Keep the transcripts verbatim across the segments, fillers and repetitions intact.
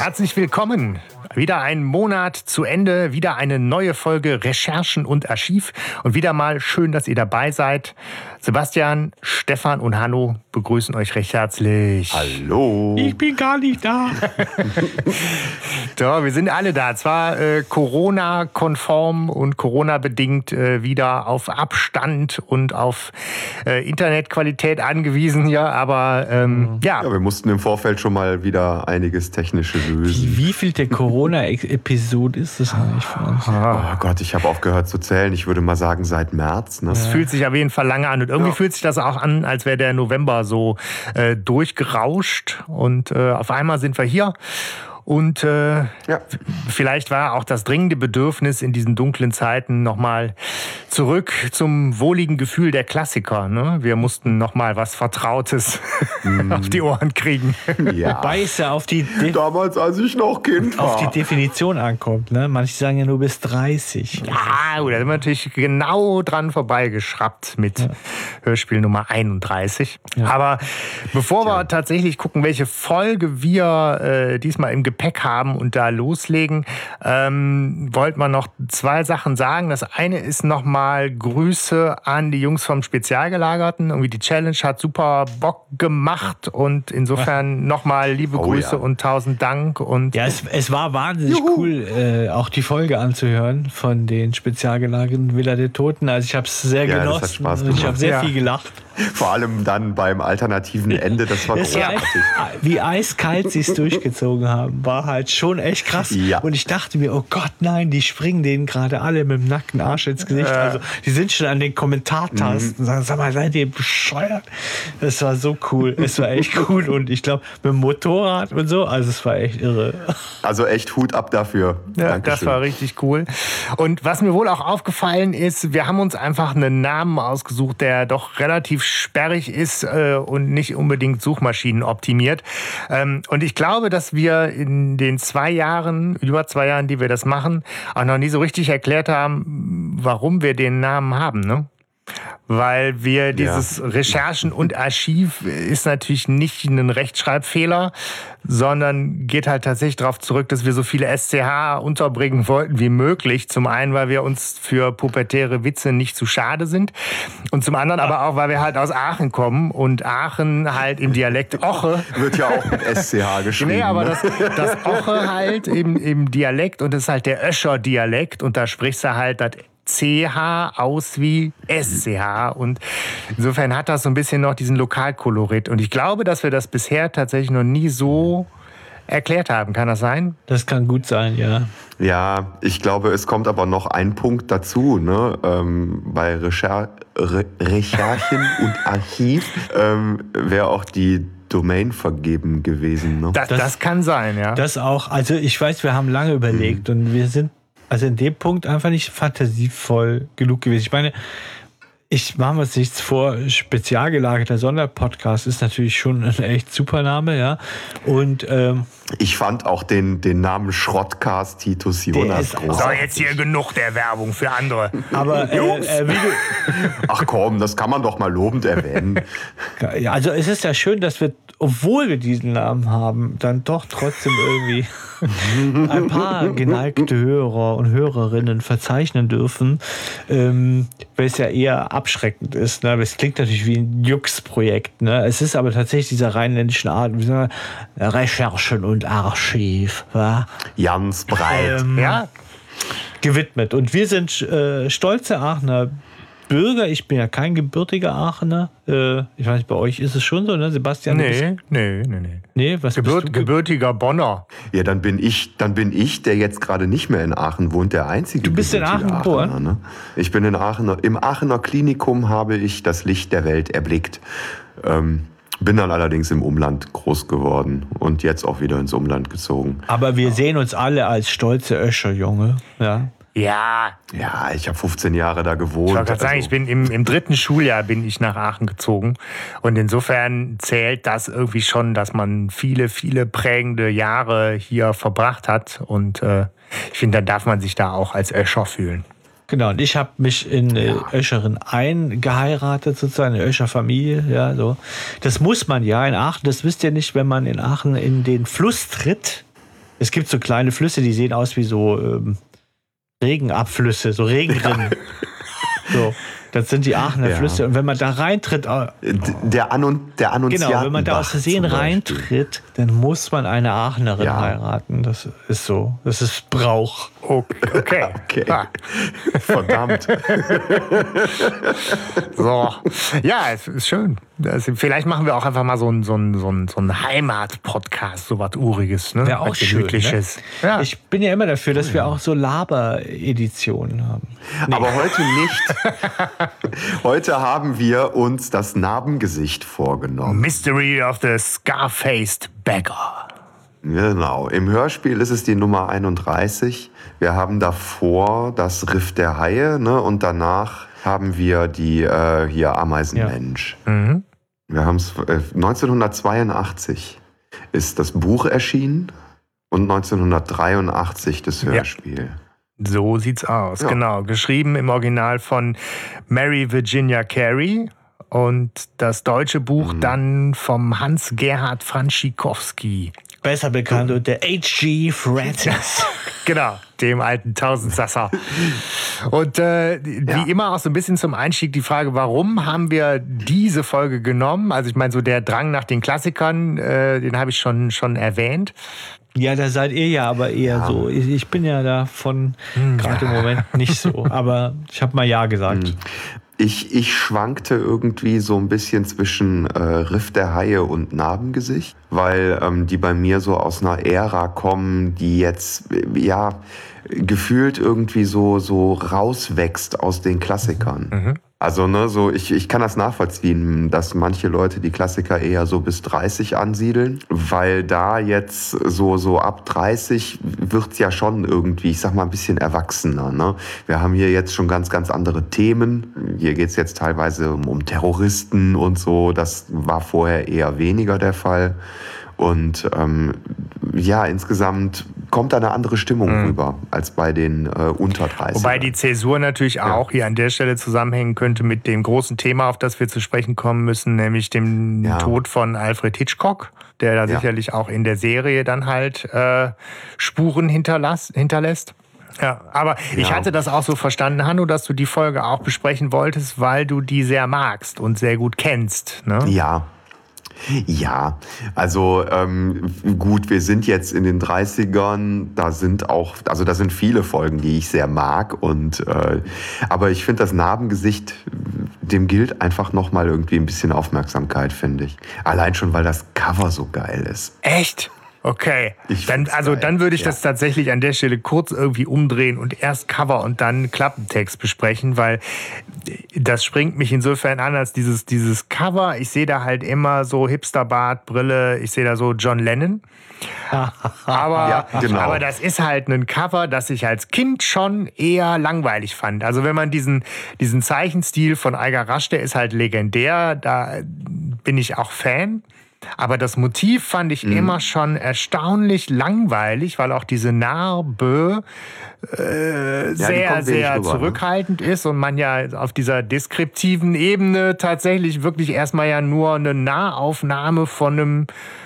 Herzlich willkommen. Wieder ein Monat zu Ende, wieder eine neue Folge Recherchen und Archiv. Und wieder mal schön, dass ihr dabei seid. Sebastian, Stefan und Hanno begrüßen euch recht herzlich. Hallo. Ich bin gar nicht da. So, wir sind alle da. Zwar äh, Corona-konform und Corona-bedingt äh, wieder auf Abstand und auf äh, Internetqualität angewiesen hier, aber ähm, ja. Ja, wir mussten im Vorfeld schon mal wieder einiges Technische lösen. Wie viel der Corona-Episode ist das eigentlich von uns? Oh Gott, ich habe aufgehört zu zählen. Ich würde mal sagen, seit März. Ne? Es ja. fühlt sich auf jeden Fall lange an. Und irgendwie ja. fühlt sich das auch an, als wäre der November so äh, durchgerauscht. Und äh, auf einmal sind wir hier. Und äh, ja. vielleicht war auch das dringende Bedürfnis in diesen dunklen Zeiten nochmal zurück zum wohligen Gefühl der Klassiker. Ne? Wir mussten nochmal was Vertrautes mm. auf die Ohren kriegen. Ja. Wobei es ja auf die De- damals, als ich noch Kind war, auf die Definition ankommt. Ne? Manche sagen ja nur bis dreißig. Ja, da sind wir natürlich genau dran vorbeigeschraubt mit ja. Hörspiel Nummer einunddreißig. Ja. Aber bevor wir ja. tatsächlich gucken, welche Folge wir äh, diesmal im Gepäck haben und da loslegen, ähm, wollten wir noch zwei Sachen sagen. Das eine ist nochmal Grüße an die Jungs vom Spezialgelagerten. Irgendwie die Challenge hat super Bock gemacht und insofern nochmal liebe oh, Grüße ja. und tausend Dank. Und ja, es, es war wahnsinnig Juhu. cool, äh, auch die Folge anzuhören von den Spezialgelagerten Villa der Toten. Also ich habe es sehr ja, genossen. Das hat Spaß gemacht. Ich habe sehr ja. viel gelacht. Vor allem dann beim alternativen Ende, das war das großartig. War, wie eiskalt sie es durchgezogen haben, war halt schon echt krass. Ja. Und ich dachte mir, oh Gott, nein, die springen denen gerade alle mit dem nackten Arsch ins Gesicht. Also die sind schon an den Kommentartasten und sagen, sag mal, seid ihr bescheuert? Das war so cool, es war echt cool. Und ich glaube, mit dem Motorrad und so, also es war echt irre. Also echt Hut ab dafür. Ja, Dankeschön. Das war richtig cool. Und was mir wohl auch aufgefallen ist, wir haben uns einfach einen Namen ausgesucht, der doch relativ sperrig ist äh, und nicht unbedingt Suchmaschinen optimiert. Ähm, und ich glaube, dass wir in den zwei Jahren, über zwei Jahren, die wir das machen, auch noch nie so richtig erklärt haben, warum wir den Namen haben, ne? Weil wir dieses ja. Recherchen und Archiv ist natürlich nicht ein Rechtschreibfehler, sondern geht halt tatsächlich darauf zurück, dass wir so viele S C H unterbringen wollten wie möglich. Zum einen, weil wir uns für pubertäre Witze nicht zu schade sind und zum anderen aber auch, weil wir halt aus Aachen kommen und Aachen halt im Dialekt Oche. Wird ja auch mit S C H geschrieben. Nee, aber ne? das, das Oche halt im, im Dialekt und das ist halt der Öscher-Dialekt und da sprichst du halt das C H aus wie S C H und insofern hat das so ein bisschen noch diesen Lokalkolorit und ich glaube, dass wir das bisher tatsächlich noch nie so erklärt haben. Kann das sein? Das kann gut sein, ja. Ja, ich glaube, es kommt aber noch ein Punkt dazu, ne? Ähm, bei Recher- Re- Recherchen und Archiv ähm, wäre auch die Domain vergeben gewesen. Ne? Das, das, das kann sein, ja. Das auch. Also ich weiß, wir haben lange überlegt mhm. und wir sind also in dem Punkt einfach nicht fantasievoll genug gewesen. Ich meine, ich mache mir nichts vor, spezialgelagerter Sonderpodcast ist natürlich schon ein echt super Name, ja. Und ähm, ich fand auch den, den Namen Schrottcast Titus Jonas groß. So, jetzt hier genug der Werbung für andere. Aber äh, äh, wie du ach komm, das kann man doch mal lobend erwähnen. Ja, also es ist ja schön, dass wir, obwohl wir diesen Namen haben, dann doch trotzdem irgendwie ein paar geneigte Hörer und Hörerinnen verzeichnen dürfen, ähm, weil es ja eher abschreckend ist. Ne? Es klingt natürlich wie ein Jux-Projekt. Ne? Es ist aber tatsächlich dieser rheinländischen Art, wie sagen wir, Recherchen und Archiv. Ja? Ganz breit. Ähm, ja. Gewidmet. Und wir sind äh, stolze Aachener Bürger. Ich bin ja kein gebürtiger Aachener. Äh, ich weiß nicht, bei euch ist es schon so, ne, Sebastian? Nee, nee, nee, nee. Nee, was Gebürt, bist du? Gebürtiger Bonner. Ja, dann bin ich, dann bin ich, der jetzt gerade nicht mehr in Aachen wohnt, der einzige. Du bist in Aachen geboren? Ne? Ich bin in Aachen. Im Aachener Klinikum habe ich das Licht der Welt erblickt. Ähm, bin dann allerdings im Umland groß geworden und jetzt auch wieder ins Umland gezogen. Aber wir sehen uns alle als stolze Öscher-Junge, ja. Ja. Ja, ich habe fünfzehn Jahre da gewohnt. Ich wollte gerade sagen, also. ich bin im, im dritten Schuljahr bin ich nach Aachen gezogen. Und insofern zählt das irgendwie schon, dass man viele, viele prägende Jahre hier verbracht hat. Und äh, ich finde, dann darf man sich da auch als Öscher fühlen. Genau, und ich habe mich in äh, Öscherin eingeheiratet, sozusagen, eine Öscher Familie, ja, so. Das muss man ja in Aachen, das wisst ihr nicht, wenn man in Aachen in den Fluss tritt, Es gibt so kleine Flüsse, die sehen aus wie so ähm, Regenabflüsse, so Regenrinnen. So, das sind die Aachener Ja. Flüsse. Und wenn man da reintritt, äh, Der, Anun der Annunziatenbach. genau, wenn man da aus Versehen zum Beispiel. reintritt, dann muss man eine Aachenerin Ja. heiraten. Das ist so. Das ist Brauch. Okay. Okay. Ah. Verdammt. So. Ja, es ist schön. Das, vielleicht machen wir auch einfach mal so einen so ein, so ein, so ein Heimat-Podcast, so was Uriges. Ne? Wäre auch Was schön. Ne? Gemütliches. Ja. Ich bin ja immer dafür, dass wir auch so Laber-Editionen haben. Nee. Aber heute nicht. Heute haben wir uns das Narbengesicht vorgenommen. Mystery of the Scar-Faced Beggar. Genau. Im Hörspiel ist es die Nummer einunddreißig. Wir haben davor das Riff der Haie, ne? Und danach haben wir die äh, hier Ameisenmensch. Mhm. Wir haben es äh, neunzehnhundertzweiundachtzig ist das Buch erschienen und neunzehnhundertdreiundachtzig das Hörspiel. So sieht's aus, Ja. genau. Geschrieben im Original von Mary Virginia Carey und das deutsche Buch Mhm. dann vom Hans-Gerhard Franschikowski. Besser bekannt unter H G Francis. Genau, dem alten Tausendsasser. Und äh, wie Ja. immer auch so ein bisschen zum Einstieg die Frage, warum haben wir diese Folge genommen? Also ich meine, so der Drang nach den Klassikern, äh, den habe ich schon, schon erwähnt. Ja, da seid ihr ja aber eher so. Ich, ich bin ja davon gerade im Moment nicht so. Aber ich habe mal Ja gesagt. Ich, ich schwankte irgendwie so ein bisschen zwischen äh, Riff der Haie und Narbengesicht, weil ähm, die bei mir so aus einer Ära kommen, die jetzt, äh, ja, gefühlt irgendwie so, so rauswächst aus den Klassikern. Mhm. Also, ne, so, ich, ich kann das nachvollziehen, dass manche Leute die Klassiker eher so bis dreißig ansiedeln, weil da jetzt so, so ab dreißig wird's ja schon irgendwie, ich sag mal, ein bisschen erwachsener, ne? Wir haben hier jetzt schon ganz, ganz andere Themen. Hier geht's jetzt teilweise um, um Terroristen und so. Das war vorher eher weniger der Fall. Und ähm, ja, insgesamt kommt da eine andere Stimmung Mhm. rüber als bei den äh, unter dreißig. Wobei die Zäsur natürlich auch hier an der Stelle zusammenhängen könnte mit dem großen Thema, auf das wir zu sprechen kommen müssen, nämlich dem Ja. Tod von Alfred Hitchcock, der da Ja. sicherlich auch in der Serie dann halt äh, Spuren hinterlass, hinterlässt. Ja, aber ich Ja. hatte das auch so verstanden, Hanno, dass du die Folge auch besprechen wolltest, weil du die sehr magst und sehr gut kennst. Ne? Ja. Ja, also ähm, gut, wir sind jetzt in den dreißigern, da sind auch, also da sind viele Folgen, die ich sehr mag und äh, aber ich finde das Narbengesicht, dem gilt einfach nochmal irgendwie ein bisschen Aufmerksamkeit, finde ich. Allein schon, weil das Cover so geil ist. Echt? Okay. Ich Dann, find's also geil. dann würde ich Ja. das tatsächlich an der Stelle kurz irgendwie umdrehen und erst Cover und dann Klappentext besprechen, weil das springt mich insofern an, als dieses, dieses Cover, ich sehe da halt immer so Hipsterbart, Brille, ich sehe da so John Lennon. Aber, Ja, genau. aber das ist halt ein Cover, das ich als Kind schon eher langweilig fand. Also wenn man diesen, diesen Zeichenstil von Eiger Rasch, der ist halt legendär, da bin ich auch Fan. Aber das Motiv fand ich immer schon erstaunlich langweilig, weil auch diese Narbe äh, sehr, kommt wenig sehr rüber, ne? zurückhaltend ist und man ja auf dieser deskriptiven Ebene tatsächlich wirklich erstmal ja nur eine Nahaufnahme von einem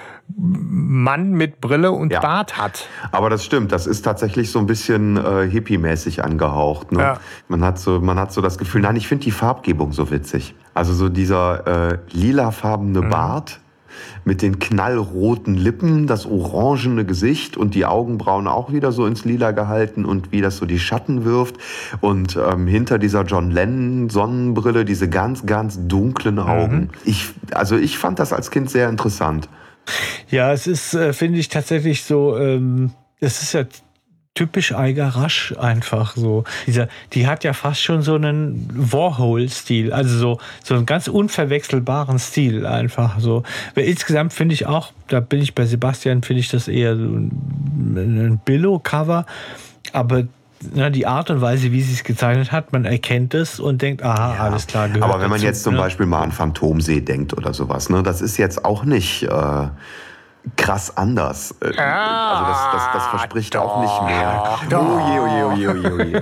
Mann mit Brille und Ja. Bart hat. Aber das stimmt, das ist tatsächlich so ein bisschen äh, hippie-mäßig angehaucht. Ne? Ja. Man hat so, man hat so das Gefühl, nein, ich finde die Farbgebung so witzig. Also so dieser äh, lilafarbene Mhm. Bart mit den knallroten Lippen, das orangene Gesicht und die Augenbrauen auch wieder so ins Lila gehalten und wie das so die Schatten wirft. Und ähm, hinter dieser John Lennon Sonnenbrille diese ganz, ganz dunklen Augen. Ich, also ich fand das als Kind sehr interessant. Ja, es ist, äh, finde ich, tatsächlich so, ähm, es ist ja typisch Eiger Rasch einfach so. Dieser, die hat ja fast schon so einen Warhol-Stil, also so, so einen ganz unverwechselbaren Stil einfach so. Weil insgesamt finde ich auch, da bin ich bei Sebastian, finde ich das eher so ein, ein Billo-Cover, aber na, die Art und Weise, wie sie es gezeichnet hat, man erkennt es und denkt, aha, Ja, alles klar, gehört aber wenn man dazu, jetzt zum ne? Beispiel mal an Phantomsee denkt oder sowas, ne, das ist jetzt auch nicht, äh, krass anders. Ah, also das, das, das verspricht doch, auch nicht mehr. Doch. Oh je, oh je, oh je, oh je.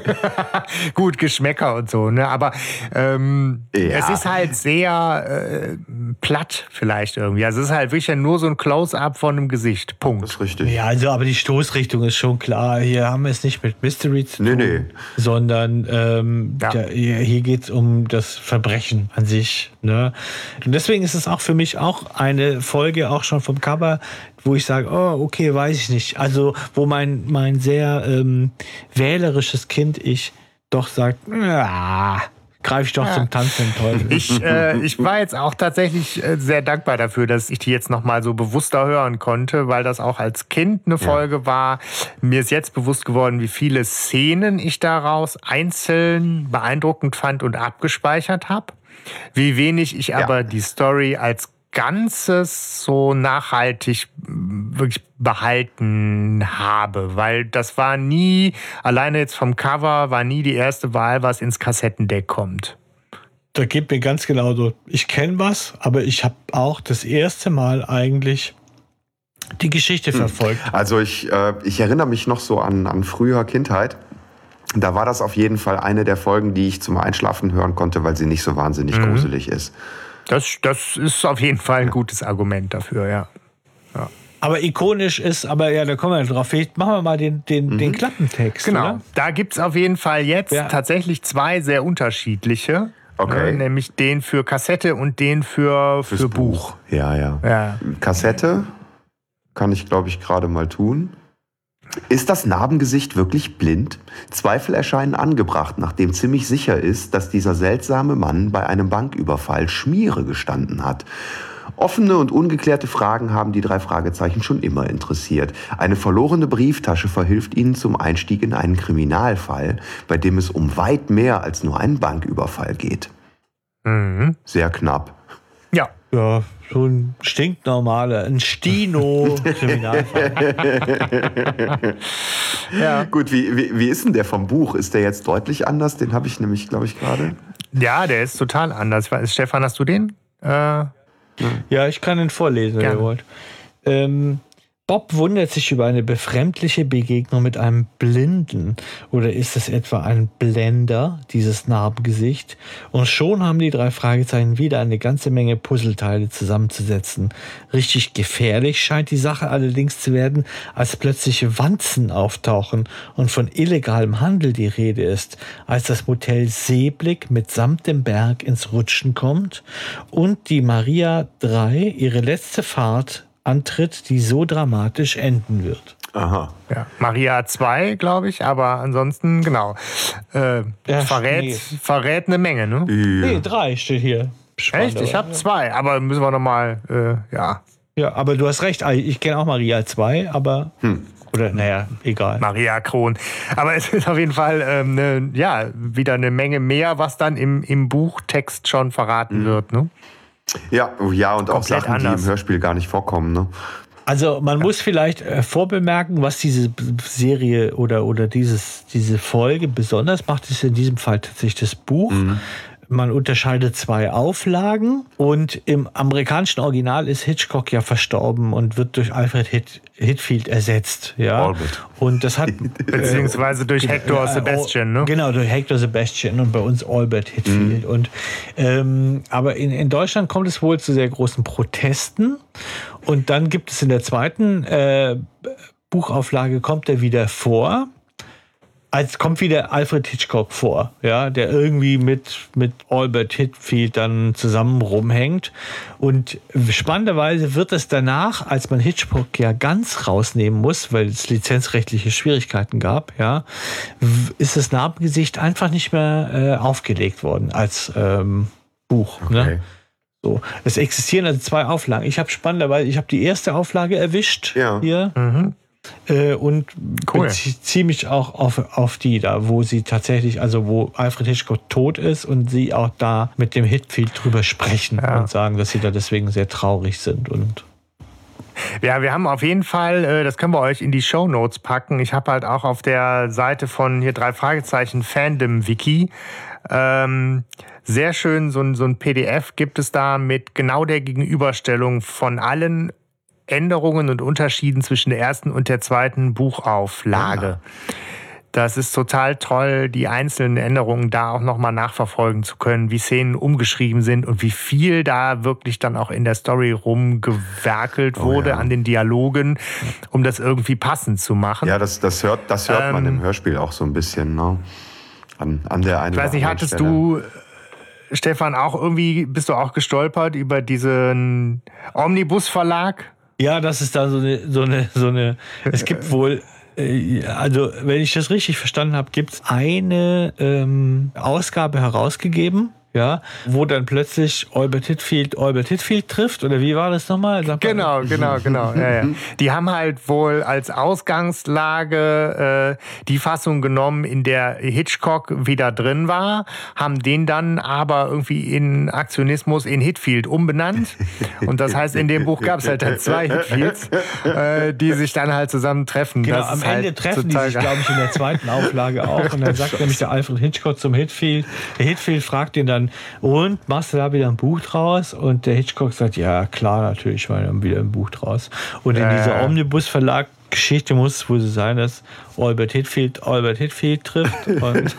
Gut, Geschmäcker und so, ne? Aber ähm, ja. es ist halt sehr äh, platt vielleicht irgendwie. Also es ist halt wirklich nur so ein Close-up von einem Gesicht. Punkt. Das ist richtig. Ja, also aber die Stoßrichtung ist schon klar. Hier haben wir es nicht mit Mystery zu tun, nee, nee. sondern ähm, ja. der, hier geht es um das Verbrechen an sich. Ne? Und deswegen ist es auch für mich auch eine Folge, auch schon vom Cover, wo ich sage, oh, okay, weiß ich nicht. Also wo mein, mein sehr ähm, wählerisches Kind ich doch sagt, ja, greife ich doch ja. zum tanzenden Teufel. Ich, äh, ich war jetzt auch tatsächlich äh, sehr dankbar dafür, dass ich die jetzt nochmal so bewusster hören konnte, weil das auch als Kind eine Folge ja. war. Mir ist jetzt bewusst geworden, wie viele Szenen ich daraus einzeln beeindruckend fand und abgespeichert habe. Wie wenig ich aber ja. die Story als Ganzes so nachhaltig wirklich behalten habe, weil das war nie, alleine jetzt vom Cover, war nie die erste Wahl, was ins Kassettendeck kommt. Da geht mir ganz genau so, ich kenne was, aber ich habe auch das erste Mal eigentlich die Geschichte verfolgt. Also ich, äh, ich erinnere mich noch so an, an früher Kindheit. Da war das auf jeden Fall eine der Folgen, die ich zum Einschlafen hören konnte, weil sie nicht so wahnsinnig mhm. gruselig ist. Das, das ist auf jeden Fall ein gutes Argument dafür, ja. ja. Aber ikonisch ist, aber ja, da kommen wir drauf. Vielleicht machen wir mal den, den, mhm. den Klappentext. Genau, oder? Da gibt es auf jeden Fall jetzt ja. tatsächlich zwei sehr unterschiedliche. Okay. Äh, nämlich den für Kassette und den für, für Buch. Buch. Ja, ja, ja. Kassette kann ich, glaube ich, gerade mal tun. Ist das Narbengesicht wirklich blind? Zweifel erscheinen angebracht, nachdem ziemlich sicher ist, dass dieser seltsame Mann bei einem Banküberfall Schmiere gestanden hat. Offene und ungeklärte Fragen haben die drei Fragezeichen schon immer interessiert. Eine verlorene Brieftasche verhilft ihnen zum Einstieg in einen Kriminalfall, bei dem es um weit mehr als nur einen Banküberfall geht. Mhm. Sehr knapp. Ja. Ja, so ein stinknormaler, ein Stino-Kriminalfall. ja. Gut, wie, wie, wie ist denn der vom Buch? Ist der jetzt deutlich anders? Den habe ich nämlich, glaube ich, gerade. Ja, der ist total anders. Stefan, hast du den? Äh, ja, ich kann ihn vorlesen, wenn ihr wollt. Ähm, Bob wundert sich über eine befremdliche Begegnung mit einem Blinden. Oder ist es etwa ein Blender, dieses Narbengesicht? Und schon haben die drei Fragezeichen wieder eine ganze Menge Puzzleteile zusammenzusetzen. Richtig gefährlich scheint die Sache allerdings zu werden, als plötzlich Wanzen auftauchen und von illegalem Handel die Rede ist, als das Motel Seeblick mitsamt dem Berg ins Rutschen kommt und die Maria drei ihre letzte Fahrt antritt, die so dramatisch enden wird. Aha. Ja, Maria zwei, glaube ich, aber ansonsten, genau. Äh, ja, verrät, nee. verrät eine Menge, ne? Ja. Nee, drei steht hier. Spannend, echt? Ich habe zwei, aber müssen wir nochmal, äh, ja. Ja, aber du hast recht, ich kenne auch Maria zwei, aber... Hm. Oder, naja, egal. Maria Kron. Aber es ist auf jeden Fall ähm, ne, ja, wieder eine Menge mehr, was dann im, im Buchtext schon verraten mhm. wird, ne? Ja, ja, und auch Sachen, anders. die im Hörspiel gar nicht vorkommen. Ne? Also man ja. muss vielleicht äh, vorbemerken, was diese Serie oder, oder dieses, diese Folge besonders macht, ist in diesem Fall tatsächlich das Buch. Mhm. Man unterscheidet zwei Auflagen und im amerikanischen Original ist Hitchcock ja verstorben und wird durch Alfred Hit, Hitfield ersetzt. Ja? Albert. Und das hat beziehungsweise durch Hector Sebastian, ne? Genau, durch Hector Sebastian und bei uns Albert Hitfield. Mhm. Und, ähm, aber in, in Deutschland kommt es wohl zu sehr großen Protesten. Und dann gibt es in der zweiten äh, Buchauflage, kommt er wieder vor. Als kommt wieder Alfred Hitchcock vor, ja, der irgendwie mit, mit Albert Hitfield dann zusammen rumhängt. Und spannenderweise wird es danach, als man Hitchcock ja ganz rausnehmen muss, weil es lizenzrechtliche Schwierigkeiten gab, ja, ist das Narbengesicht einfach nicht mehr äh, aufgelegt worden als ähm, Buch. Okay. Ne? So. Es existieren also zwei Auflagen. Ich habe spannenderweise, ich habe die erste Auflage erwischt ja. hier. Mhm. Äh, und cool. beziehe mich auch auf, auf die da, wo sie tatsächlich, also wo Alfred Hitchcock tot ist und sie auch da mit dem Hitfield drüber sprechen ja. und sagen, dass sie da deswegen sehr traurig sind. Und ja, wir haben auf jeden Fall, äh, das können wir euch in die Shownotes packen. Ich habe halt auch auf der Seite von hier drei Fragezeichen Fandom-Wiki ähm, sehr schön so ein, so ein P D F gibt es da mit genau der Gegenüberstellung von allen Änderungen und Unterschieden zwischen der ersten und der zweiten Buchauflage. Ja. Das ist total toll, die einzelnen Änderungen da auch nochmal nachverfolgen zu können, wie Szenen umgeschrieben sind und wie viel da wirklich dann auch in der Story rumgewerkelt oh, wurde ja. an den Dialogen, um das irgendwie passend zu machen. Ja, das, das hört, das hört ähm, man im Hörspiel auch so ein bisschen, ne? An, an der einen Ich weiß nicht, hattest Stelle. du, Stefan, auch irgendwie, bist du auch gestolpert über diesen Omnibus-Verlag? Ja, das ist da so eine, so eine, so eine, es gibt wohl, also wenn ich das richtig verstanden habe, gibt es eine ähm, Ausgabe herausgegeben, ja, wo dann plötzlich Albert Hitfield Albert Hitfield trifft, oder wie war das nochmal? Genau, genau, genau. Ja, ja. Die haben halt wohl als Ausgangslage äh, die Fassung genommen, in der Hitchcock wieder drin war, haben den dann aber irgendwie in Aktionismus in Hitfield umbenannt. Und das heißt, in dem Buch gab es halt dann zwei Hitfields, äh, die sich dann halt zusammentreffen. Genau, das am ist Ende halt treffen die sich, glaube ich, in der zweiten Auflage auch. Und dann sagt nämlich der Alfred Hitchcock zum Hitfield, der Hitfield fragt ihn dann, und machst du da wieder ein Buch draus? Und der Hitchcock sagt, ja klar, natürlich war dann wieder ein Buch draus. Und in äh. dieser Omnibus-Verlag Geschichte muss es wohl so sein, dass Albert Hitfield Albert Hitfield trifft. Und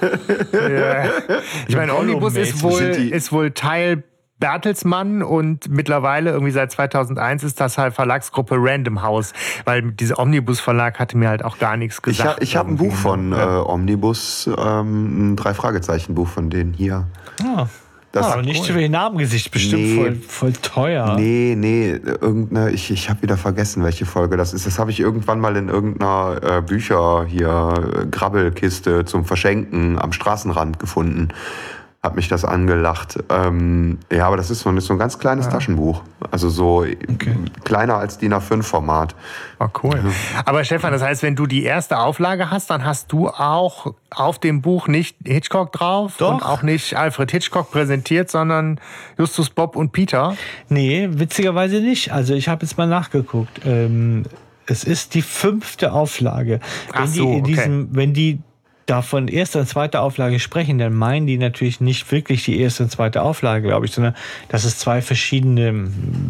ja. Ich meine, Omnibus ist wohl, ist wohl Teil Bertelsmann und mittlerweile irgendwie seit zweitausendeins ist das halt Verlagsgruppe Random House, weil dieser Omnibus-Verlag hatte mir halt auch gar nichts gesagt. Ich, ich habe ein Buch von ja. äh, Omnibus, ähm, ein Drei-Fragezeichen-Buch von denen hier. Ah. Das ah, aber nicht cool. Über den Namengesicht, bestimmt nee, voll, voll teuer. Nee, nee, irgendeine, ich, ich habe wieder vergessen, welche Folge das ist. Das habe ich irgendwann mal in irgendeiner äh, Bücher hier, Grabbelkiste zum Verschenken am Straßenrand gefunden. Hat mich das angelacht. Ähm, ja, aber das ist so ein, so ein ganz kleines ja. Taschenbuch. Also so okay. kleiner als D I N A fünf Format. Oh, cool. Ja. Aber Stefan, das heißt, wenn du die erste Auflage hast, dann hast du auch auf dem Buch nicht Hitchcock drauf Doch. Und auch nicht Alfred Hitchcock präsentiert, sondern Justus, Bob und Peter? Nee, witzigerweise nicht. Also ich habe jetzt mal nachgeguckt. Ähm, es ist die fünfte Auflage. Wenn Ach so, die in okay. diesem, wenn die da von erster und zweiter Auflage sprechen, dann meinen die natürlich nicht wirklich die erste und zweite Auflage, glaube ich, sondern dass es zwei verschiedene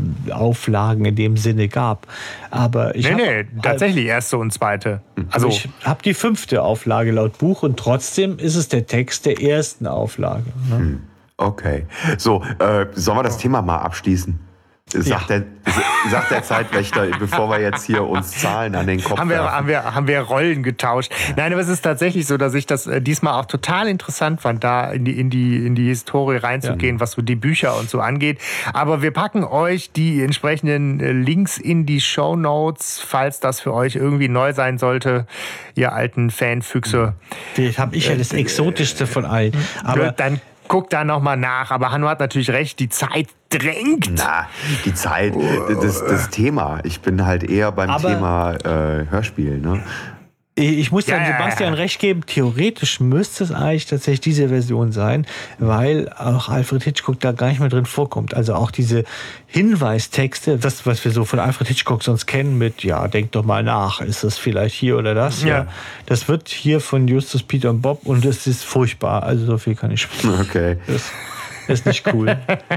Auflagen in dem Sinne gab. Aber ich nee, hab, nee, tatsächlich erste und zweite. Also ich habe die fünfte Auflage laut Buch und trotzdem ist es der Text der ersten Auflage. Ne? Okay. So, äh, sollen wir das Thema mal abschließen? Sagt, ja. der, sagt der Zeitwächter, bevor wir jetzt hier uns Zahlen an den Kopf haben wir, haben wir haben wir Rollen getauscht. Nein, aber es ist tatsächlich so, dass ich das äh, diesmal auch total interessant fand, da in die, in die, in die Historie reinzugehen, ja. was so die Bücher und so angeht. Aber wir packen euch die entsprechenden Links in die Shownotes, falls das für euch irgendwie neu sein sollte, ihr alten Fanfüchse. Das habe ich ja das Exotischste von allen. Aber dann guck da nochmal nach. Aber Hanno hat natürlich recht, die Zeit drängt. Na, die Zeit, das, das Thema. Ich bin halt eher beim aber Thema äh, Hörspiel. Ne? Ich muss dann ja, Sebastian ja, ja. recht geben, theoretisch müsste es eigentlich tatsächlich diese Version sein, weil auch Alfred Hitchcock da gar nicht mehr drin vorkommt. Also auch diese Hinweistexte, das, was wir so von Alfred Hitchcock sonst kennen mit, ja, denk doch mal nach, ist das vielleicht hier oder das? Ja. ja. Das wird hier von Justus, Peter und Bob und es ist furchtbar. Also so viel kann ich sprechen. Okay. Das ist nicht cool.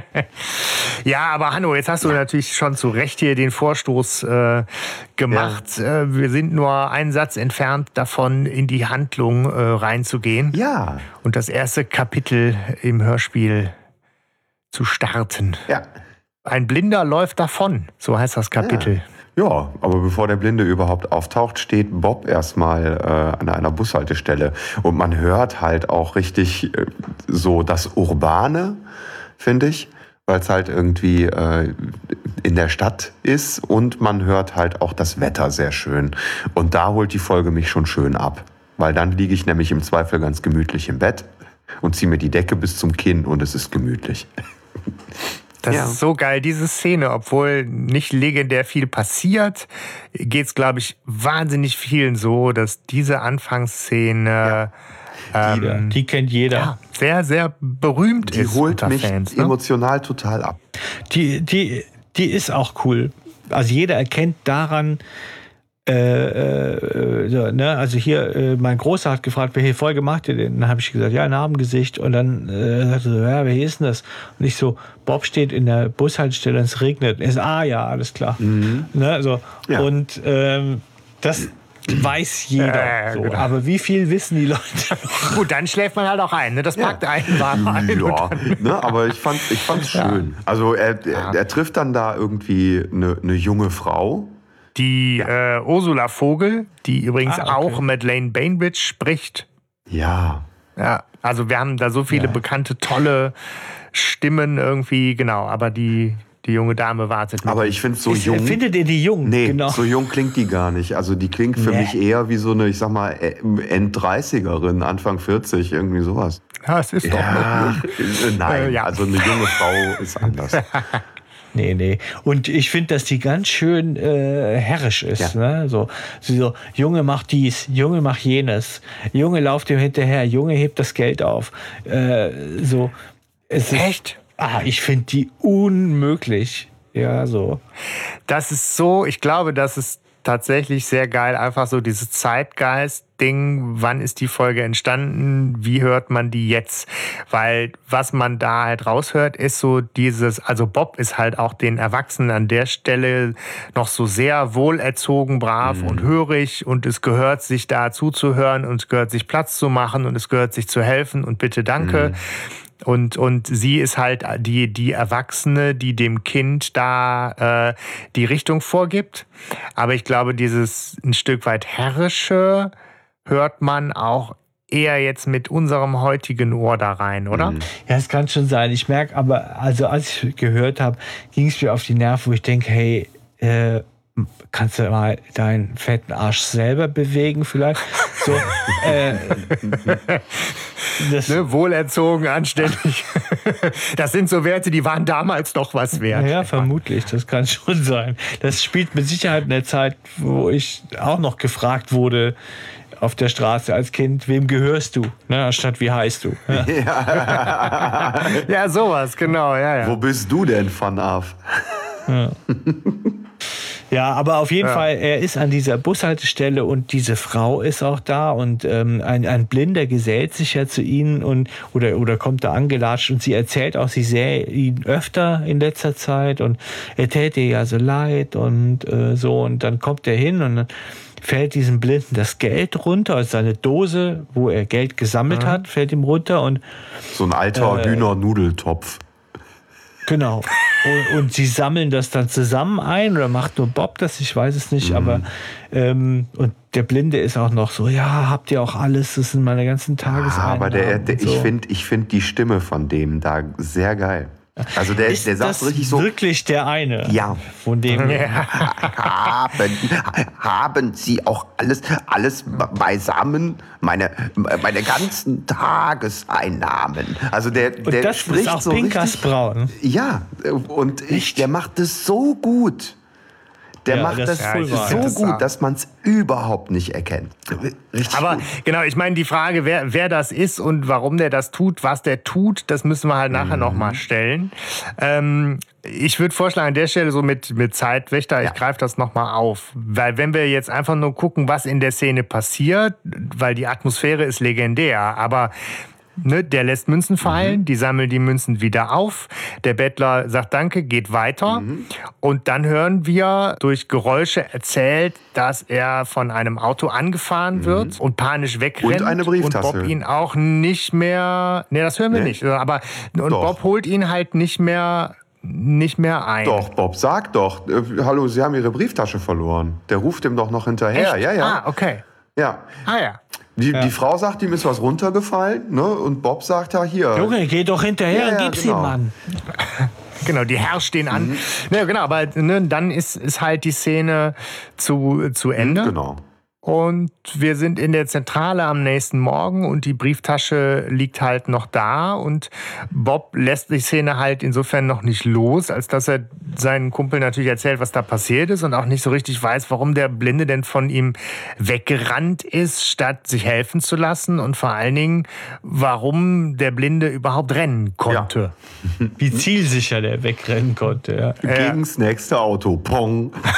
Ja, aber Hanno, jetzt hast du natürlich schon zu Recht hier den Vorstoß äh, gemacht. Ja. Äh, wir sind nur einen Satz entfernt davon, in die Handlung äh, reinzugehen. Ja. Und das erste Kapitel im Hörspiel zu starten. Ja. Ein Blinder läuft davon, so heißt das Kapitel. Ja. Ja, aber bevor der Blinde überhaupt auftaucht, steht Bob erstmal äh, an einer Bushaltestelle. Und man hört halt auch richtig äh, so das Urbane, finde ich, weil es halt irgendwie äh, in der Stadt ist. Und man hört halt auch das Wetter sehr schön. Und da holt die Folge mich schon schön ab. Weil dann liege ich nämlich im Zweifel ganz gemütlich im Bett und ziehe mir die Decke bis zum Kinn und es ist gemütlich. Das ja. ist so geil, diese Szene, obwohl nicht legendär viel passiert, geht es, glaube ich, wahnsinnig vielen so, dass diese Anfangsszene, ja. ähm, die kennt jeder, ja, sehr, sehr berühmt die ist. Die holt unter mich Fans, ne? emotional total ab. Die, die, die ist auch cool. Also jeder erkennt daran, Äh, äh, so, ne? Also hier, äh, mein Großer hat gefragt, welche Folge macht ihr denn? Dann habe ich gesagt, ja, Narbengesicht. Und dann äh, sagte er so, ja, wer ist denn das? Und ich so, Bob steht in der Bushaltestelle und es regnet. Er so, ah ja, alles klar. Mhm. Ne? So. Ja. Und ähm, das weiß jeder. Äh, so. Genau. Aber wie viel wissen die Leute noch? Gut, dann schläft man halt auch ein. Ne? Das packt ja. einen warm ein. Ja, ne? Aber ich fand es ich fand's schön. Ja. Also er, er, er trifft dann da irgendwie eine, eine junge Frau. Die ja. äh, Ursula Vogel, die übrigens ah, okay. auch Madeleine Bainbridge spricht. Ja. Ja, also wir haben da so viele ja. bekannte, tolle Stimmen irgendwie, genau, aber die, die junge Dame wartet. Aber ich finde so Ist, jung... Findet ihr die jung? Nee, genau. so jung klingt die gar nicht. Also die klingt für nee. mich eher wie so eine, ich sag mal, End-dreißigerin, Anfang vierzig, irgendwie sowas. Ja, es ist ja. doch möglich. Nein, äh, ja. also eine junge Frau ist anders. Nee, nee. Und ich finde, dass die ganz schön äh, herrisch ist. Ja. Ne? So, so, Junge macht dies, Junge macht jenes, Junge lauft ihm hinterher, Junge hebt das Geld auf. Äh, so, es Echt? Ist, ah, ich finde die unmöglich. Ja, so. Das ist so, ich glaube, das ist tatsächlich sehr geil. Einfach so dieses Zeitgeist-Ding. Wann ist die Folge entstanden? Wie hört man die jetzt? Weil was man da halt raushört, ist so dieses, also Bob ist halt auch den Erwachsenen an der Stelle noch so sehr wohlerzogen, brav mhm. und hörig und es gehört sich da zuzuhören und es gehört sich Platz zu machen und es gehört sich zu helfen und bitte danke. Mhm. Und, und sie ist halt die, die Erwachsene, die dem Kind da äh, die Richtung vorgibt. Aber ich glaube, dieses ein Stück weit Herrische hört man auch eher jetzt mit unserem heutigen Ohr da rein, oder? Ja, es kann schon sein. Ich merke aber, also als ich gehört habe, ging es mir auf die Nerven, wo ich denke, hey, äh, kannst du mal deinen fetten Arsch selber bewegen vielleicht? So, äh, das, ne, wohlerzogen, anständig. Das sind so Werte, die waren damals doch was wert. Ja, vermutlich, das kann schon sein. Das spielt mit Sicherheit in der Zeit, wo ich auch noch gefragt wurde auf der Straße als Kind, wem gehörst du? Ne, anstatt wie heißt du? Ja, ja. Ja, sowas, genau. Ja, ja. Wo bist du denn, Van Af? Ja. Ja, aber auf jeden ja. Fall, er ist an dieser Bushaltestelle und diese Frau ist auch da und ähm, ein, ein Blinder gesellt sich ja zu ihnen und oder, oder kommt da angelatscht und sie erzählt auch, sie sähe ihn öfter in letzter Zeit und er täte ihr ja so leid und äh, so und dann kommt er hin und dann fällt diesem Blinden das Geld runter, also seine Dose, wo er Geld gesammelt mhm. hat, fällt ihm runter und so ein alter äh, Hühnernudeltopf. Genau. Und, und sie sammeln das dann zusammen ein oder macht nur Bob das, ich weiß es nicht, mhm. aber ähm, und der Blinde ist auch noch so, ja, habt ihr auch alles, das sind meine ganzen Tageseinnahmen. Aber der, der, so. ich finde ich find die Stimme von dem da sehr geil. Also der, ist der sagt das richtig so. Wirklich der eine? Ja. Von dem. haben, haben Sie auch alles, alles beisammen? Meine, meine ganzen Tageseinnahmen. Also der, und der das spricht ist auch so Pinkersbraun. Ja. Und ich, der macht das so gut. Der ja, macht das, das ja, so gut, dass man es überhaupt nicht erkennt. Richtig Aber gut. Genau, ich meine, die Frage, wer, wer das ist und warum der das tut, was der tut, das müssen wir halt mhm. nachher nochmal stellen. Ähm, ich würde vorschlagen, an der Stelle so mit, mit Zeitwächter, ja. ich greife das nochmal auf. Weil wenn wir jetzt einfach nur gucken, was in der Szene passiert, weil die Atmosphäre ist legendär, aber... Ne, der lässt Münzen fallen, mhm. die sammeln die Münzen wieder auf. Der Bettler sagt Danke, geht weiter. Mhm. Und dann hören wir durch Geräusche erzählt, dass er von einem Auto angefahren mhm. wird und panisch wegrennt. Und eine Brieftasche. Und Bob ihn auch nicht mehr... Ne, das hören wir nee. nicht. Aber, und Doch. Bob holt ihn halt nicht mehr... nicht mehr ein. Doch, Bob sagt doch, äh, hallo, Sie haben Ihre Brieftasche verloren. Der ruft ihm doch noch hinterher. Echt? Ja, ja. Ah, okay. Ja. Ah, ja. Die, ja. die Frau sagt, ihm ist was runtergefallen, ne? Und Bob sagt ja hier. Junge, geh doch hinterher ja, und ja, gib's genau. ihm, Mann. Genau, die herrscht den an. Mhm. Ja, genau, aber ne, dann ist, ist halt die Szene zu, zu Ende. Mhm, genau. Und wir sind in der Zentrale am nächsten Morgen und die Brieftasche liegt halt noch da und Bob lässt die Szene halt insofern noch nicht los, als dass er seinen Kumpel natürlich erzählt, was da passiert ist und auch nicht so richtig weiß, warum der Blinde denn von ihm weggerannt ist, statt sich helfen zu lassen und vor allen Dingen, warum der Blinde überhaupt rennen konnte. Ja. Wie zielsicher der wegrennen konnte. Ja. Gegen's nächste Auto. Pong.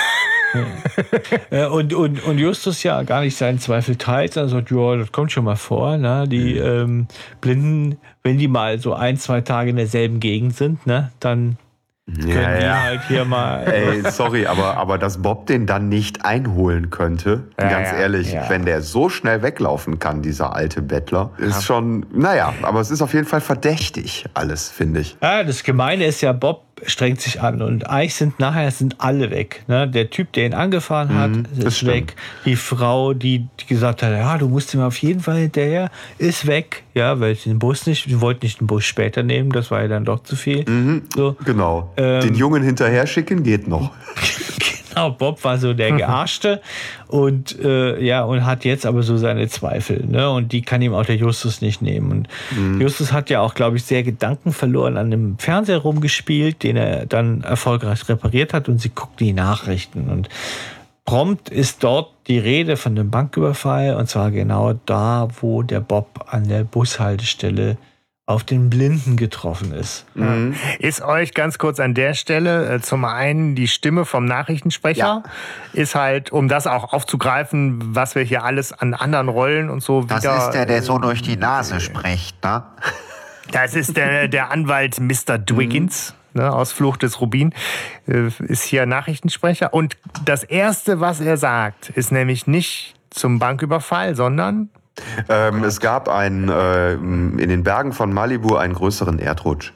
Ja. und, und, und Justus ja gar nicht seinen Zweifel teilt, sondern sagt, ja, das kommt schon mal vor. Ne? Die mhm. ähm, Blinden, wenn die mal so ein, zwei Tage in derselben Gegend sind, ne, dann können ja, die ja. halt hier mal... Ey, sorry, aber, aber dass Bob den dann nicht einholen könnte, ja, ganz ja, ehrlich, ja. wenn der so schnell weglaufen kann, dieser alte Bettler, ist ja. schon, naja, aber es ist auf jeden Fall verdächtig alles, finde ich. Ja, das Gemeine ist ja, Bob strengt sich an und eigentlich sind nachher sind alle weg. Ne? Der Typ, der ihn angefahren hat, Mhm, ist weg. Die Frau, die, die gesagt hat, ja, du musst ihm auf jeden Fall hinterher, ist weg. Ja, weil sie den Bus nicht, sie wollten nicht den Bus später nehmen, das war ja dann doch zu viel. Mhm, so. Genau. Ähm, den Jungen hinterher schicken geht noch. Genau, Bob war so der Gearschte und äh, ja, und hat jetzt aber so seine Zweifel, ne? Und die kann ihm auch der Justus nicht nehmen. Und mhm. Justus hat ja auch, glaube ich, sehr Gedanken verloren an dem Fernseher rumgespielt, den er dann erfolgreich repariert hat, und sie guckt die Nachrichten. Und prompt ist dort die Rede von dem Banküberfall, und zwar genau da, wo der Bob an der Bushaltestelle auf den Blinden getroffen ist. Mhm. Ist euch ganz kurz an der Stelle äh, zum einen die Stimme vom Nachrichtensprecher, ja. ist halt, um das auch aufzugreifen, was wir hier alles an anderen Rollen und so das wieder... Das ist der, der so durch die Nase äh, spricht, ne? Das ist der, der Anwalt Mister Dwiggins. Mhm. Ne, aus Flucht des Rubin, äh, ist hier Nachrichtensprecher. Und das Erste, was er sagt, ist nämlich nicht zum Banküberfall, sondern... Ähm, es gab einen, äh, in den Bergen von Malibu einen größeren Erdrutsch.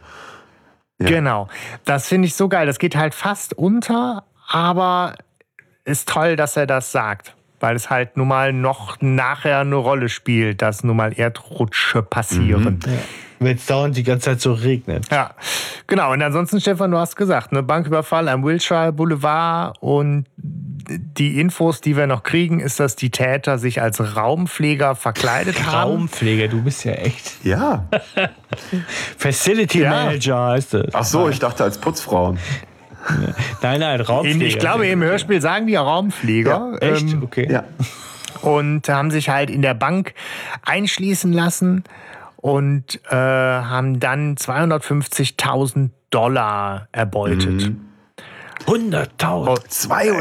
Ja. Genau. Das finde ich so geil. Das geht halt fast unter, aber ist toll, dass er das sagt. Weil es halt nun mal noch nachher eine Rolle spielt, dass nun mal Erdrutsche passieren. Mhm. Ja. Wenn es dauernd die ganze Zeit so regnet. Ja, genau. Und ansonsten, Stefan, du hast gesagt, ne, Banküberfall am Wilshire Boulevard, und die Infos, die wir noch kriegen, ist, dass die Täter sich als Raumpfleger verkleidet haben. Raumpfleger, du bist ja echt. Ja. Facility ja. Manager heißt es. Ach so, ich dachte als Putzfrauen. Nein, nein, Raumpfleger. Ich glaube, im Hörspiel sagen die ja Raumpfleger. Ja, echt? Ähm, okay. Ja. Und haben sich halt in der Bank einschließen lassen und äh, haben dann zweihundertfünfzigtausend Dollar erbeutet. Mhm. hunderttausend. Oh,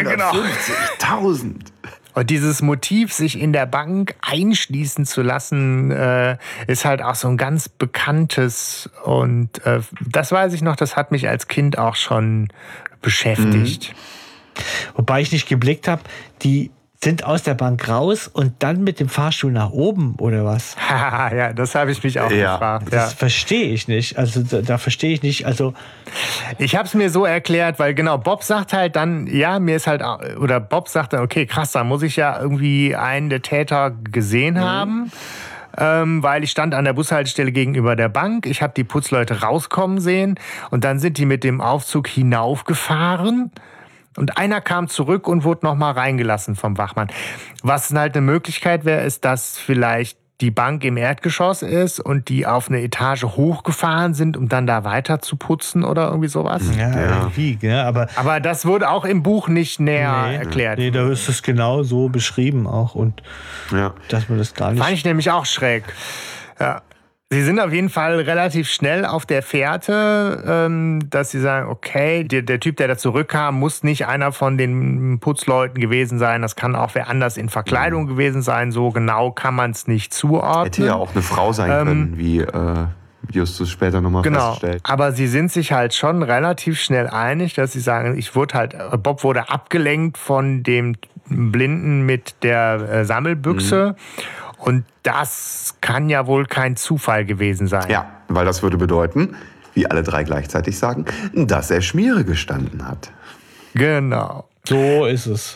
zweihundertfünfzigtausend. Und dieses Motiv, sich in der Bank einschließen zu lassen, äh, ist halt auch so ein ganz bekanntes. Und äh, das weiß ich noch, das hat mich als Kind auch schon beschäftigt. Mhm. Wobei ich nicht geblickt habe, die sind aus der Bank raus und dann mit dem Fahrstuhl nach oben, oder was? Ja, das habe ich mich auch ja. gefragt. Das ja. verstehe ich nicht. Also da, da verstehe ich nicht. Also ich habe es mir so erklärt, weil genau, Bob sagt halt dann, ja, mir ist halt, oder Bob sagt dann, okay, krass, da muss ich ja irgendwie einen der Täter gesehen mhm. haben. Ähm, weil ich stand an der Bushaltestelle gegenüber der Bank. Ich habe die Putzleute rauskommen sehen und dann sind die mit dem Aufzug hinaufgefahren. Und einer kam zurück und wurde noch mal reingelassen vom Wachmann. Was halt eine Möglichkeit wäre, ist, dass vielleicht die Bank im Erdgeschoss ist und die auf eine Etage hochgefahren sind, um dann da weiter zu putzen oder irgendwie sowas. Ja, ja. irgendwie. Ja, aber, aber das wurde auch im Buch nicht näher nee, erklärt. Nee, da ist es genau so beschrieben auch. Und ja. dass man das gar nicht... Fand ich nämlich auch schräg. Ja. Sie sind auf jeden Fall relativ schnell auf der Fährte, ähm, dass sie sagen, okay, der, der Typ, der da zurückkam, muss nicht einer von den Putzleuten gewesen sein. Das kann auch wer anders in Verkleidung mhm. gewesen sein. So genau kann man es nicht zuordnen. Hätte ja auch eine Frau sein ähm, können, wie äh, Justus später nochmal genau. feststellt. Aber sie sind sich halt schon relativ schnell einig, dass sie sagen, ich wurde halt, Bob wurde abgelenkt von dem Blinden mit der äh, Sammelbüchse. Mhm. Und das kann ja wohl kein Zufall gewesen sein. Ja, weil das würde bedeuten, wie alle drei gleichzeitig sagen, dass er Schmiere gestanden hat. Genau. So ist es.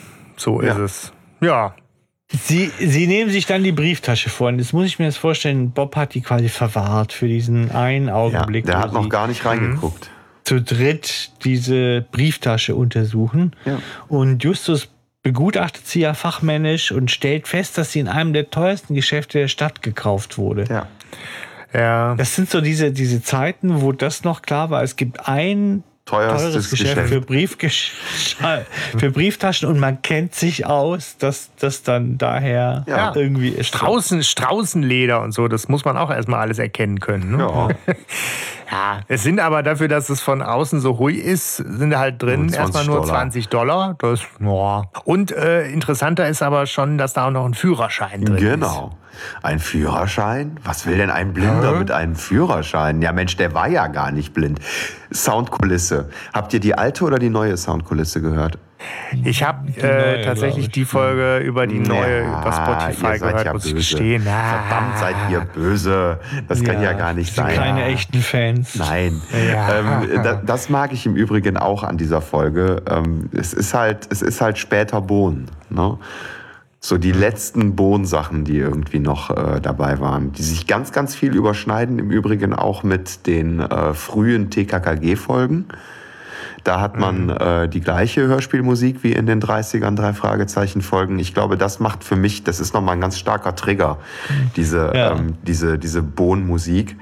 So ist ja. es. Ja. Sie, sie nehmen sich dann die Brieftasche vor. Und jetzt muss ich mir das vorstellen, Bob hat die quasi verwahrt für diesen einen Augenblick. Ja, der hat noch gar nicht reingeguckt. Zu dritt diese Brieftasche untersuchen. Ja. Und Justus begutachtet sie ja fachmännisch und stellt fest, dass sie in einem der teuersten Geschäfte der Stadt gekauft wurde. Ja. Ja. Das sind so diese, diese Zeiten, wo das noch klar war. Es gibt einen Teuerstes teures Geschäft, Geschäft. Für, Briefgesch für Brieftaschen und man kennt sich aus, dass das dann daher Ja. irgendwie ist. Straußen, Straußenleder und so, das muss man auch erstmal alles erkennen können. Ne? Ja. Ja, es sind aber dafür, dass es von außen so hui ist, sind halt drin Nur erstmal nur Dollar. zwanzig Dollar. Das, ja. Und äh, interessanter ist aber schon, dass da auch noch ein Führerschein drin ist. Genau. Ein Führerschein? Was will denn ein Blinder Ja. mit einem Führerschein? Ja Mensch, der war ja gar nicht blind. Soundkulisse. Habt ihr die alte oder die neue Soundkulisse gehört? Ich habe neue, äh, tatsächlich glaub ich. die Folge über die neue, Ja, über Spotify ihr seid gehört, ja muss ich böse. gestehen. Ah. Verdammt, seid ihr böse. Das kann ja gar nicht sind sein. keine echten Fans. Nein. Ja. Ähm, da, das mag ich im Übrigen auch an dieser Folge. Ähm, es ist halt, es ist halt später Bohnen. Ne? So die letzten Bohnsachen, die irgendwie noch äh, dabei waren, die sich ganz, ganz viel überschneiden. Im Übrigen auch mit den äh, frühen T K K G-Folgen. Da hat man äh, die gleiche Hörspielmusik wie in den dreißigern, drei Fragezeichen Folgen. Ich glaube, das macht für mich, das ist nochmal ein ganz starker Trigger, diese, Ja. ähm, diese, diese Bohnmusik.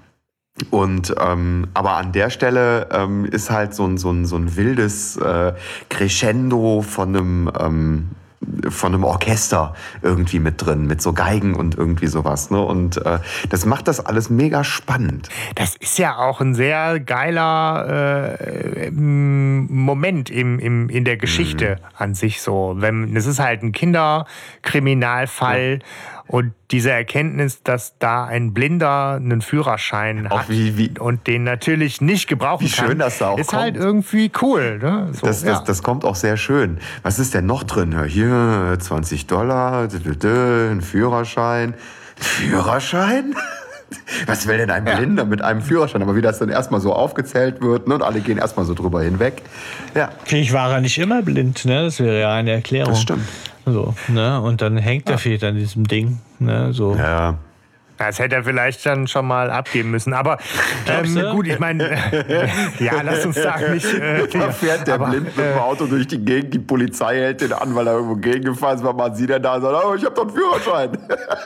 Und ähm, aber an der Stelle ähm, ist halt so ein, so ein, so ein wildes äh, Crescendo von einem ähm, von einem Orchester irgendwie mit drin, mit so Geigen und irgendwie sowas. Ne? Und äh, das macht das alles mega spannend. Das ist ja auch ein sehr geiler äh, Moment im, im, in der Geschichte Mhm. an sich so. Wenn, es ist halt ein Kinderkriminalfall und diese Erkenntnis, dass da ein Blinder einen Führerschein Auch hat wie- wie- und den natürlich nicht gebrauchen Wie kann, schön das da auch ist kommt. halt irgendwie cool. Ne? So, Das, ja. das, das kommt auch sehr schön. Was ist denn noch drin? Hier, zwanzig Dollar, ein Führerschein. Führerschein? Was will denn ein Blinder mit einem Führerschein? Aber wie das dann erstmal so aufgezählt wird, ne, und alle gehen erstmal so drüber hinweg. Ja, Ich war ja nicht immer blind, ne? Das wäre ja eine Erklärung. das stimmt. So, ne? Und dann hängt er vielleicht an diesem Ding. Ne? So. Ja. Das hätte er vielleicht dann schon mal abgeben müssen. Aber ähm, Glaubst du? gut, ich meine, ja, lass uns da nicht. Äh, Da fährt der aber, blind mit dem Auto durch die Gegend, die Polizei hält den an, weil er irgendwo gegengefahren ist. Was machen Sie denn da? Und sagt, oh, ich habe doch einen Führerschein.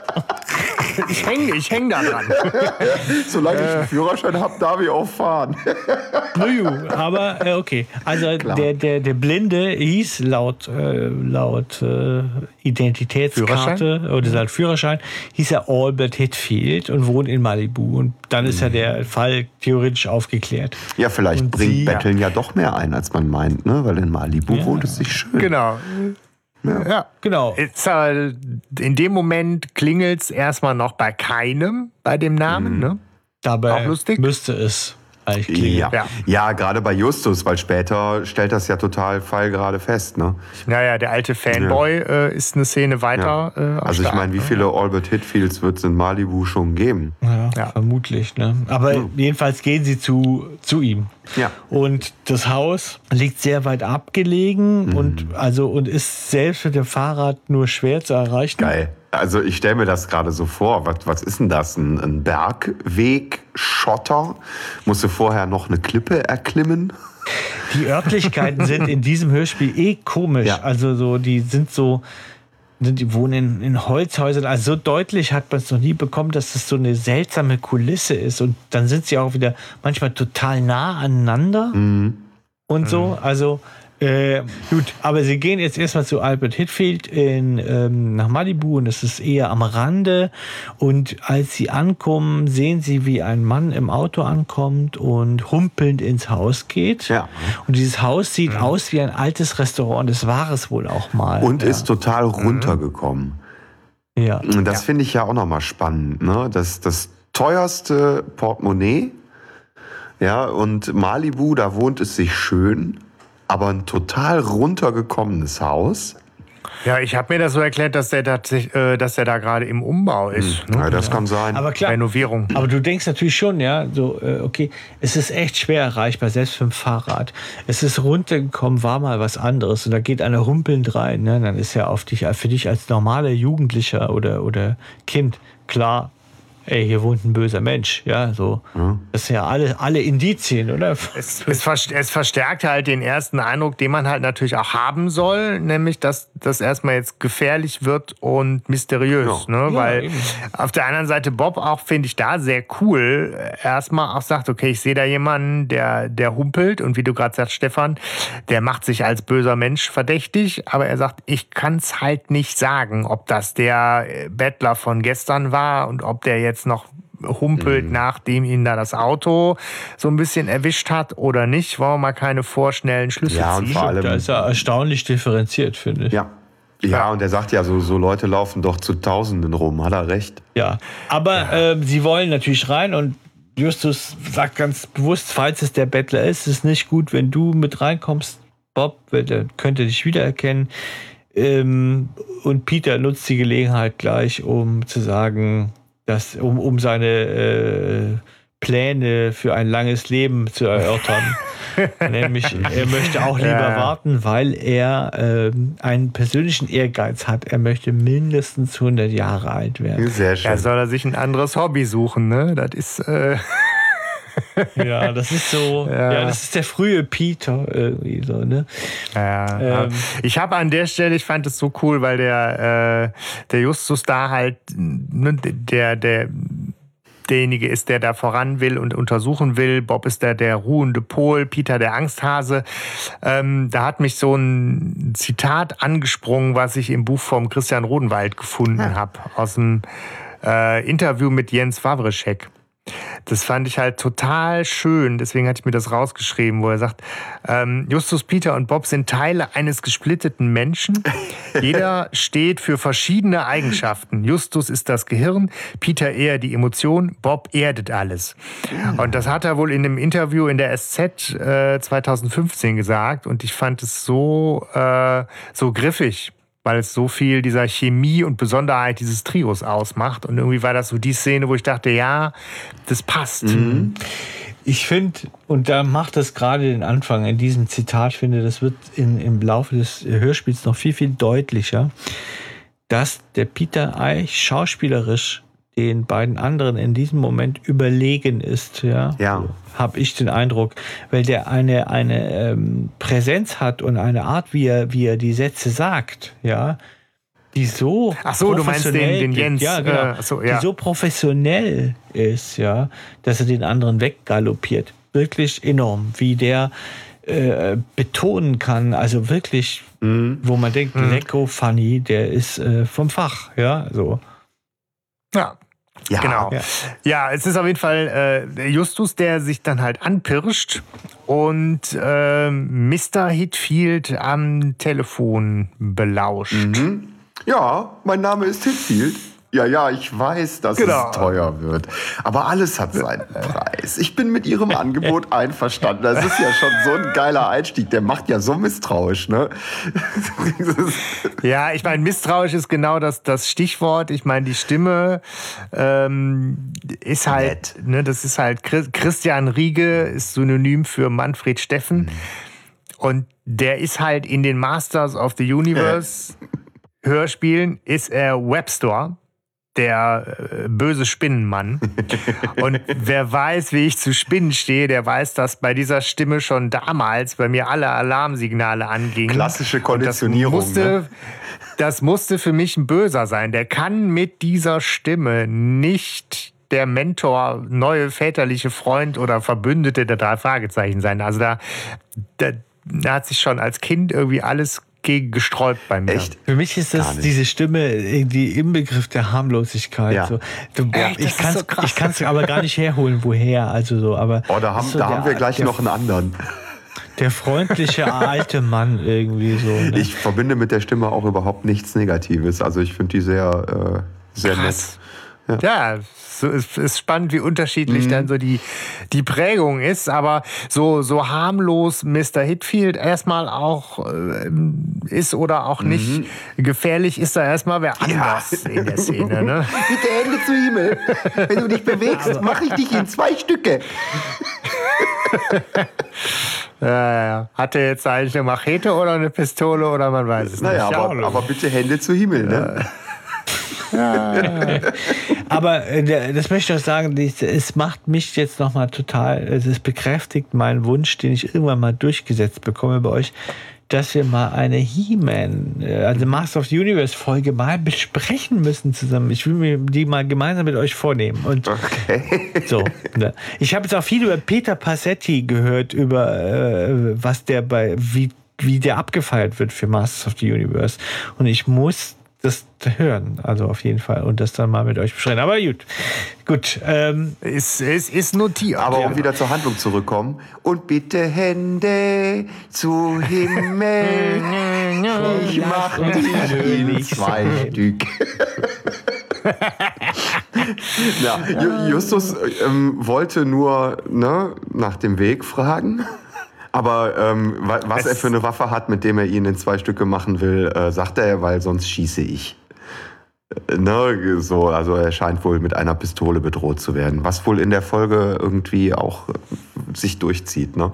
Ich hänge ich häng da dran. Solange ich einen Führerschein habe, darf ich auch fahren. Nuju, aber äh, okay. Also der, der, der Blinde hieß laut, äh, laut äh, Identitätskarte oder laut Führerschein, hieß er Albert Hitfield und wohnt in Malibu. Und dann ist ja der Fall theoretisch aufgeklärt. Ja, vielleicht Und bringt sie- Betteln ja doch mehr ein, als man meint, ne? Weil in Malibu Ja. wohnt es sich schön. Genau. Ja. Genau. Jetzt, äh, in dem Moment klingelt es erstmal noch bei keinem bei dem Namen. Ne? Dabei Auch lustig? müsste es eigentlich klingeln. Ja, Ja. ja. gerade bei Justus, weil später stellt das ja total Fall gerade fest. Ne? Naja, der alte Fanboy äh, ist eine Szene weiter. Äh, am Also ich Start, meine, wie ne? viele Albert Hitfields wird es in Malibu schon geben? Ja, Ja. vermutlich. Ne? Aber jedenfalls gehen sie zu, zu ihm. Ja. Und das Haus liegt sehr weit abgelegen und, also, und ist selbst mit dem Fahrrad nur schwer zu erreichen. Geil. Also ich stelle mir das gerade so vor. Was, was ist denn das? Ein, ein Bergweg, Schotter? Musst du vorher noch eine Klippe erklimmen? Die Örtlichkeiten sind in diesem Hörspiel eh komisch. Ja. Also so, die sind so, die wohnen in, in Holzhäusern. Also so deutlich hat man es noch nie bekommen, dass das so eine seltsame Kulisse ist. Und dann sind sie auch wieder manchmal total nah aneinander und so. Also äh, gut, aber sie gehen jetzt erstmal zu Albert Hitfield in, ähm, nach Malibu und es ist eher am Rande. Und als sie ankommen, sehen sie, wie ein Mann im Auto ankommt und humpelnd ins Haus geht. Ja. Und dieses Haus sieht aus wie ein altes Restaurant. Das war es wohl auch mal. Und ja. ist total runtergekommen. Ja. Und das finde ich ja auch nochmal spannend. Ne? Das, das teuerste Portemonnaie. Ja, und Malibu, da wohnt es sich schön, aber ein total runtergekommenes Haus. Ja, ich habe mir das so erklärt, dass der, tatsächlich, äh, dass der da gerade im Umbau ist. Ne? Ja, das kann sein. Aber klar, Renovierung. aber du denkst natürlich schon, ja, so, äh, okay, es ist echt schwer erreichbar, selbst für ein Fahrrad. Es ist runtergekommen, war mal was anderes und da geht einer humpelnd rein, ne? Dann ist ja auf dich, für dich als normaler Jugendlicher oder, oder Kind klar, ey, hier wohnt ein böser Mensch. Ja, so. Mhm. Das sind ja alle, alle Indizien, oder? Es, es, es verstärkt halt den ersten Eindruck, den man halt natürlich auch haben soll, nämlich, dass das erstmal jetzt gefährlich wird und mysteriös. Ja. Ne? Ja, Weil eben. auf der anderen Seite Bob auch, finde ich, da sehr cool, erstmal auch sagt, okay, ich sehe da jemanden, der, der humpelt und wie du gerade sagst, Stefan, der macht sich als böser Mensch verdächtig, aber er sagt, ich kann es halt nicht sagen, ob das der Bettler von gestern war und ob der jetzt noch humpelt, mhm. nachdem ihn da das Auto so ein bisschen erwischt hat oder nicht. Wollen wir mal keine vorschnellen Schlüsse ja, ziehen. Und vor allem, da ist er erstaunlich differenziert, finde ich. Ja. Ja, und er sagt ja, so, so Leute laufen doch zu Tausenden rum, hat er recht. Ja, aber ja. Äh, sie wollen natürlich rein und Justus sagt ganz bewusst, falls es der Bettler ist, ist es nicht gut, wenn du mit reinkommst, Bob, der könnte dich wiedererkennen. Ähm, und Peter nutzt die Gelegenheit gleich, um zu sagen, dass, um, um seine äh, Pläne für ein langes Leben zu erörtern. Nämlich, er möchte auch lieber ja. warten, weil er äh, einen persönlichen Ehrgeiz hat. Er möchte mindestens hundert Jahre alt werden. Sehr schön. Ja, soll er sich ein anderes Hobby suchen, ne? Das ist... Äh ja, das ist so, ja. ja, das ist der frühe Peter irgendwie so, ne? Ja, ähm, ich habe an der Stelle, ich fand es so cool, weil der, äh, der Justus da halt, ne, der, der, derjenige ist, der da voran will und untersuchen will. Bob ist der, der ruhende Pol, Peter der Angsthase. Ähm, da hat mich so ein Zitat angesprungen, was ich im Buch vom Christian Rodenwald gefunden ja. habe, aus dem äh, Interview mit Jens Wawrczyk. Das fand ich halt total schön, deswegen hatte ich mir das rausgeschrieben, wo er sagt, ähm, Justus, Peter und Bob sind Teile eines gesplitteten Menschen. Jeder steht für verschiedene Eigenschaften. Justus ist das Gehirn, Peter eher die Emotion, Bob erdet alles. Und das hat er wohl in einem Interview in der S Z äh, zwanzig fünfzehn gesagt und ich fand es so, äh, so griffig, weil es so viel dieser Chemie und Besonderheit dieses Trios ausmacht. Und irgendwie war das so die Szene, wo ich dachte, ja, das passt. Mhm. Ich finde, und da macht das gerade den Anfang in diesem Zitat, finde, das wird in, im Laufe des Hörspiels noch viel, viel deutlicher, dass der Peter eigentlich schauspielerisch den beiden anderen in diesem Moment überlegen ist. Ja, ja. Habe ich den Eindruck, weil der eine, eine ähm, Präsenz hat und eine Art, wie er, wie er die Sätze sagt, ja, die so Ach so, du meinst den, den Jens. Ja, genau. Äh, so, ja. Die so professionell ist, ja, dass er den anderen weggaloppiert. Wirklich enorm, wie der äh, betonen kann, also wirklich, mhm. wo man denkt, mhm. Lecko Funny, der ist äh, vom Fach, ja, so. Ja. Ja, genau. Ja. ja, es ist auf jeden Fall äh, Justus, der sich dann halt anpirscht und äh, Mister Hitfield am Telefon belauscht. Mhm. Ja, mein Name ist Hitfield. Ja, ja, ich weiß, dass genau. es teuer wird. Aber alles hat seinen Preis. Ich bin mit Ihrem Angebot einverstanden. Das ist ja schon so ein geiler Einstieg. Der macht ja so misstrauisch, ne? Ja, ich meine, misstrauisch ist genau das, das Stichwort. Ich meine, die Stimme ähm, ist halt, ne, das ist halt Christian Riege, ist Synonym für Manfred Steffen. Mhm. Und der ist halt in den Masters of the Universe äh. Hörspielen, ist er Webster. Der äh, böse Spinnenmann. Und wer weiß, wie ich zu Spinnen stehe, der weiß, dass bei dieser Stimme schon damals bei mir alle Alarmsignale angingen. Klassische Konditionierung. Das musste, ne? das musste für mich ein Böser sein. Der kann mit dieser Stimme nicht der Mentor, neue väterliche Freund oder Verbündete der drei Fragezeichen sein. Also da, da, da hat sich schon als Kind irgendwie alles gegen gesträubt bei mir. Echt? Für mich ist das diese Stimme irgendwie im Begriff der Harmlosigkeit. Ja. So. Du, Echt, ich kann es so aber gar nicht herholen, woher. Also so, aber oh, da haben, so da der, haben wir gleich der, noch einen anderen. Der freundliche alte Mann irgendwie so. Ne? Ich verbinde mit der Stimme auch überhaupt nichts Negatives. Also ich finde die sehr, äh, sehr Krass. nett. Ja. Ja, so ist, ist spannend, wie unterschiedlich mhm. dann so die, die Prägung ist. Aber so, so harmlos Mister Hitfield erstmal auch äh, ist oder auch mhm. nicht gefährlich, ist da erstmal wer anders ja. in der Szene. Ne? Bitte Hände zu Himmel. Wenn du dich bewegst, mache ich dich in zwei Stücke. Ja, ja. Hat er jetzt eigentlich eine Machete oder eine Pistole oder man weiß es naja, nicht. Aber, aber bitte Hände zu Himmel. Ne? Aber äh, das möchte ich auch sagen, es macht mich jetzt nochmal total, es bekräftigt meinen Wunsch, den ich irgendwann mal durchgesetzt bekomme bei euch, dass wir mal eine He-Man, also Master of the Universe Folge mal besprechen müssen zusammen. Ich will mir die mal gemeinsam mit euch vornehmen. Und Okay. so. Ne? Ich habe jetzt auch viel über Peter Passetti gehört, über äh, was der bei, wie, wie der abgefeiert wird für Masters of the Universe. Und ich muss das hören, also auf jeden Fall, und das dann mal mit euch besprechen. Aber gut, gut. Ähm, Ist, ist, ist notiert. Aber um ja. wieder zur Handlung zurückkommen. Und bitte Hände zu Himmel. Ich mache die zwei Stück. Ja, Ju- Justus ähm, wollte nur ne, nach dem Weg fragen. Aber ähm, wa- was er für eine Waffe hat, mit dem er ihn in zwei Stücke machen will, äh, sagt er, weil sonst schieße ich. Äh, ne, so, also er scheint wohl mit einer Pistole bedroht zu werden, was wohl in der Folge irgendwie auch äh, sich durchzieht. Ne?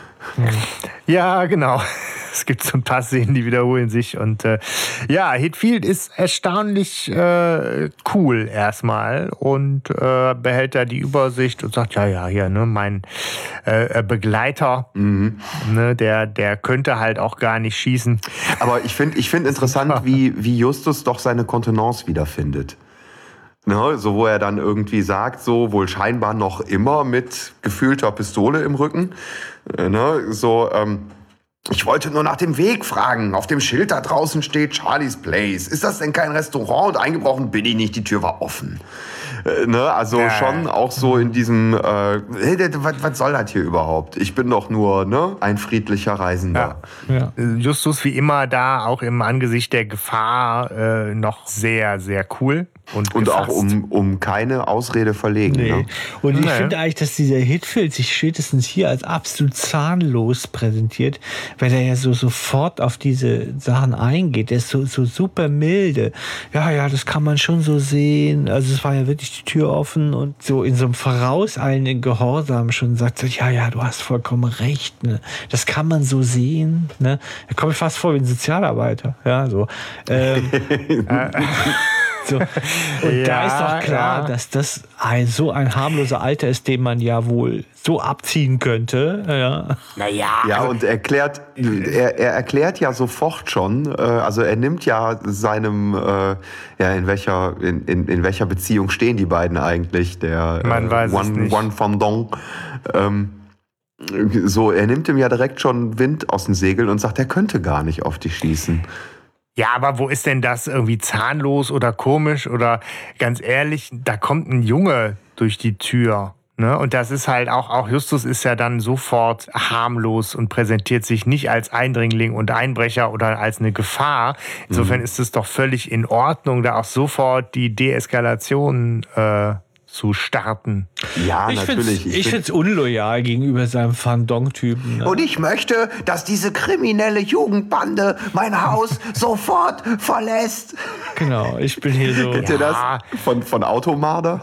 Ja, genau. Es gibt so ein paar Szenen, die wiederholen sich. Und äh, ja, Hetfield ist erstaunlich äh, cool erstmal und äh, behält da die Übersicht und sagt, ja, ja, hier, ne, mein äh, Begleiter, mhm. ne, der, der könnte halt auch gar nicht schießen. Aber ich finde ich find interessant, wie, wie Justus doch seine Kontenance wiederfindet. Ne, so wo er dann irgendwie sagt, so wohl scheinbar noch immer mit gefühlter Pistole im Rücken. Ne, so, ähm, ich wollte nur nach dem Weg fragen. Auf dem Schild da draußen steht Charlie's Place. Ist das denn kein Restaurant? Und eingebrochen bin ich nicht, die Tür war offen. Äh, ne? Also ja. Schon auch so in diesem, äh, hey, was, was soll das hier überhaupt? Ich bin doch nur ne, ein friedlicher Reisender. Ja. Ja. Justus wie immer da, auch im Angesicht der Gefahr, äh, noch sehr, sehr cool. Und, und auch um, um keine Ausrede verlegen. Nee. Ne? Und ich nee. finde eigentlich, dass dieser Hetfield sich spätestens hier als absolut zahnlos präsentiert, weil er ja so sofort auf diese Sachen eingeht. Der ist so, so super milde. Ja, ja, das kann man schon so sehen. Also es war ja wirklich die Tür offen und so in so einem vorauseilenden Gehorsam schon sagt, ja, ja, du hast vollkommen recht. Ne? Das kann man so sehen. Ne? Da komme ich fast vor wie ein Sozialarbeiter. Ja, so. Ähm, So. Und ja, da ist doch klar, ja. dass das ein, so ein harmloser Alter ist, den man ja wohl so abziehen könnte. Ja, naja. Ja, und erklärt, er, er erklärt ja sofort schon, äh, also er nimmt ja seinem, äh, ja, in welcher, in, in, in welcher Beziehung stehen die beiden eigentlich, der man weiß äh, One, es nicht. One Fandon. Ähm, so, er nimmt ihm ja direkt schon Wind aus den Segeln und sagt, er könnte gar nicht auf dich schießen. Ja, aber wo ist denn das irgendwie zahnlos oder komisch oder ganz ehrlich, da kommt ein Junge durch die Tür. Ne? Und das ist halt auch, auch Justus ist ja dann sofort harmlos und präsentiert sich nicht als Eindringling und Einbrecher oder als eine Gefahr. Insofern mhm. ist es doch völlig in Ordnung, da auch sofort die Deeskalation äh, zu starten. Ja, ich natürlich. Find's, ich finde es unloyal gegenüber seinem Fandong-Typen. Ne? Und ich möchte, dass diese kriminelle Jugendbande mein Haus sofort verlässt. Genau, ich bin hier so. Kennt ihr das? Von, von Automarder?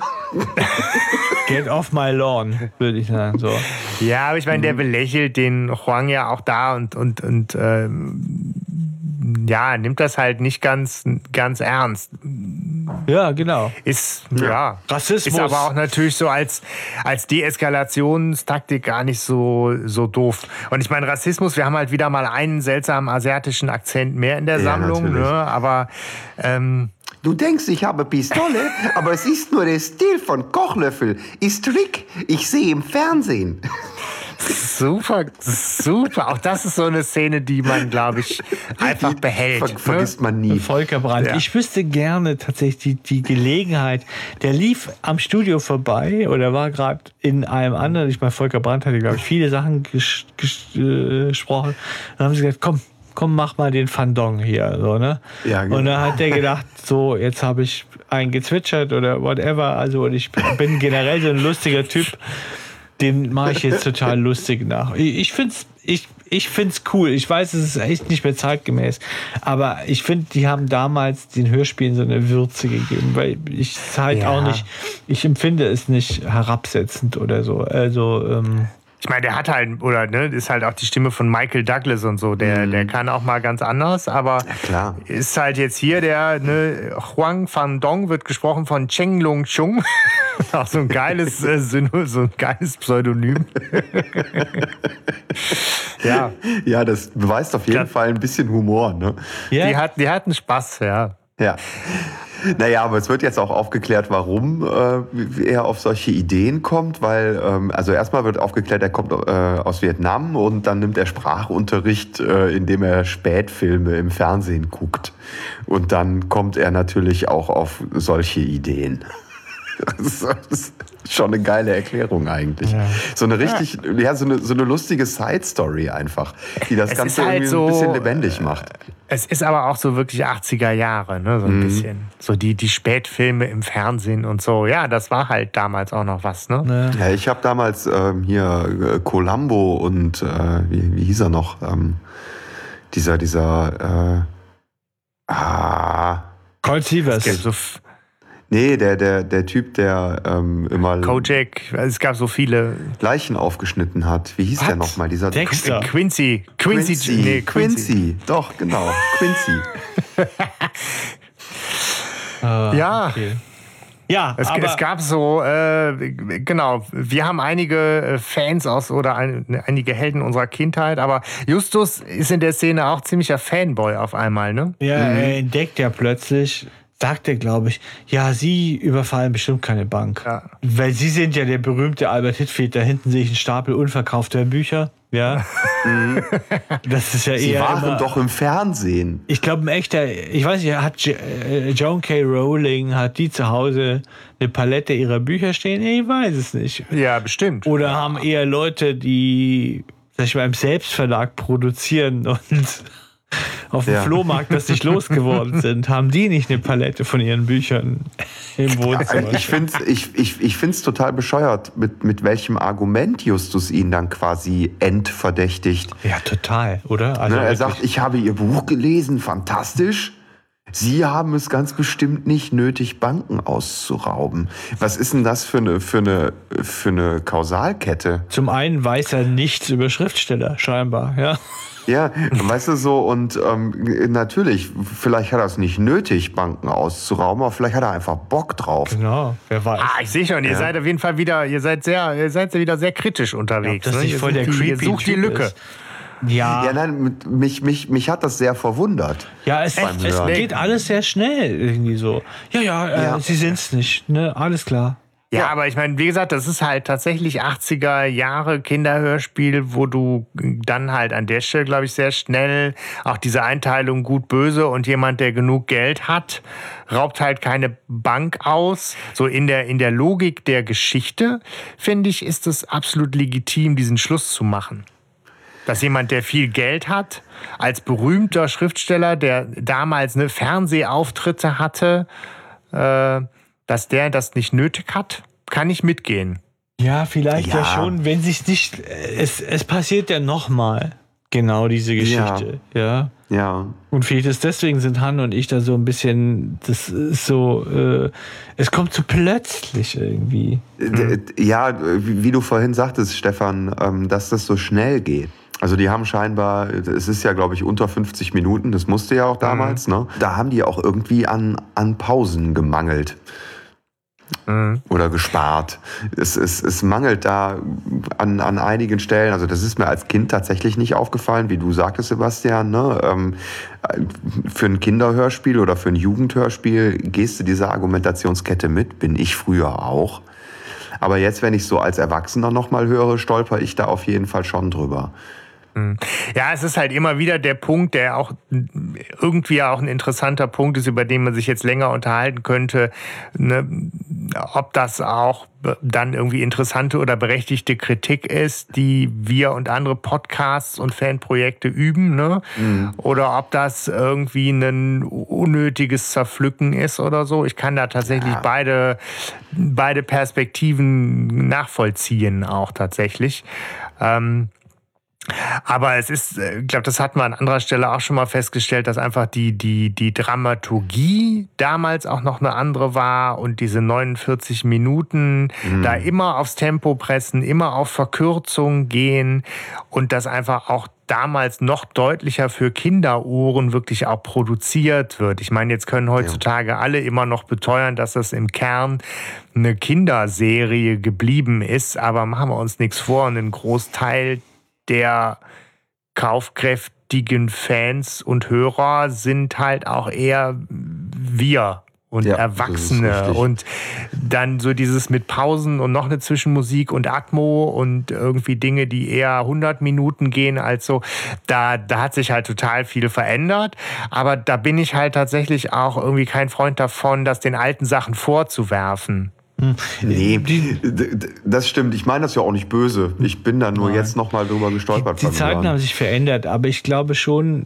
Get off my lawn, würde ich sagen. So. Ja, aber ich meine, der belächelt den Huang ja auch da und, und, und ähm, ja, nimmt das halt nicht ganz, ganz ernst. Ja, genau. Ist, ja. ja. Rassismus. Ist aber auch natürlich so als, als Deeskalationstaktik gar nicht so, so doof. Und ich meine, Rassismus, wir haben halt wieder mal einen seltsamen asiatischen Akzent mehr in der Ja, Sammlung, natürlich. ne? Aber ähm, Du denkst, ich habe Pistole, aber es ist nur der Stil von Kochlöffel. Ist Trick. Ich sehe im Fernsehen. super, super. Auch das ist so eine Szene, die man, glaube ich, einfach behält. Ver- vergisst man nie. Volker Brandt. Ja. Ich wüsste gerne tatsächlich die, die Gelegenheit. Der lief am Studio vorbei oder war gerade in einem anderen. Ich meine, Volker Brandt hatte, glaube ich, viele Sachen ges- ges- äh, gesprochen. Dann haben sie gesagt, komm, komm, mach mal den Fandong hier. So, ne? Ja, genau. Und dann hat der gedacht, so, jetzt habe ich einen gezwitschert oder whatever. Also, und ich bin generell so ein lustiger Typ. Den mache ich jetzt total lustig nach. Ich, ich finde es ich, ich find's cool. Ich weiß, es ist echt nicht mehr zeitgemäß. Aber ich finde, die haben damals den Hörspielen so eine Würze gegeben. Weil ich es halt Ja. auch nicht, ich empfinde es nicht herabsetzend oder so. Also, ähm, Ich meine, der hat halt, oder ne, ist halt auch die Stimme von Michael Douglas und so. Der, mhm. der kann auch mal ganz anders, aber ja, klar. ist halt jetzt hier der, ne, Huang Van Dong wird gesprochen von Cheng Lung Chung. Auch so ein geiles, äh, so ein geiles Pseudonym. ja. Ja, das beweist auf jeden ja. Fall ein bisschen Humor, ne? Ja. Die, hat, die hatten Spaß, ja. Ja. Naja, aber es wird jetzt auch aufgeklärt, warum äh, er auf solche Ideen kommt, weil, ähm, also erstmal wird aufgeklärt, er kommt äh, aus Vietnam und dann nimmt er Sprachunterricht, äh, indem er Spätfilme im Fernsehen guckt. Und dann kommt er natürlich auch auf solche Ideen. Das ist schon eine geile Erklärung eigentlich. Ja. So eine richtig, ja, ja so, eine, so eine lustige Side-Story einfach, die das es Ganze halt irgendwie so ein bisschen lebendig macht. Es ist aber auch so wirklich achtziger Jahre, ne, so ein mhm. bisschen. So die, die Spätfilme im Fernsehen und so. Ja, das war halt damals auch noch was, ne? Ja, ich habe damals ähm, hier äh, Columbo und äh, wie, wie hieß er noch? Ähm, dieser, dieser äh, ah, Colt Sievers. So f- Nee, der, der, der Typ, der ähm, immer Kojak, es gab so viele Leichen aufgeschnitten hat. Wie hieß What? der nochmal? Dieser Dexter. Quincy. Quincy. Quincy. Nee, Quincy. Quincy. Doch, genau. Quincy. uh, ja. Okay. Ja, es, aber es gab so, äh, genau, wir haben einige Fans aus oder ein, einige Helden unserer Kindheit, aber Justus ist in der Szene auch ziemlicher Fanboy auf einmal, ne? Ja, mhm. er entdeckt ja plötzlich, sagt er, glaube ich, ja, Sie überfallen bestimmt keine Bank. Ja. Weil Sie sind ja der berühmte Albert Hitfield, da hinten sehe ich einen Stapel unverkaufter Bücher. Ja. Das ist ja Sie eher waren immer, doch im Fernsehen. Ich glaube, ein echter, ich weiß nicht, hat Joan K. Rowling, hat die zu Hause eine Palette ihrer Bücher stehen? Ich weiß es nicht. Ja, bestimmt. Oder haben eher Leute, die, sag ich mal, im Selbstverlag produzieren und auf dem ja. Flohmarkt, das nicht losgeworden sind, haben die nicht eine Palette von ihren Büchern im Wohnzimmer? Ich finde es ich, ich, ich find's total bescheuert, mit, mit welchem Argument Justus ihn dann quasi entverdächtigt. Ja, total, oder? Also ne, er sagt, ich habe Ihr Buch gelesen, fantastisch. Sie haben es ganz bestimmt nicht nötig, Banken auszurauben. Was ist denn das für eine, für eine, für eine Kausalkette? Zum einen weiß er nichts über Schriftsteller, scheinbar, ja. Ja, weißt du so, und ähm, natürlich, vielleicht hat er es nicht nötig, Banken auszurauben, aber vielleicht hat er einfach Bock drauf. Genau, wer weiß. Ah, ich sehe schon, ihr ja. seid auf jeden Fall wieder, ihr seid sehr, ihr seid wieder sehr kritisch unterwegs. Ja, das ne? ist voll der creepy Ihr sucht die Lücke. Ist. Ja. Ja, nein, mich, mich, mich hat das sehr verwundert. Ja, es, es geht alles sehr schnell irgendwie so. Ja, ja, äh, ja. Sie sind's nicht, ne? Alles klar. Ja, ja, aber ich meine, wie gesagt, das ist halt tatsächlich achtziger Jahre Kinderhörspiel, wo du dann halt an der Stelle, glaube ich, sehr schnell auch diese Einteilung gut-böse und jemand, der genug Geld hat, raubt halt keine Bank aus. So in der, in der Logik der Geschichte, finde ich, ist es absolut legitim, diesen Schluss zu machen. Dass jemand, der viel Geld hat, als berühmter Schriftsteller, der damals eine Fernsehauftritte hatte, äh, dass der das nicht nötig hat, kann ich mitgehen. Ja, vielleicht ja, ja schon, wenn sich nicht, es, es passiert ja nochmal genau diese Geschichte, ja. ja. Ja. Und vielleicht ist deswegen sind Han und ich da so ein bisschen, das ist so, äh, es kommt so plötzlich irgendwie. Mhm. Ja, wie du vorhin sagtest, Stefan, ähm, dass das so schnell geht. Also die haben scheinbar, es ist ja, glaube ich, unter fünfzig Minuten, das musste ja auch damals, mhm. ne? Da haben die auch irgendwie an, an Pausen gemangelt. Mhm. Oder gespart. Es, es, es mangelt da an, an einigen Stellen, also das ist mir als Kind tatsächlich nicht aufgefallen, wie du sagtest, Sebastian, ne? Ähm, für ein Kinderhörspiel oder für ein Jugendhörspiel gehst du diese Argumentationskette mit, bin ich früher auch. Aber jetzt, wenn ich so als Erwachsener nochmal höre, stolper ich da auf jeden Fall schon drüber. Ja, es ist halt immer wieder der Punkt, der auch irgendwie auch ein interessanter Punkt ist, über den man sich jetzt länger unterhalten könnte, ne, ob das auch dann irgendwie interessante oder berechtigte Kritik ist, die wir und andere Podcasts und Fanprojekte üben, ne? Mhm. Oder ob das irgendwie ein unnötiges Zerpflücken ist oder so. Ich kann da tatsächlich ja. beide, beide Perspektiven nachvollziehen auch tatsächlich. Ähm, Aber es ist, ich glaube, das hatten wir an anderer Stelle auch schon mal festgestellt, dass einfach die, die, die Dramaturgie damals auch noch eine andere war und diese neunundvierzig Minuten mhm. da immer aufs Tempo pressen, immer auf Verkürzung gehen und das einfach auch damals noch deutlicher für Kinderohren wirklich auch produziert wird. Ich meine, jetzt können heutzutage ja. alle immer noch beteuern, dass das im Kern eine Kinderserie geblieben ist, aber machen wir uns nichts vor, ein Großteil der kaufkräftigen Fans und Hörer sind halt auch eher wir und ja, Erwachsene und dann so dieses mit Pausen und noch eine Zwischenmusik und Atmo und irgendwie Dinge, die eher hundert Minuten gehen als so, da, da hat sich halt total viel verändert, aber da bin ich halt tatsächlich auch irgendwie kein Freund davon, das den alten Sachen vorzuwerfen. Nee, das stimmt. Ich meine das ja auch nicht böse. Ich bin da nur Nein. jetzt noch mal drüber gestolpert. Die, die Zeiten haben sich verändert, aber ich glaube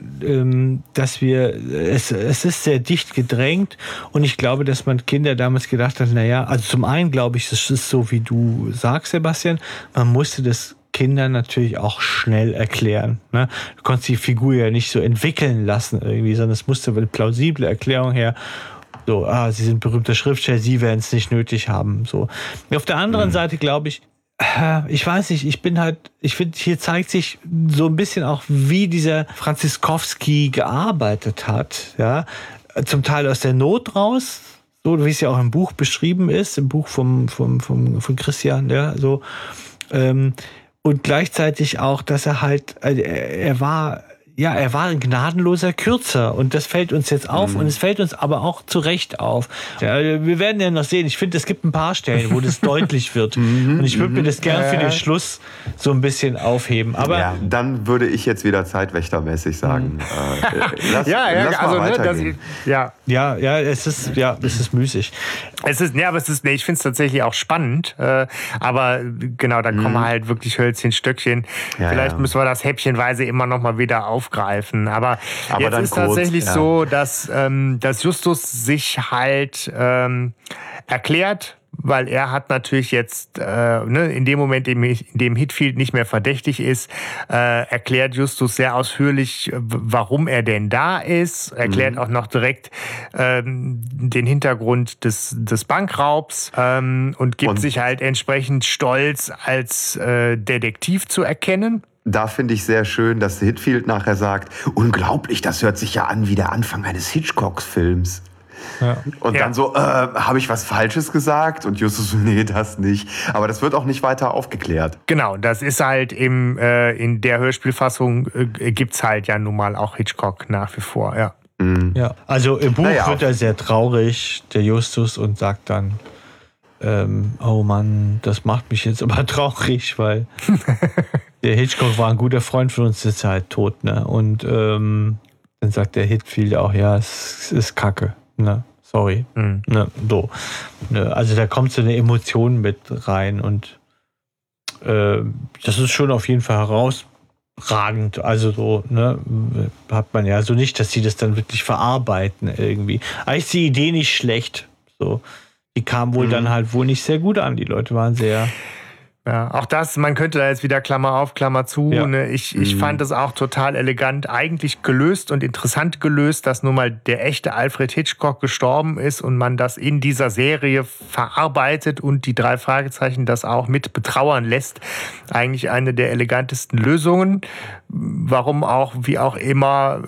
schon, dass wir, es, es ist sehr dicht gedrängt und ich glaube, dass man Kinder damals gedacht hat, naja, also zum einen glaube ich, es ist so, wie du sagst, Sebastian, man musste das Kindern natürlich auch schnell erklären. Ne? Du konntest die Figur ja nicht so entwickeln lassen irgendwie, sondern es musste eine plausible Erklärung her. So, ah, sie sind berühmter Schriftsteller, sie werden es nicht nötig haben. So. Auf der anderen mhm. Seite glaube ich, ich weiß nicht, ich bin halt, ich finde, hier zeigt sich so ein bisschen auch, wie dieser Franziskowski gearbeitet hat. Ja? Zum Teil aus der Not raus, so wie es ja auch im Buch beschrieben ist, im Buch vom, vom, vom, von Christian, ja, so. Ähm, und gleichzeitig auch, dass er halt, also er, er war, ja, er war ein gnadenloser Kürzer und das fällt uns jetzt auf mhm. und es fällt uns aber auch zu Recht auf. Ja, wir werden ja noch sehen, ich finde, es gibt ein paar Stellen, wo das deutlich wird und ich würde mir das gern für den Schluss so ein bisschen aufheben. Aber ja, dann würde ich jetzt wieder zeitwächtermäßig sagen. Mhm. Äh, lass, ja, ja, lass also mal ne, das, ja. ja, ja, es ist, ja, es ist müßig. Es ist, ne, aber es ist, ne, ich finde es tatsächlich auch spannend, äh, aber genau, da kommen mhm. halt wirklich Hölzchen, Stöckchen. Ja, Vielleicht ja. müssen wir das häppchenweise immer noch mal wieder aufgreifen. Aber, aber jetzt ist kurz, tatsächlich ja. so, dass, ähm, dass Justus sich halt ähm, erklärt, weil er hat natürlich jetzt, äh, ne, in dem Moment, in dem Hitfield nicht mehr verdächtig ist, äh, erklärt Justus sehr ausführlich, warum er denn da ist, erklärt mhm. auch noch direkt ähm, den Hintergrund des, des Bankraubs ähm, und gibt und sich halt entsprechend stolz als äh, Detektiv zu erkennen. Da finde ich sehr schön, dass Hitfield nachher sagt, unglaublich, das hört sich ja an wie der Anfang eines Hitchcock-Films. Ja. Und ja. dann so, äh, habe ich was Falsches gesagt? Und Justus, nee, das nicht. Aber das wird auch nicht weiter aufgeklärt. Genau, das ist halt im, äh, in der Hörspielfassung äh, gibt es halt ja nun mal auch Hitchcock nach wie vor, ja. Mhm. Ja, also im Buch naja, wird er sehr traurig, der Justus, und sagt dann, ähm, oh Mann, das macht mich jetzt aber traurig, weil der Hitchcock war ein guter Freund von uns, ist halt tot, ne? Und ähm, dann sagt der Hitfield auch, ja, es ist Kacke, ne? Sorry, mhm. ne? So. Ne? Also da kommt so eine Emotion mit rein und äh, das ist schon auf jeden Fall herausragend. Also so, ne, hat man ja so nicht, dass sie das dann wirklich verarbeiten irgendwie. Eigentlich ist die Idee nicht schlecht. So, die kam wohl mhm. dann halt wohl nicht sehr gut an. Die Leute waren sehr. Ja, auch das, man könnte da jetzt wieder Klammer auf, Klammer zu. Ja. Ne? Ich, ich mhm. fand es auch total elegant, eigentlich gelöst und interessant gelöst, dass nun mal der echte Alfred Hitchcock gestorben ist und man das in dieser Serie verarbeitet und die drei Fragezeichen das auch mit betrauern lässt. Eigentlich eine der elegantesten Lösungen. Warum auch, wie auch immer,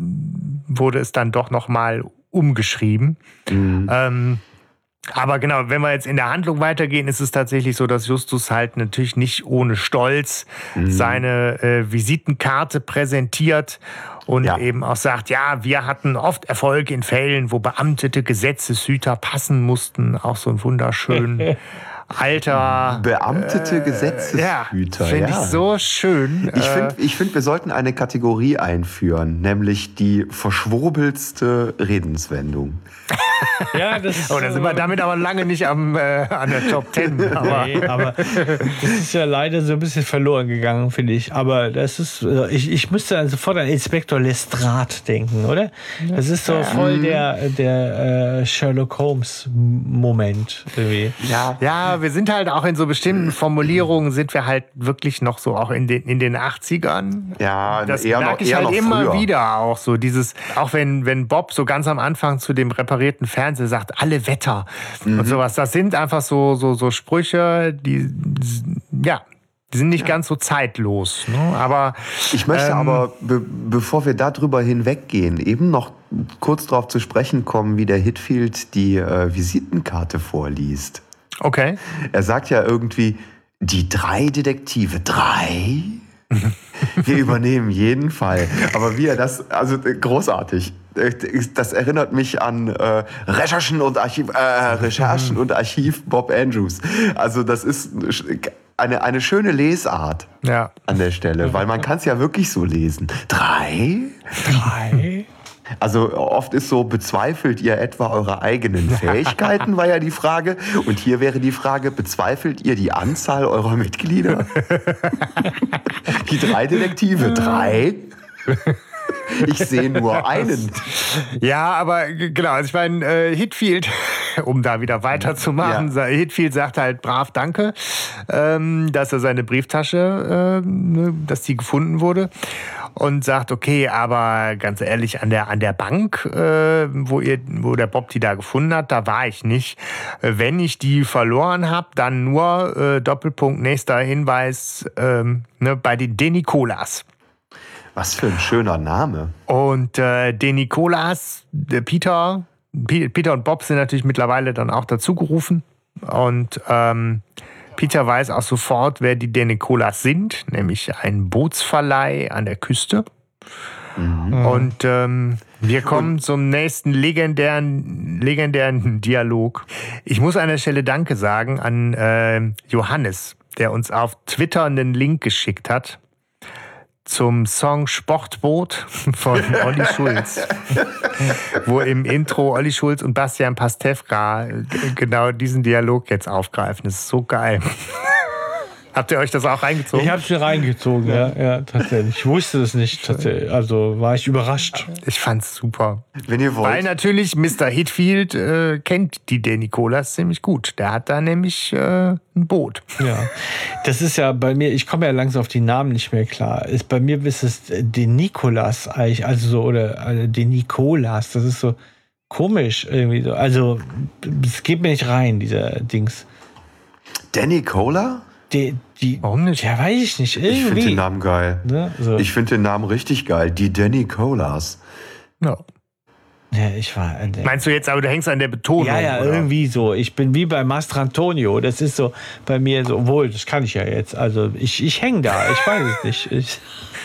wurde es dann doch nochmal umgeschrieben. Mhm. Ähm, Aber genau, wenn wir jetzt in der Handlung weitergehen, ist es tatsächlich so, dass Justus halt natürlich nicht ohne Stolz mhm. seine äh, Visitenkarte präsentiert und ja. eben auch sagt, ja, wir hatten oft Erfolg in Fällen, wo beamtete Gesetzeshüter passen mussten. Auch so ein wunderschön alter... Beamtete äh, Gesetzeshüter, ja. Finde ja. ich so schön. Ich finde, ich find, wir sollten eine Kategorie einführen, nämlich die verschwurbelste Redenswendung. Ja, das ist Oh, da sind wir damit aber lange nicht am, äh, an der Top Ten. Aber Nee, aber das ist ja leider so ein bisschen verloren gegangen, finde ich. Aber das ist, ich, ich müsste dann sofort an Inspektor Lestrade denken, oder? Das ist so voll der, der äh, Sherlock Holmes-Moment irgendwie. Ja. ja, wir sind halt auch in so bestimmten Formulierungen, sind wir halt wirklich noch so auch in den, in den achtzigern. Ja, Das eher merke noch, ich eher halt noch immer früher. wieder auch so. Dieses, auch wenn, wenn Bob so ganz am Anfang zu dem reparierten Fernseher sagt, alle Wetter Mhm. und sowas. Das sind einfach so, so, so Sprüche, die, ja, die sind nicht ganz so zeitlos. Ne? Aber Ich möchte ähm, aber, be bevor wir darüber hinweggehen, eben noch kurz darauf zu sprechen kommen, wie der Hitfield die äh, Visitenkarte vorliest. okay. Er sagt ja irgendwie, die drei Detektive, drei? Wir übernehmen jeden Fall. Aber wie er das, also äh, großartig. Äh, Das erinnert mich an äh, Recherchen und Archiv, äh, Recherchen und Archiv Bob Andrews. Also das ist eine, eine schöne Lesart Ja. an der Stelle, weil man kann es ja wirklich so lesen. Drei? Drei? Also oft ist so, bezweifelt ihr etwa eure eigenen Fähigkeiten, war ja die Frage. Und hier wäre die Frage, bezweifelt ihr die Anzahl eurer Mitglieder? Die drei Detektive, drei? Ich sehe nur einen. Ja, aber g- genau, also ich meine, äh, Hitfield, um da wieder weiterzumachen, Ja. sa- Hitfield sagt halt brav Danke, ähm, dass er seine Brieftasche, äh, ne, dass die gefunden wurde. Und sagt, okay, aber ganz ehrlich, an der, an der Bank, äh, wo, ihr, wo der Bob die da gefunden hat, da war ich nicht. Äh, Wenn ich die verloren habe, dann nur, äh, Doppelpunkt, nächster Hinweis, ähm, ne, bei den De Nicolas. Was für ein schöner Name. Und äh, den Nikolas, der Peter, P- Peter und Bob sind natürlich mittlerweile dann auch dazugerufen. Und ähm, Peter weiß auch sofort, wer die De Nicolas sind, nämlich ein Bootsverleih an der Küste. Und ähm, wir kommen zum nächsten legendären, legendären Dialog. Ich muss an der Stelle Danke sagen an äh, Johannes, der uns auf Twitter einen Link geschickt hat zum Song Sportboot von Olli Schulz, wo im Intro Olli Schulz und Bastian Pastewka genau diesen Dialog jetzt aufgreifen. Das ist so geil. Habt ihr euch das auch reingezogen? Ich habe es mir reingezogen, ja. ja, tatsächlich. Ich wusste es nicht, tatsächlich. Also war ich überrascht. Ich fand's super. Wenn ihr Weil wollt. natürlich Mister Hitfield äh, kennt die De Nicolas ziemlich gut. Der hat da nämlich äh, ein Boot. Ja, das ist ja bei mir, ich komme ja langsam auf die Namen nicht mehr klar. Ist, bei mir ist es De Nicolas eigentlich, also so, oder äh, De Nicolas, das ist so komisch irgendwie so. Also, es geht mir nicht rein, dieser Dings. Danny Cola? Die, die, Warum nicht? Ja, weiß ich nicht, irgendwie. Ich finde den Namen geil. Ne? So. Ich finde den Namen richtig geil. Die Danny Colas. Ja. ja, ich war. Äh, Meinst du jetzt, aber du hängst an der Betonung? ja, ja, oder? irgendwie so. Ich bin wie bei Mastrantonio. Das ist so bei mir so, obwohl, das kann ich ja jetzt. Also, ich, ich hänge da, ich weiß es nicht. Ich,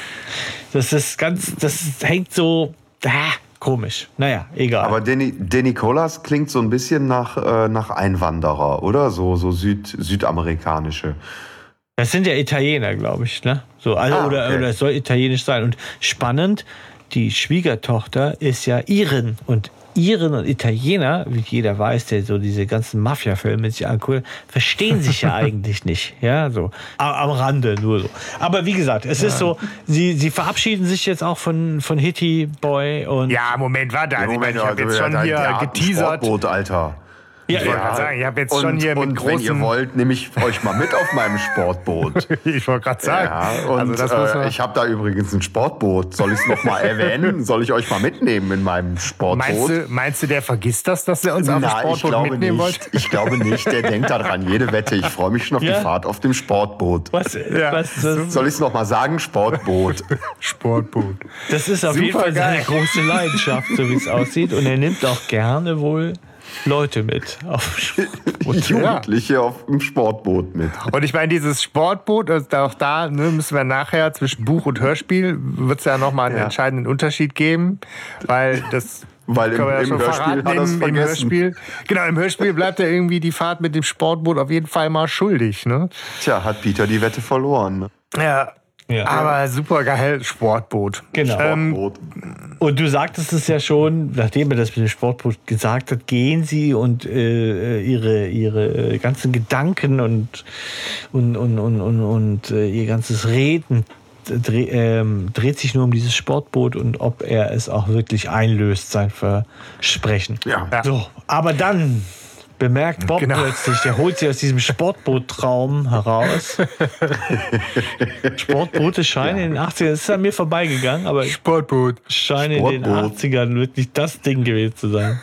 das ist ganz, das hängt so, ah, komisch. Naja, egal. Aber Danny, Danny Colas klingt so ein bisschen nach, äh, nach Einwanderer, oder? So, so Süd, südamerikanische. Das sind ja Italiener, glaube ich, ne? So, also, Ah, oder, okay. oder es soll italienisch sein. Und spannend, die Schwiegertochter ist ja Iren. Und Iren und Italiener, wie jeder weiß, der so diese ganzen Mafia-Filme sich anguckt, verstehen sich ja eigentlich nicht. Ja, so. A- Am Rande nur so. Aber wie gesagt, es ist so, sie, sie verabschieden sich jetzt auch von, von Hitty Boy und. Ja, Moment, warte. Also, ich meine, ich habe jetzt schon der- hier der hat ein geteasert. Sportboot, Alter. Ja, Ich wollte gerade sagen, ich habe jetzt schon und, hier mit und wenn ihr großen... wollt, nehme ich euch mal mit auf meinem Sportboot. Ich wollte gerade sagen. Ja, und also das muss äh, man, ich habe da übrigens ein Sportboot. Soll ich es noch mal erwähnen? Soll ich euch mal mitnehmen in meinem Sportboot? meinst, du, meinst du, der vergisst das, dass er uns auf dem Na, ich Sportboot glaube mitnehmen nicht. wollte? Ich glaube nicht. Der denkt daran, jede Wette. Ich freue mich schon auf Ja? die Fahrt auf dem Sportboot. Was, Ja. was das, Soll ich es noch mal sagen? Sportboot. Sportboot. das ist auf jeden Super Fall seine geil. große Leidenschaft, so wie es aussieht. Und er nimmt auch gerne wohl Leute mit. Auf Jugendliche auf dem Sportboot mit. Und ich meine, dieses Sportboot, also auch da ne, müssen wir nachher zwischen Buch und Hörspiel, wird es ja nochmal einen Ja. entscheidenden Unterschied geben, weil das Weil im, können wir ja im schon Hörspiel verraten, hat er es im, im vergessen. Hörspiel. Genau, im Hörspiel bleibt er irgendwie die Fahrt mit dem Sportboot auf jeden Fall mal schuldig. Ne? Tja, hat Peter die Wette verloren. Ja. Ja. Aber super geil, Sportboot. Genau. Ähm, Und du sagtest es ja schon, nachdem er das mit dem Sportboot gesagt hat, gehen sie und äh, ihre, ihre ganzen Gedanken und, und, und, und, und, und äh, ihr ganzes Reden dreh, ähm, dreht sich nur um dieses Sportboot und ob er es auch wirklich einlöst, sein Versprechen. Ja. So, aber dann bemerkt Bob Genau. plötzlich, der holt sie aus diesem Sportboot-Traum heraus. Sportboote scheinen in den achtzigern, das ist an mir vorbeigegangen, aber Sportboot. scheinen in den Sportboot. achtzigern wirklich das Ding gewesen zu sein.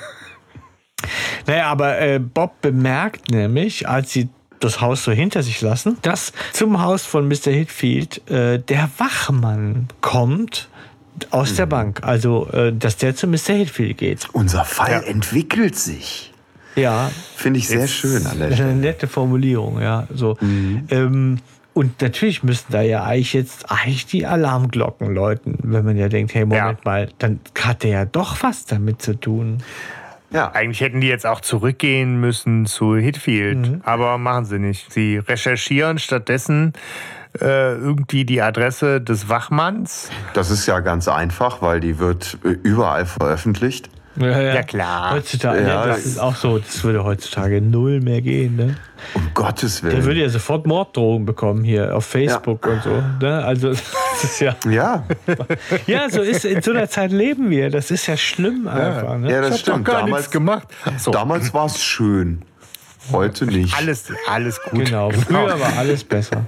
Naja, aber äh, Bob bemerkt nämlich, als sie das Haus so hinter sich lassen, dass zum Haus von Mister Hitfield äh, der Wachmann kommt aus der Bank. Also, äh, dass der zu Mister Hitfield geht. Unser Fall Ja. entwickelt sich. Ja, Finde ich sehr Ist- schön an der das ist eine Stelle. nette Formulierung, ja. So. Ähm, und natürlich müssten da ja eigentlich jetzt eigentlich die Alarmglocken läuten, wenn man ja denkt, hey, Moment Ja. mal, dann hat der ja doch was damit zu tun. Ja. Eigentlich hätten die jetzt auch zurückgehen müssen zu Hitfield, aber machen sie nicht. Sie recherchieren stattdessen äh, irgendwie die Adresse des Wachmanns. Das ist ja ganz einfach, weil die wird äh, überall veröffentlicht. Ja, Ja, klar. Heutzutage, Ja, ja, das ist auch so, das würde heutzutage null mehr gehen. Ne? Um Gottes Der Willen. würde ja sofort Morddrohungen bekommen hier auf Facebook und so. Ne? Also, das ist ja, Ja, ja, so ist, in so einer Zeit leben wir. Das ist ja schlimm einfach. Ne? ja, das Ich hab stimmt. doch gar Damals, nichts gemacht. So, damals war es schön. Heute nicht. alles, alles gut. Genau, früher war alles besser.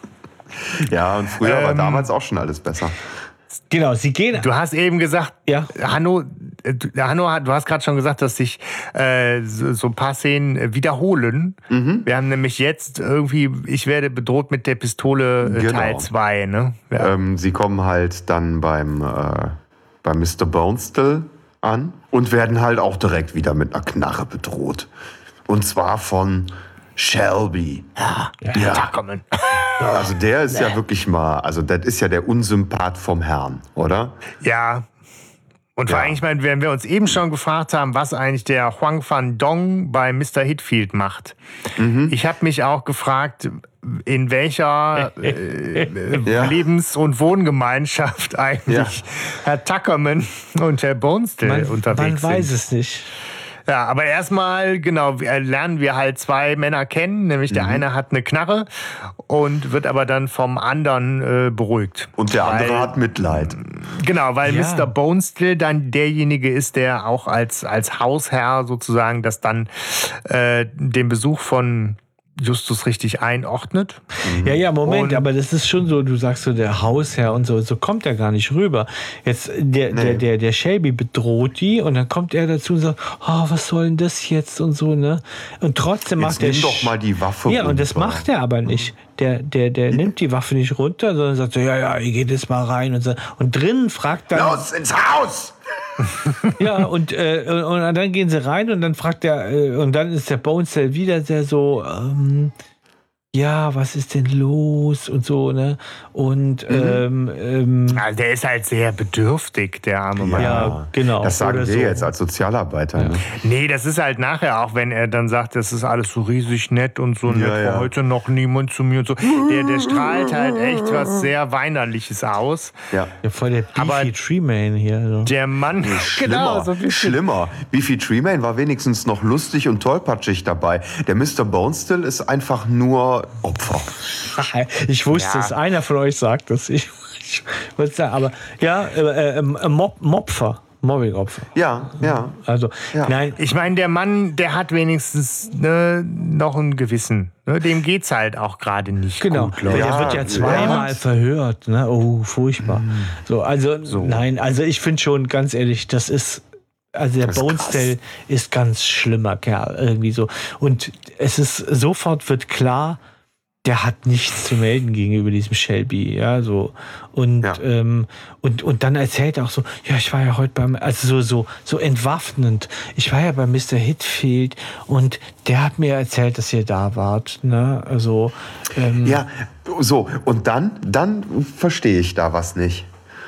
Ja, und früher war Ähm, damals auch schon alles besser. Genau, sie gehen. Du hast eben gesagt, Ja. Hanno, äh, du- Hanno, hat- du hast gerade schon gesagt, dass sich äh, so, so ein paar Szenen äh, wiederholen. Wir haben nämlich jetzt irgendwie, ich werde bedroht mit der Pistole äh, Genau. Teil zwei. Ne? Ja. Ähm, sie kommen halt dann beim, äh, beim Mister Bonestill an und werden halt auch direkt wieder mit einer Knarre bedroht. Und zwar von Shelby. Ja, kommen. Also der ist ja wirklich mal, also das ist ja der Unsympath vom Herrn, oder? Ja. Und vor Ja. allem, ich meine, wenn wir uns eben schon gefragt haben, was eigentlich der Huang Van Dong bei Mister Hitfield macht. Ich habe mich auch gefragt, in welcher äh, Ja. Lebens- und Wohngemeinschaft eigentlich Ja. Herr Tuckerman und Herr Bonestill Man, unterwegs man sind. weiß es nicht. Ja, aber erstmal, genau, wir- lernen wir halt zwei Männer kennen, nämlich der eine hat eine Knarre und wird aber dann vom anderen äh, beruhigt. Und der andere Weil- hat Mitleid. Genau, weil Ja. Mister Bonestill dann derjenige ist, der auch als, als Hausherr sozusagen das dann äh, den Besuch von Justus richtig einordnet. Ja, ja, Moment, Und- aber das ist schon so, du sagst so, der Hausherr und so, so kommt er gar nicht rüber. Jetzt, der, der, der, der Shelby bedroht die und dann kommt er dazu und sagt, oh, was soll denn das jetzt und so, ne? Und trotzdem Jetzt macht der... nimm doch mal die Waffe Ja, und das runter. macht er aber nicht. Der, der, der nimmt die Waffe nicht runter, sondern sagt so, ja, ja, ihr geht jetzt mal rein und so. Und drinnen fragt dann... Los, ins Haus! Ja, und, äh, und, und dann gehen sie rein und dann fragt der, äh, und dann ist der Bonestell wieder sehr so, ähm, ja, was ist denn los und so, ne? Und, ähm, ähm, Also der ist halt sehr bedürftig, der arme Mann. ja, genau. Das sagen oder wir so. jetzt als Sozialarbeiter. Ne? Nee, das ist halt nachher auch, wenn er dann sagt, das ist alles so riesig nett und so nett, ja. war heute noch niemand zu mir und so. Der, der strahlt halt echt was sehr Weinerliches aus. Ja. Ja, voll der Beefy Aber- Treeman hier. So. Der Mann, Schlimmer, genau, so ein bisschen. schlimmer. Beefy Treeman war wenigstens noch lustig und tollpatschig dabei. Der Mister Bonestill ist einfach nur Opfer. Ich wusste Ja. es, einer von euch sagt das. Ich, ich wollte sagen, aber ja, äh, äh, Mob, Mopfer, Mobbing-Opfer. Ja, ja. Also, Ja. nein, Ich meine, der Mann, der hat wenigstens ne, noch ein Gewissen. Ne? Dem geht's halt auch gerade nicht genau. gut, Leute. Der Ja, wird ja zweimal ja. verhört. Ne? Oh, furchtbar. So, also, nein, also ich finde schon, ganz ehrlich, das ist. Also der Das ist Bonestell ist ganz schlimmer Kerl, irgendwie so. Und es ist, sofort wird klar, der hat nichts zu melden gegenüber diesem Shelby, ja, so. Und, Ja. ähm, und, und dann erzählt er auch so, ja, ich war ja heute beim, also so, so, so entwaffnend. Ich war ja bei Mister Hitfield und der hat mir erzählt, dass ihr da wart, ne, also, ähm, Ja, so. Und dann, dann verstehe ich da was nicht.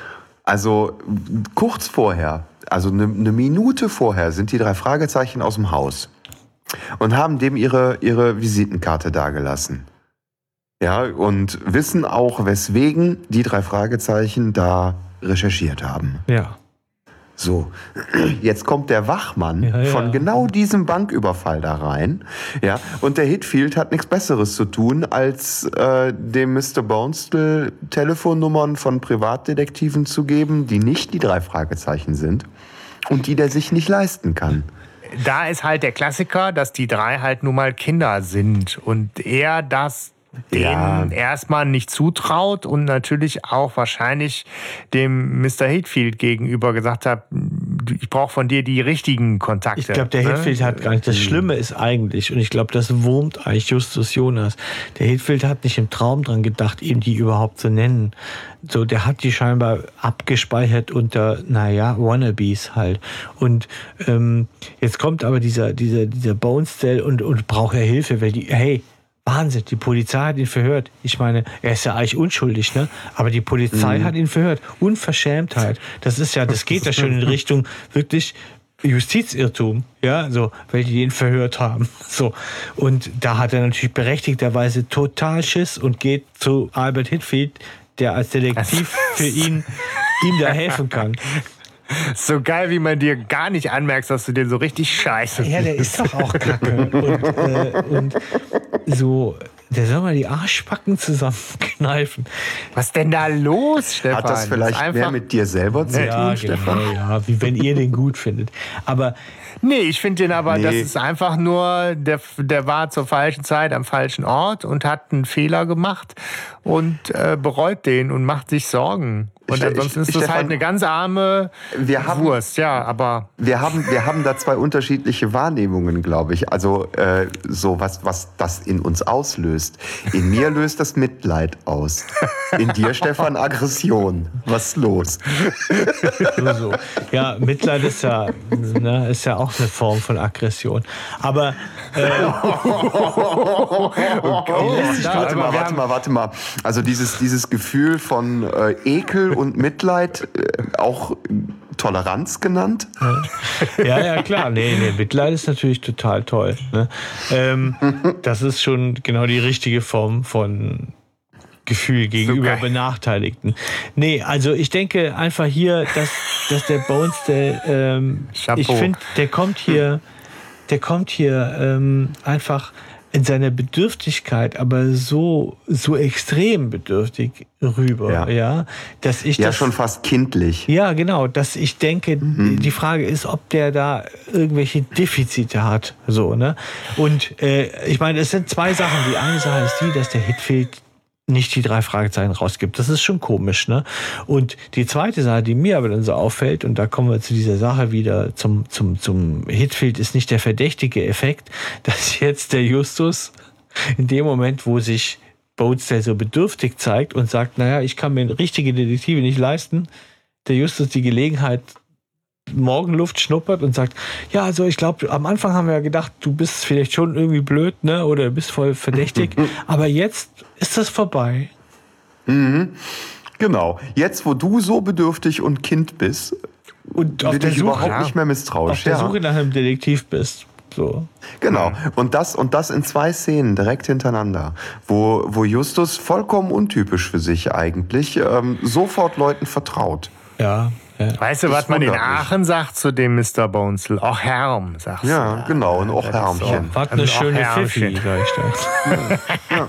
Also kurz vorher, also eine ne Minute vorher, sind die drei Fragezeichen aus dem Haus und haben dem ihre, ihre Visitenkarte dagelassen. Ja, und wissen auch, weswegen die drei Fragezeichen da recherchiert haben. Ja. So, jetzt kommt der Wachmann Ja, ja. von genau diesem Banküberfall da rein. Ja, und der Hitfield hat nichts Besseres zu tun, als äh, dem Mister Bonestell Telefonnummern von Privatdetektiven zu geben, die nicht die drei Fragezeichen sind und die der sich nicht leisten kann. Da ist halt der Klassiker, dass die drei halt nun mal Kinder sind und er das denen Ja. erstmal nicht zutraut und natürlich auch wahrscheinlich dem Mister Hitfield gegenüber gesagt hat, ich brauche von dir die richtigen Kontakte. Ich glaube, der ne? Hitfield hat gar nicht. Das Schlimme ist eigentlich, und ich glaube, das wurmt eigentlich Justus Jonas. Der Hitfield hat nicht im Traum dran gedacht, ihm die überhaupt zu nennen. So, der hat die scheinbar abgespeichert unter, naja, Wannabes halt. Und ähm, jetzt kommt aber dieser, dieser, dieser Bonestell und, und braucht er Hilfe, weil die, hey, Wahnsinn, die Polizei hat ihn verhört. Ich meine, er ist ja eigentlich unschuldig, ne? Aber die Polizei mhm. hat ihn verhört. Unverschämtheit. Das ist ja, das geht ja schon in Richtung wirklich Justizirrtum, ja, so, weil die ihn verhört haben. So. Und da hat er natürlich berechtigterweise total Schiss und geht zu Albert Hitfield, der als Detektiv für ihn ihm da helfen kann. So geil, wie man dir gar nicht anmerkst, dass du den so richtig scheiße Ja, der ist doch auch kacke. Und, äh, und so, der soll mal die Arschbacken zusammenkneifen. Was denn da los, Stefan? Hat das vielleicht ist mehr mit dir selber zu Ja, tun, Stefan? genau, ja, wie wenn ihr den gut findet. Aber Nee, ich finde den aber, Nee. das ist einfach nur, der, der war zur falschen Zeit am falschen Ort und hat einen Fehler gemacht und äh, bereut den und macht sich Sorgen. Und Ste- ansonsten ist das Stefan, halt eine ganz arme wir haben- Wurst, ja, aber Wir haben, wir haben da zwei unterschiedliche Wahrnehmungen, glaube ich. Also äh, so was, was das in uns auslöst. In mir löst das Mitleid aus. In dir, Stefan, Aggression. Was ist los? nur so. Ja, Mitleid ist ja, ne, ist ja auch eine Form von Aggression. Aber äh, Warte mal, warte mal, warte mal. Also dieses, dieses Gefühl von äh, Ekel und Mitleid, äh, auch Toleranz genannt. ja, ja, klar. Nee, nee, Mitleid ist natürlich total toll. Ne? Ähm, das ist schon genau die richtige Form von Gefühl gegenüber geil. Benachteiligten. Nee, also ich denke einfach hier, dass, dass der Bonestell, ähm, Chapeau. ich finde, der kommt hier, der kommt hier ähm, einfach in seiner Bedürftigkeit, aber so, so extrem bedürftig rüber, ja, Ja. dass ich Ja, das schon fast kindlich. ja, genau, dass ich denke, Mhm. die Frage ist, ob der da irgendwelche Defizite hat, so, ne? Und äh, ich meine, es sind zwei Sachen. Die eine Sache ist die, dass der Hitfield nicht die drei Fragezeichen rausgibt. Das ist schon komisch, ne? Und die zweite Sache, die mir aber dann so auffällt, und da kommen wir zu dieser Sache wieder, zum, zum, zum Hitfield ist nicht der verdächtige Effekt, dass jetzt der Justus in dem Moment, wo sich Bonestell so bedürftig zeigt und sagt, naja, ich kann mir richtige Detektive nicht leisten, der Justus die Gelegenheit Morgenluft schnuppert und sagt, ja, also ich glaube, am Anfang haben wir ja gedacht, du bist vielleicht schon irgendwie blöd, ne, oder bist voll verdächtig, aber jetzt ist das vorbei. Mhm. Genau. Jetzt, wo du so bedürftig und Kind bist, Und auf bin der ich Suche, überhaupt nicht mehr misstrauisch. auf der Ja. Suche nach einem Detektiv bist. So. Genau. Und das, und das in zwei Szenen direkt hintereinander, wo, wo Justus vollkommen untypisch für sich eigentlich ähm, sofort Leuten vertraut. Ja, ja. weißt du, was Ist man in wunderlich. Aachen sagt zu dem Mister Bonestell? Och Herm, sagst du. Ja, genau. Und auch Das ist so. Hermchen. Was eine Also auch schöne Herrchen. Pfiffi, sag ich da.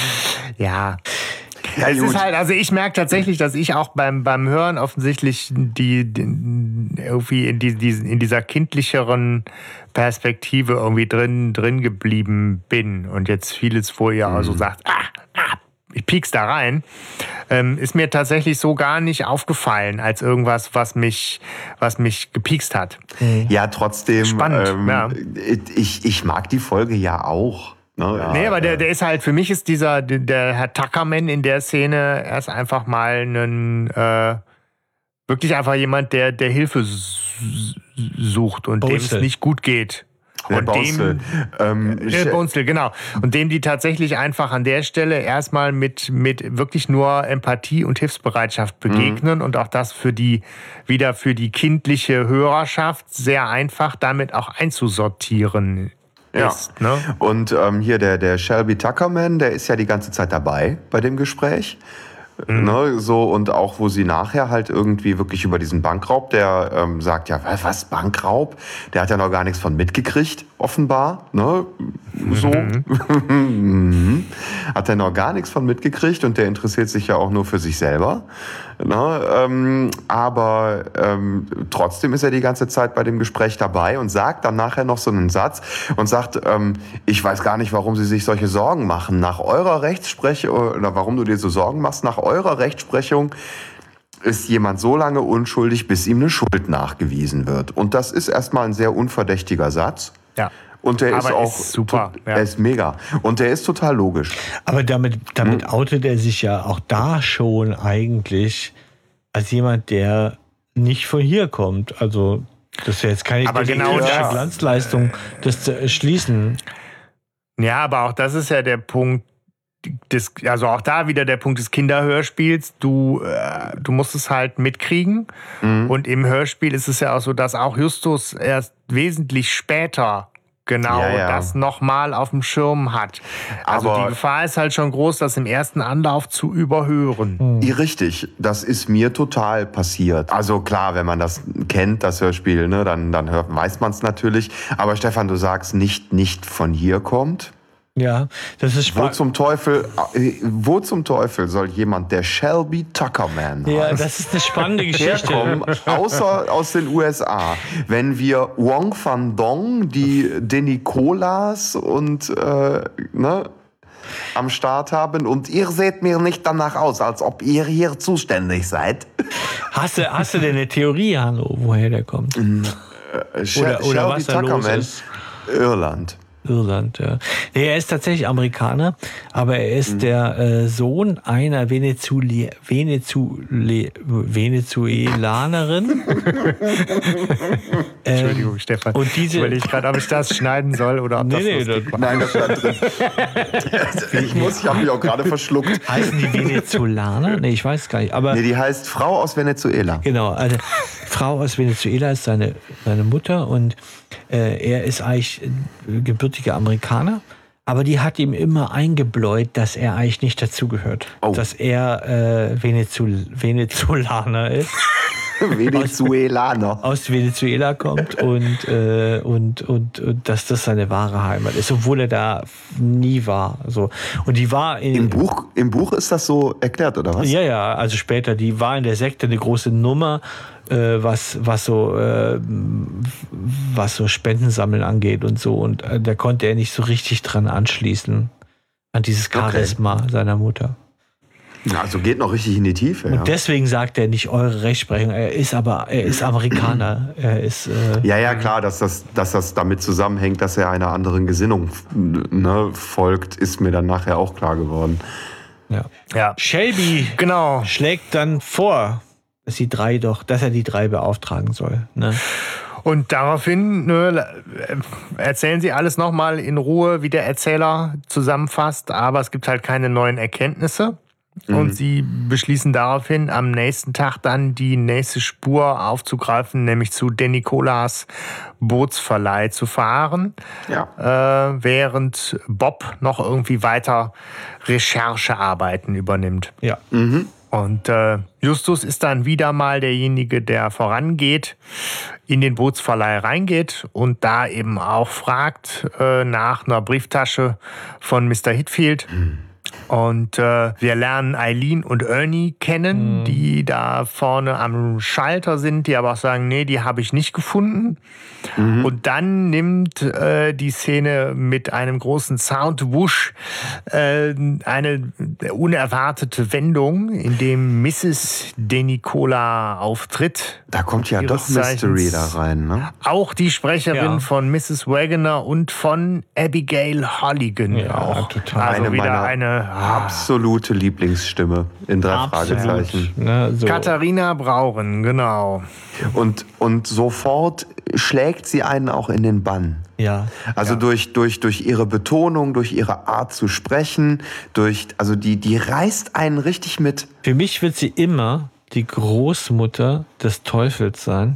Ja. Ja, es gut. ist halt, also ich merke tatsächlich, dass ich auch beim, beim Hören offensichtlich die, die irgendwie in, die, die, in dieser kindlicheren Perspektive irgendwie drin, drin geblieben bin und jetzt vieles, wo ihr also sagt, ah, ah, ich piek's da rein, ähm, ist mir tatsächlich so gar nicht aufgefallen als irgendwas, was mich, was mich gepiekst hat. Ja, trotzdem. Spannend, ähm, ja. Ich, ich mag die Folge ja auch. Ne? Nee, aber der, der ist halt, für mich ist dieser, der, der Herr Tuckerman in der Szene erst einfach mal ein, äh, wirklich einfach jemand, der, der Hilfe s- sucht und dem es Bonestell. nicht gut geht. Der Und Bonestell. dem, Ähm, äh, Bonestell, genau. Und dem die tatsächlich einfach an der Stelle erstmal mit, mit wirklich nur Empathie und Hilfsbereitschaft begegnen und auch das für die, wieder für die kindliche Hörerschaft sehr einfach damit auch einzusortieren Ja. ist. Ne? Und ähm, hier der, der Shelby Tuckerman, der ist ja die ganze Zeit dabei bei dem Gespräch. Mhm. Ne, so, und auch, wo sie nachher halt irgendwie wirklich über diesen Bankraub, der ähm, sagt, ja, was, was, Bankraub? Der hat ja noch gar nichts von mitgekriegt, offenbar. Ne? So. Mhm. Hat er noch gar nichts von mitgekriegt und der interessiert sich ja auch nur für sich selber. Ne? Ähm, aber ähm, trotzdem ist er die ganze Zeit bei dem Gespräch dabei und sagt dann nachher noch so einen Satz und sagt, ähm, ich weiß gar nicht, warum Sie sich solche Sorgen machen. Nach eurer Rechtsprechung, oder warum du dir so Sorgen machst, nach eurer Rechtsprechung ist jemand so lange unschuldig, bis ihm eine Schuld nachgewiesen wird. Und das ist erstmal ein sehr unverdächtiger Satz. Ja. Und der Aber ist auch ist super. Ja. Er ist mega. Und der ist total logisch. Aber damit, damit hm. outet er sich ja auch da schon eigentlich als jemand, der nicht von hier kommt. Also das ist ja jetzt keine aber genau das, Glanzleistung, das zu erschließen. Ja, aber auch das ist ja der Punkt, des, also auch da wieder der Punkt des Kinderhörspiels. Du, äh, du musst es halt mitkriegen. Mhm. Und im Hörspiel ist es ja auch so, dass auch Justus erst wesentlich später genau ja, ja. das nochmal auf dem Schirm hat. Also aber die Gefahr ist halt schon groß, das im ersten Anlauf zu überhören. Mhm. Richtig, das ist mir total passiert. Also klar, wenn man das kennt, das Hörspiel, ne, dann, dann hört, weiß man es natürlich. Aber Stefan, du sagst nicht, nicht von hier kommt. Ja, das ist spannend. Wo zum Teufel, wo zum Teufel soll jemand, der Shelby Tuckerman heißt, ja, das ist eine spannende Geschichte, herkommen, außer aus den U S A? Wenn wir Wong Van Dong, die Denicolas und äh, ne, am Start haben und ihr seht mir nicht danach aus, als ob ihr hier zuständig seid. Hast du, hast du denn eine Theorie, Hanno, woher der kommt? Äh, oder, Shelby oder was da los Tuckerman, ist? Irland. Irland, ja. Nee, er ist tatsächlich Amerikaner, aber er ist mhm. der äh, Sohn einer Venezule Venezule Venezuelanerin. Entschuldigung, ähm, Stefan. Und diese, ich überlege gerade, ob ich das schneiden soll oder ob nee, das nee, lustig das, war. Nein, das stand drin. ich muss, ich habe mich auch gerade verschluckt. Heißen die Venezolaner? Nee, ich weiß gar nicht. Aber nee, die heißt Frau aus Venezuela. Genau, eine Frau aus Venezuela ist seine, seine Mutter und äh, er ist eigentlich gebürtiger Amerikaner, aber die hat ihm immer eingebläut, dass er eigentlich nicht dazugehört. Oh. Dass er äh, Venezul- Venezolaner ist. Venezuelaner. Aus, aus Venezuela kommt und, äh, und, und, und dass das seine wahre Heimat ist, obwohl er da nie war. So. Und die war in, Im Buch, im Buch ist das so erklärt, oder was? Ja, ja, also später, die war in der Sekte eine große Nummer, äh, was, was, so, äh, was so Spendensammeln angeht und so. Und äh, da konnte er nicht so richtig dran anschließen, an dieses Charisma okay. seiner Mutter. Also geht noch richtig in die Tiefe. Und ja. deswegen sagt er nicht eure Rechtsprechung. Er ist aber, er ist Amerikaner. Er ist. Äh, ja, ja, klar, dass das, dass das damit zusammenhängt, dass er einer anderen Gesinnung ne, folgt, ist mir dann nachher auch klar geworden. Ja. ja. Shelby genau. schlägt dann vor, dass die drei doch, dass er die drei beauftragen soll. Ne? Und daraufhin ne, erzählen sie alles nochmal in Ruhe, wie der Erzähler zusammenfasst, aber es gibt halt keine neuen Erkenntnisse. Und mhm. sie beschließen daraufhin, am nächsten Tag dann die nächste Spur aufzugreifen, nämlich zu Denicolas Bootsverleih zu fahren, ja. äh, während Bob noch irgendwie weiter Recherchearbeiten übernimmt. Ja. Mhm. Und äh, Justus ist dann wieder mal derjenige, der vorangeht, in den Bootsverleih reingeht und da eben auch fragt äh, nach einer Brieftasche von Mister Hitfield. Mhm. Und äh, wir lernen Eileen und Ernie kennen, mhm. die da vorne am Schalter sind, die aber auch sagen, nee, die habe ich nicht gefunden. Mhm. Und dann nimmt äh, die Szene mit einem großen Soundwusch äh, eine unerwartete Wendung, in dem Misses Denicola auftritt. Da kommt ja doch Mystery da rein, ne? Auch die Sprecherin ja. von Misses Wagoner und von Abigail Holligan ja, auch. Total. Also eine wieder eine absolute Lieblingsstimme in drei Absolut. Fragezeichen. Ne, so. Katharina Brauren, genau. Und, und sofort schlägt sie einen auch in den Bann. Ja. Also ja. Durch, durch, durch ihre Betonung, durch ihre Art zu sprechen, durch, also die, die reißt einen richtig mit. Für mich wird sie immer die Großmutter des Teufels sein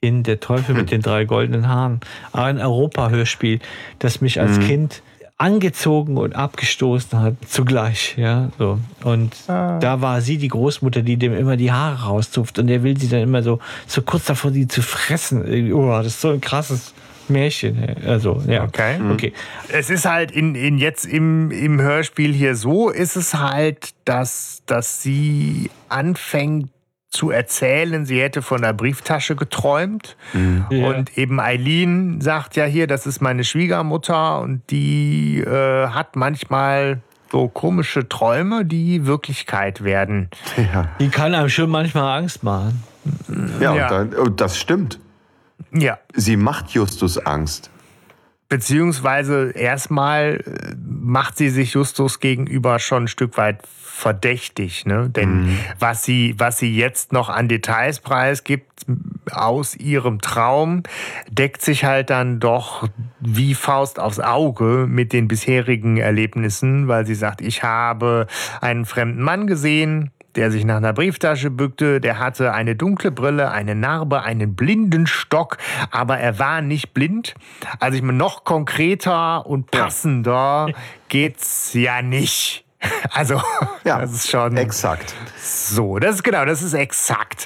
in Der Teufel mit den drei goldenen Haaren. Ein Europa-Hörspiel, das mich als mhm. Kind angezogen und abgestoßen hat zugleich. Ja, so. Und ah. da war sie die Großmutter, die dem immer die Haare rauszupft. Und der will sie dann immer so, so kurz davor, sie zu fressen. Oh, das ist so ein krasses Märchen. Also, ja. Okay. Mhm. okay. Es ist halt in, in jetzt im, im Hörspiel hier so, ist es halt, dass, dass sie anfängt zu erzählen, sie hätte von der Brieftasche geträumt. Mhm. Ja. Und eben Eileen sagt ja hier, das ist meine Schwiegermutter und die äh, hat manchmal so komische Träume, die Wirklichkeit werden. Ja. Die kann einem schon manchmal Angst machen. Ja, ja. Und, und das stimmt. Ja. Sie macht Justus Angst. Beziehungsweise erstmal macht sie sich Justus gegenüber schon ein Stück weit verdächtig, ne? Denn mhm. was sie, was sie jetzt noch an Details preisgibt aus ihrem Traum, deckt sich halt dann doch wie Faust aufs Auge mit den bisherigen Erlebnissen, weil sie sagt, ich habe einen fremden Mann gesehen, der sich nach einer Brieftasche bückte, der hatte eine dunkle Brille, eine Narbe, einen Blindenstock, aber er war nicht blind. Also ich meine, noch konkreter und passender geht's ja nicht. Also, ja, das ist schon exakt. So, das ist genau, das ist exakt.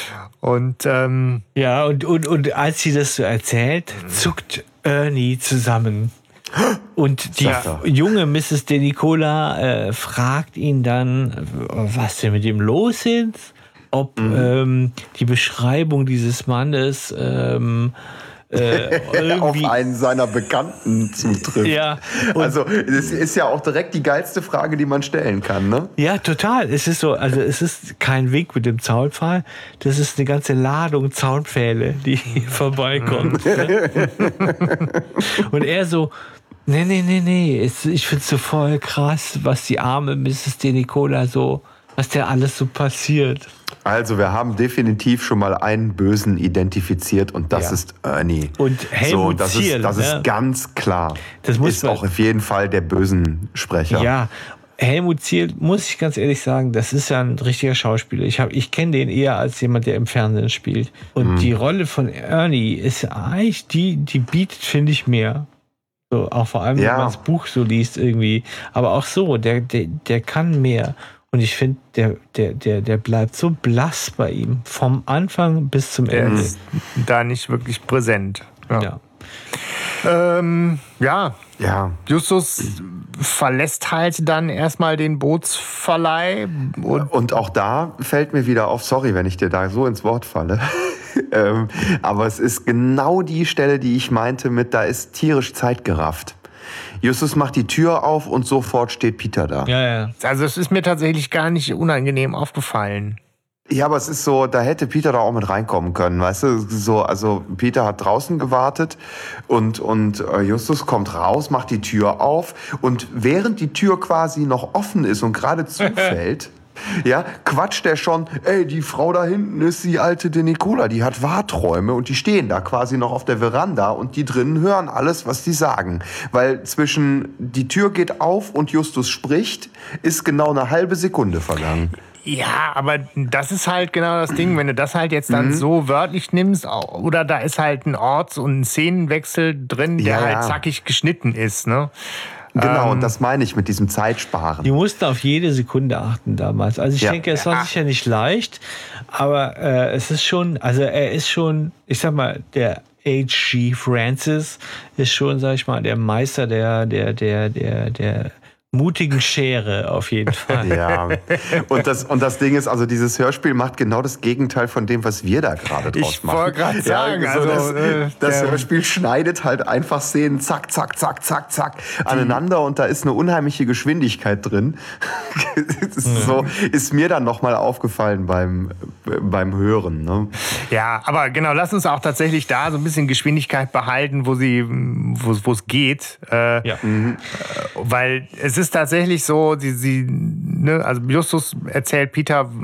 Und ähm, ja, und, und, und als sie das so erzählt, zuckt Ernie zusammen. Und die junge Misses De Nicola äh, fragt ihn dann, was denn mit ihm los ist, ob mhm. ähm, die Beschreibung dieses Mannes ähm, äh, auf einen seiner Bekannten zutrifft. Ja, also das ist ja auch direkt die geilste Frage, die man stellen kann, ne? Ja, total. Es ist so, also es ist kein Weg mit dem Zaunpfahl, das ist eine ganze Ladung Zaunpfähle, die hier vorbeikommt. Ne? Und er so, nee, nee, nee, nee, ich find's so voll krass, was die arme Misses De Nicola so, was der alles so passiert. Also wir haben definitiv schon mal einen Bösen identifiziert und das ja. ist Ernie. Und Helmut so, das Zierl, ist, das ne? ist ganz klar. Das muss ist auch auf jeden Fall der Bösensprecher. Ja, Helmut Zierl, muss ich ganz ehrlich sagen, das ist ja ein richtiger Schauspieler. Ich, hab, ich kenne den eher als jemand, der im Fernsehen spielt. Und mhm. die Rolle von Ernie ist eigentlich, die, die bietet, finde ich, mehr. So, auch vor allem, ja. wenn man das Buch so liest irgendwie. Aber auch so, der, der, der kann mehr. Und ich finde, der, der, der, der bleibt so blass bei ihm. Vom Anfang bis zum der Ende. Ist da nicht wirklich präsent. Ja. Ja. Ähm, ja. ja. Justus verlässt halt dann erstmal den Bootsverleih. Und, und auch da fällt mir wieder auf, sorry, wenn ich dir da so ins Wort falle. ähm, aber es ist genau die Stelle, die ich meinte mit, da ist tierisch Zeit gerafft. Justus macht die Tür auf und sofort steht Peter da. Ja, ja. Also es ist mir tatsächlich gar nicht unangenehm aufgefallen. Ja, aber es ist so, da hätte Peter da auch mit reinkommen können, weißt du? So, also Peter hat draußen gewartet und, und Justus kommt raus, macht die Tür auf und während die Tür quasi noch offen ist und gerade zufällt, ja, quatscht er schon, ey, die Frau da hinten ist die alte De Nicola, die hat Wahrträume und die stehen da quasi noch auf der Veranda und die drinnen hören alles, was die sagen. Weil zwischen die Tür geht auf und Justus spricht, ist genau eine halbe Sekunde vergangen. Ja, aber das ist halt genau das Ding, wenn du das halt jetzt dann mhm. so wörtlich nimmst, oder da ist halt ein Orts- und ein Szenenwechsel drin, der ja, halt ja. zackig geschnitten ist, ne? Genau, ähm, und das meine ich mit diesem Zeitsparen. Die mussten auf jede Sekunde achten damals. Also ich ja. denke, es war sicher nicht leicht, aber äh, es ist schon, also er ist schon, ich sag mal, der H G Francis ist schon, sag ich mal, der Meister der, der, der, der, der mutigen Schere auf jeden Fall. Ja, und das, und das Ding ist, also dieses Hörspiel macht genau das Gegenteil von dem, was wir da gerade draus ich machen. Ich wollte gerade sagen, ja, so also, das, äh, das Hörspiel schneidet halt einfach Szenen zack, zack, zack, zack, zack aneinander und da ist eine unheimliche Geschwindigkeit drin. Das ist, so, ist mir dann nochmal aufgefallen beim, beim Hören. Ne? Ja, aber genau, lass uns auch tatsächlich da so ein bisschen Geschwindigkeit behalten, wo sie, wo es geht. Äh, ja. mhm. Weil es ist tatsächlich so, sie, sie, ne, also Justus erzählt Peter,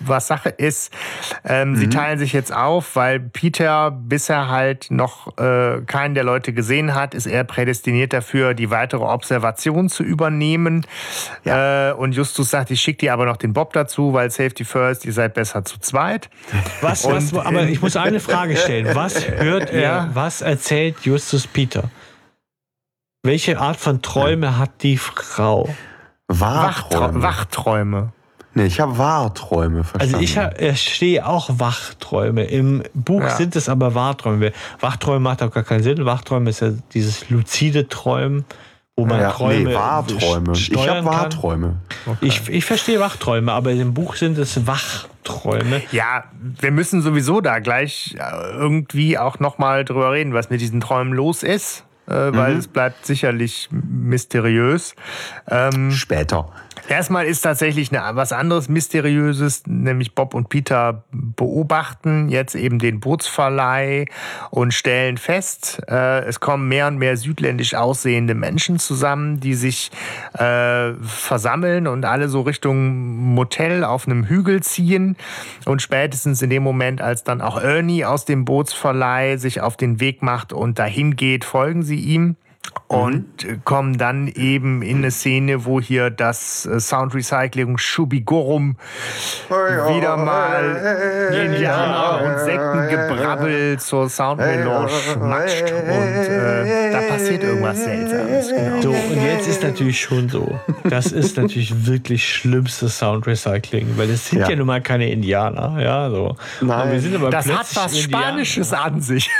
was Sache ist. Ähm, mhm. Sie teilen sich jetzt auf, weil Peter bisher halt noch äh, keinen der Leute gesehen hat, ist er prädestiniert dafür, die weitere Observation zu übernehmen. Ja. Äh, und Justus sagt, ich schicke dir aber noch den Bob dazu, weil Safety First, ihr seid besser zu zweit. Was, was, aber ich muss eine Frage stellen. Was hört er, ja. was erzählt Justus Peter? Welche Art von Träume hat die Frau? Wachträume. Wachträume. Nee, ich habe Wahrträume verstanden. Also ich verstehe auch Wachträume. Im Buch ja. sind es aber Wahrträume. Wachträume macht auch gar keinen Sinn. Wachträume ist ja dieses luzide Träumen, wo man ja, Träume nee, Wahrträume. Ich habe Wahrträume. Okay. Ich, ich verstehe Wachträume, aber im Buch sind es Wachträume. Ja, wir müssen sowieso da gleich irgendwie auch nochmal drüber reden, was mit diesen Träumen los ist. Weil mhm. es bleibt sicherlich mysteriös. Ähm, Später. Erstmal ist tatsächlich eine, was anderes Mysteriöses, nämlich Bob und Peter beobachten jetzt eben den Bootsverleih und stellen fest, äh, es kommen mehr und mehr südländisch aussehende Menschen zusammen, die sich äh, versammeln und alle so Richtung Motel auf einem Hügel ziehen. Und spätestens in dem Moment, als dann auch Ernie aus dem Bootsverleih sich auf den Weg macht und dahin geht, folgen sie ihm. Und mhm. kommen dann eben in eine Szene, wo hier das Soundrecycling Schubigorum wieder mal Indianer und Sektengebrabbel zur Soundmelange matscht. Und äh, da passiert irgendwas Seltsames. Genau. So, und jetzt ist natürlich schon so. Das ist natürlich wirklich schlimmstes Soundrecycling, weil es sind ja, ja nun mal keine Indianer. Ja, so. Nein, wir sind aber das hat was Indianer. Spanisches an sich.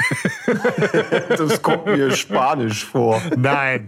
Das kommt mir spanisch vor. Nein.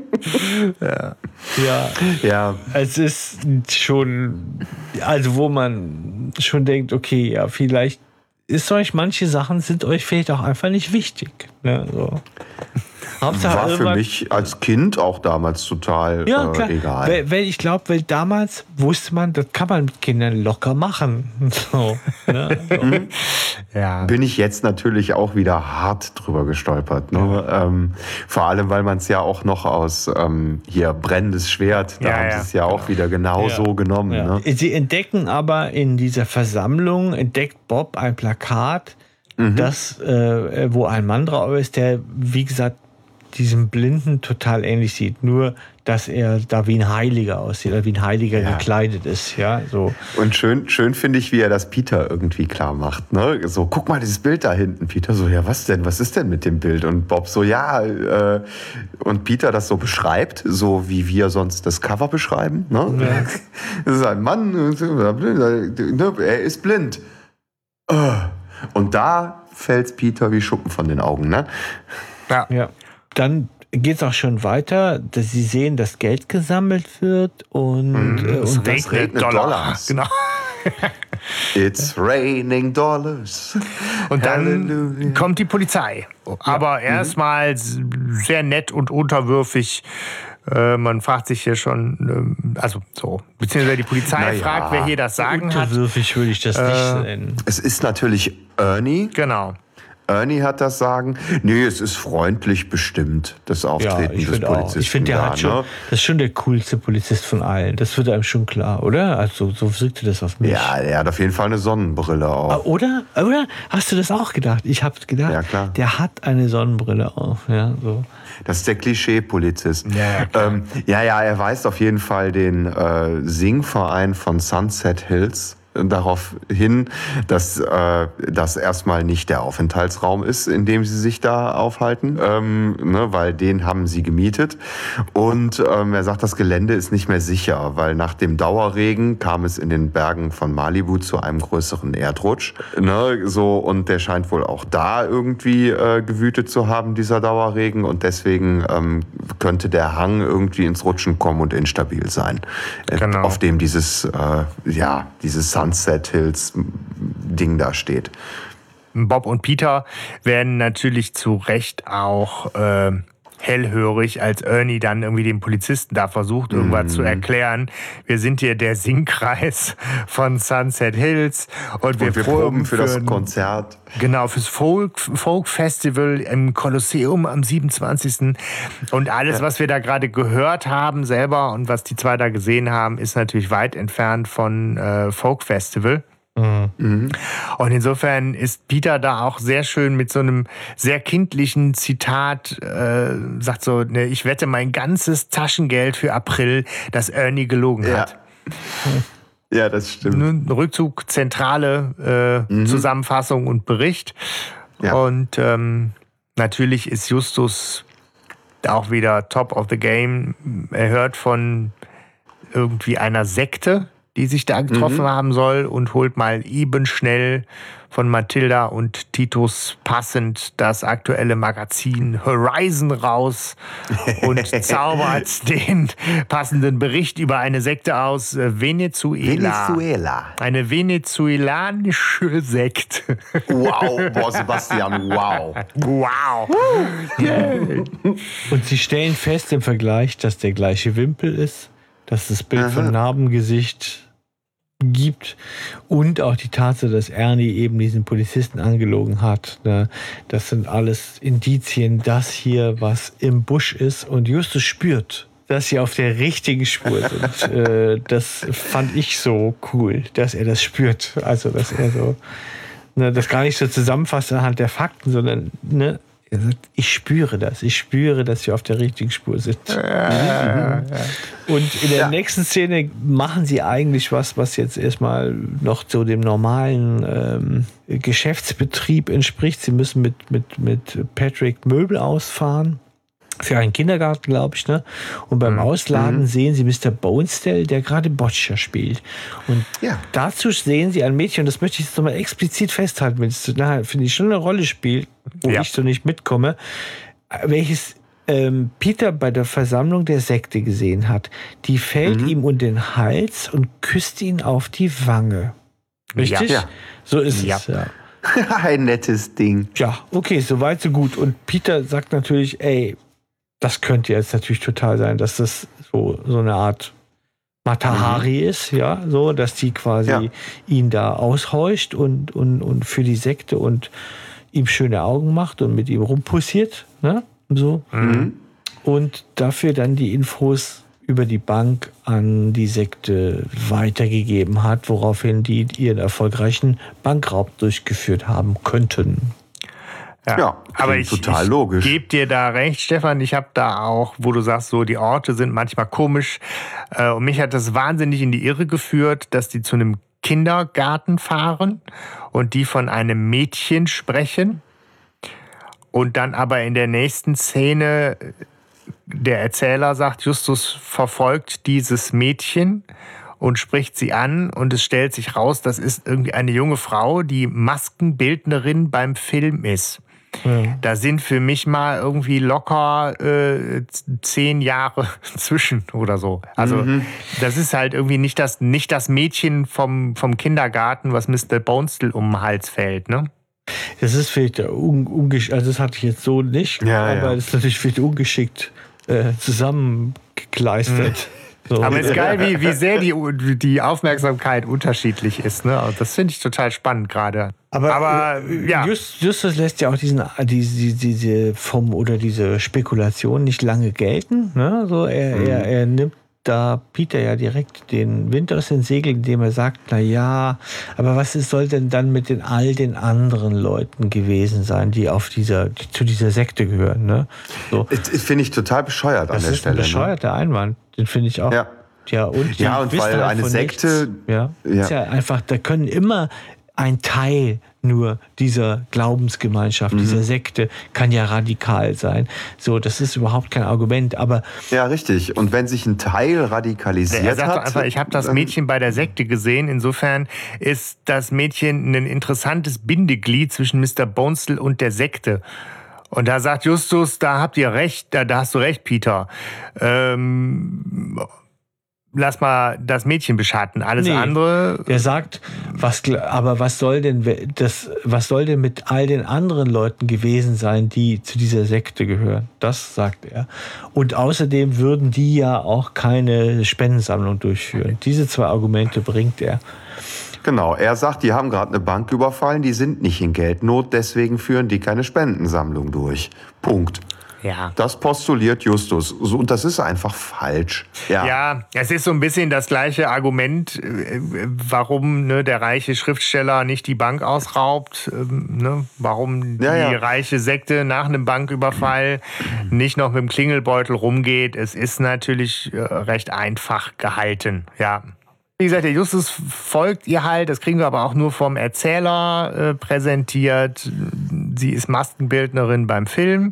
Ja. ja. Ja. Es ist schon, also wo man schon denkt, okay, ja, vielleicht ist euch, manche Sachen sind euch vielleicht auch einfach nicht wichtig. Ne? So. War für mich als Kind auch damals total ja, äh, egal. Weil, weil ich glaube, weil damals wusste man, das kann man mit Kindern locker machen. So, ne? So. Ja. Bin ich jetzt natürlich auch wieder hart drüber gestolpert. Ne? Ja. Ähm, vor allem, weil man es ja auch noch aus ähm, hier brennendes Schwert, da ja, haben ja. sie es ja auch wieder genau ja. so genommen. Ja. Ne? Sie entdecken aber in dieser Versammlung, entdeckt Bob ein Plakat, mhm. das, äh, wo ein Mann drauf ist, der, wie gesagt, diesem Blinden total ähnlich sieht, nur dass er da wie ein Heiliger aussieht, oder wie ein Heiliger ja. gekleidet ist, ja, so. Und schön, schön finde ich, wie er das Peter irgendwie klar macht, ne? So, guck mal, dieses Bild da hinten. Peter so, ja, was denn? Was ist denn mit dem Bild? Und Bob so, ja, äh, und Peter das so beschreibt, so wie wir sonst das Cover beschreiben, ne? Ja. Das ist ein Mann, er ist blind. Und da fällt Peter wie Schuppen von den Augen, ne? Ja. ja. Dann geht es auch schon weiter, dass sie sehen, dass Geld gesammelt wird und, mm, äh, es und regnet, regnet Dollars. Dollars. Genau. It's raining dollars. Und dann Hallelujah. Kommt die Polizei. Aber ja. erstmal mhm. sehr nett und unterwürfig. Äh, man fragt sich hier schon, äh, also so, beziehungsweise die Polizei naja. fragt, wer hier das Sagen hat. Unterwürfig würde ich das äh, nicht nennen. Es ist natürlich Ernie. Genau. Ernie hat das Sagen. Nee, es ist freundlich bestimmt, das Auftreten ja, ich des Polizisten. Auch. Ich finde, der da, hat schon, ne? das ist schon der coolste Polizist von allen. Das wird einem schon klar, oder? Also so wirkte das auf mich. Ja, der hat auf jeden Fall eine Sonnenbrille auf. Oder? Oder? Hast du das auch gedacht? Ich habe gedacht, ja, klar. Der hat eine Sonnenbrille auf. Ja, so. Das ist der Klischee-Polizist. Ja, ähm, ja, ja, er weist auf jeden Fall den äh, Singverein von Sunset Hills darauf hin, dass äh, das erstmal nicht der Aufenthaltsraum ist, in dem sie sich da aufhalten, ähm, ne, weil den haben sie gemietet. Und ähm, er sagt, das Gelände ist nicht mehr sicher, weil nach dem Dauerregen kam es in den Bergen von Malibu zu einem größeren Erdrutsch. Ne, so, und der scheint wohl auch da irgendwie äh, gewütet zu haben, dieser Dauerregen. Und deswegen ähm, könnte der Hang irgendwie ins Rutschen kommen und instabil sein, genau. auf dem dieses, äh, ja, dieses Sunset Hills Ding da steht. Bob und Peter werden natürlich zu Recht auch äh, hellhörig, als Ernie dann irgendwie dem Polizisten da versucht, irgendwas mm. zu erklären. Wir sind hier der Singkreis von Sunset Hills und wir, und wir proben für, für das Konzert. Genau, fürs Folk, Folk Festival im Kolosseum am siebenundzwanzigsten Und alles, ja. was wir da gerade gehört haben selber und was die zwei da gesehen haben, ist natürlich weit entfernt von äh, Folk Festival. Mhm. Und insofern ist Peter da auch sehr schön mit so einem sehr kindlichen Zitat, äh, sagt so, ne, ich wette mein ganzes Taschengeld für April, dass Ernie gelogen Ja. hat. Ja, das stimmt. Rückzug, zentrale äh, mhm. Zusammenfassung und Bericht. Ja. Und ähm, natürlich ist Justus auch wieder top of the game. Er hört von irgendwie einer Sekte, die sich da getroffen mhm. haben soll, und holt mal eben schnell von Mathilda und Titus passend das aktuelle Magazin Horizon raus und zaubert den passenden Bericht über eine Sekte aus Venezuela. Venezuela. Eine venezuelanische Sekte. Wow, boah, Sebastian, wow. Wow. Yeah. Und sie stellen fest im Vergleich, dass der gleiche Wimpel ist, dass das Bild Aha. von Narbengesicht gibt und auch die Tatsache, dass Ernie eben diesen Polizisten angelogen hat. Ne? Das sind alles Indizien, dass hier was im Busch ist, und Justus spürt, dass sie auf der richtigen Spur sind. äh, das fand ich so cool, dass er das spürt. Also, dass er so ne, das gar nicht so zusammenfasst anhand der Fakten, sondern ne, er sagt, ich spüre das. Ich spüre, dass wir auf der richtigen Spur sind. Ja, ja. Und in der ja. nächsten Szene machen sie eigentlich was, was jetzt erstmal noch so dem normalen ähm, Geschäftsbetrieb entspricht. Sie müssen mit, mit, mit Patrick Möbel ausfahren. Für einen Kindergarten, glaube ich. Ne? Und beim mhm. Ausladen mhm. sehen sie Mister Bonestell, der gerade Boccia spielt. Und ja. dazu sehen sie ein Mädchen, und das möchte ich jetzt nochmal explizit festhalten, wenn es nachher, finde ich, schon eine Rolle spielt, wo ja. ich so nicht mitkomme, welches ähm, Peter bei der Versammlung der Sekte gesehen hat. Die fällt mhm. ihm um den Hals und küsst ihn auf die Wange. Richtig? Ja. So ist ja. es, ja. Ein nettes Ding. Ja, okay, soweit, so gut. Und Peter sagt natürlich, ey, das könnte jetzt natürlich total sein, dass das so, so eine Art Mata Hari mhm. ist, ja, so, dass die quasi ja. ihn da aushäuscht und, und, und für die Sekte und ihm schöne Augen macht und mit ihm rumpussiert, ne, so. Mhm. Und dafür dann die Infos über die Bank an die Sekte weitergegeben hat, woraufhin die ihren erfolgreichen Bankraub durchgeführt haben könnten. Ja, ja, aber ich, total ich logisch. gebe dir da recht, Stefan. Ich habe da auch, wo du sagst, so die Orte sind manchmal komisch. Äh, und mich hat das wahnsinnig in die Irre geführt, dass die zu einem Kindergarten fahren und die von einem Mädchen sprechen. Und dann aber in der nächsten Szene der Erzähler sagt, Justus verfolgt dieses Mädchen und spricht sie an, und es stellt sich raus, das ist irgendwie eine junge Frau, die Maskenbildnerin beim Film ist. Ja. Da sind für mich mal irgendwie locker äh, zehn Jahre zwischen oder so. Also mhm. das ist halt irgendwie nicht das, nicht das Mädchen vom, vom Kindergarten, was Mister Bonestell um den Hals fällt, ne? Das ist vielleicht un, ungeschickt, also das hatte ich jetzt so nicht, ja, aber ja. das ist natürlich vielleicht ungeschickt äh, zusammengekleistert. Mhm. So. Aber es ist geil, wie, wie sehr die, die Aufmerksamkeit unterschiedlich ist. Ne? Das finde ich total spannend gerade. Aber, Aber ja. Just, Justus lässt ja auch diesen, diese, diese vom oder diese Spekulation nicht lange gelten. Ne? So, er, mhm. er, er nimmt da Peter ja direkt den Wind aus den Segeln, indem er sagt, na ja, aber was ist, soll denn dann mit den all den anderen Leuten gewesen sein, die auf dieser, die zu dieser Sekte gehören? Ne? So. Das finde ich total bescheuert das an der ist Stelle. Ein bescheuerter ne? Einwand, den finde ich auch. Ja. Ja, und, ja, und weil eine Sekte. Nichts, ja, ja. Ist ja einfach, da können immer ein Teil nur dieser Glaubensgemeinschaft, mhm. dieser Sekte, kann ja radikal sein. So, das ist überhaupt kein Argument, aber... Ja, richtig. Und wenn sich ein Teil radikalisiert er sagt hat... Doch einfach, ich habe das Mädchen bei der Sekte gesehen. Insofern ist das Mädchen ein interessantes Bindeglied zwischen Mister Bonestell und der Sekte. Und da sagt Justus, da habt ihr recht, da, da hast du recht, Peter. Ähm... Lass mal das Mädchen beschatten. Alles nee, andere. Der sagt, was, aber was soll denn das, was soll denn mit all den anderen Leuten gewesen sein, die zu dieser Sekte gehören? Das sagt er. Und außerdem würden die ja auch keine Spendensammlung durchführen. Diese zwei Argumente bringt er. Genau, er sagt, die haben gerade eine Bank überfallen, die sind nicht in Geldnot, deswegen führen die keine Spendensammlung durch. Punkt. Ja. Das postuliert Justus. So, und das ist einfach falsch. Ja. Ja, es ist so ein bisschen das gleiche Argument, äh, warum ne, der reiche Schriftsteller nicht die Bank ausraubt, ähm, ne, warum Ja, die ja. reiche Sekte nach einem Banküberfall nicht noch mit dem Klingelbeutel rumgeht. Es ist natürlich äh, recht einfach gehalten, ja. Wie gesagt, der Justus folgt ihr halt, das kriegen wir aber auch nur vom Erzähler äh, präsentiert. Sie ist Maskenbildnerin beim Film.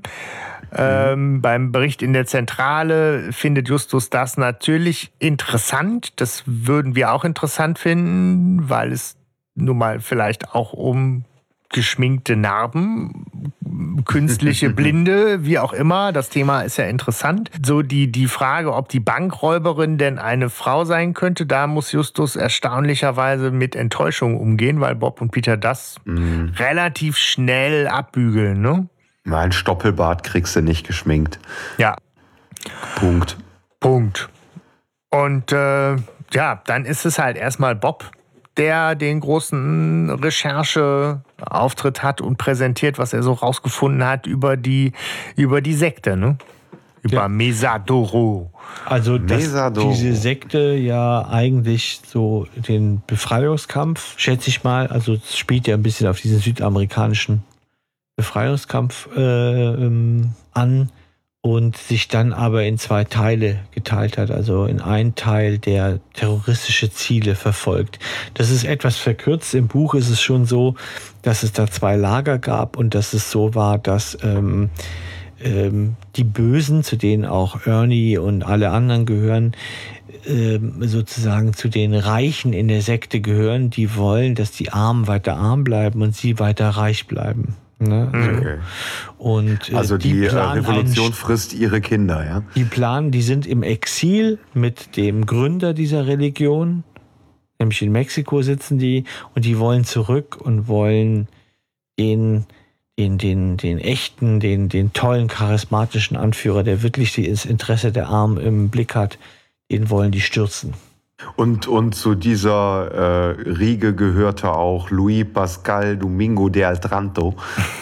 Ähm, beim Bericht in der Zentrale findet Justus das natürlich interessant. Das würden wir auch interessant finden, weil es nun mal vielleicht auch um geschminkte Narben, künstliche Blinde, wie auch immer. Das Thema ist ja interessant. So die, die Frage, ob die Bankräuberin denn eine Frau sein könnte, da muss Justus erstaunlicherweise mit Enttäuschung umgehen, weil Bob und Peter das Mhm. relativ schnell abbügeln, ne? Mein Stoppelbart kriegst du nicht geschminkt. Ja. Punkt. Punkt. Und äh, ja, dann ist es halt erstmal Bob, der den großen Rechercheauftritt hat und präsentiert, was er so rausgefunden hat über die, über die Sekte, ne? Über Ja. Mesadoro. Also, dass Mesadoro. diese Sekte ja eigentlich so den Befreiungskampf, schätze ich mal, also es spielt ja ein bisschen auf diesen südamerikanischen Befreiungskampf äh, ähm, an und sich dann aber in zwei Teile geteilt hat. Also in einen Teil, der terroristische Ziele verfolgt. Das ist etwas verkürzt. Im Buch ist es schon so, dass es da zwei Lager gab und dass es so war, dass ähm, ähm, die Bösen, zu denen auch Ernie und alle anderen gehören, ähm, sozusagen zu den Reichen in der Sekte gehören, die wollen, dass die Armen weiter arm bleiben und sie weiter reich bleiben. Ne? So. Okay. Und, äh, Also die, äh, planen Revolution einen- frisst ihre Kinder, ja? die planen, die sind im Exil mit dem Gründer dieser Religion, nämlich in Mexiko sitzen die und die wollen zurück und wollen den, den, den, den echten, den, den tollen, charismatischen Anführer, der wirklich das Interesse der Armen im Blick hat, den wollen die stürzen. Und, und zu dieser äh, Riege gehörte auch Luis Pascal Domingo de Altranto.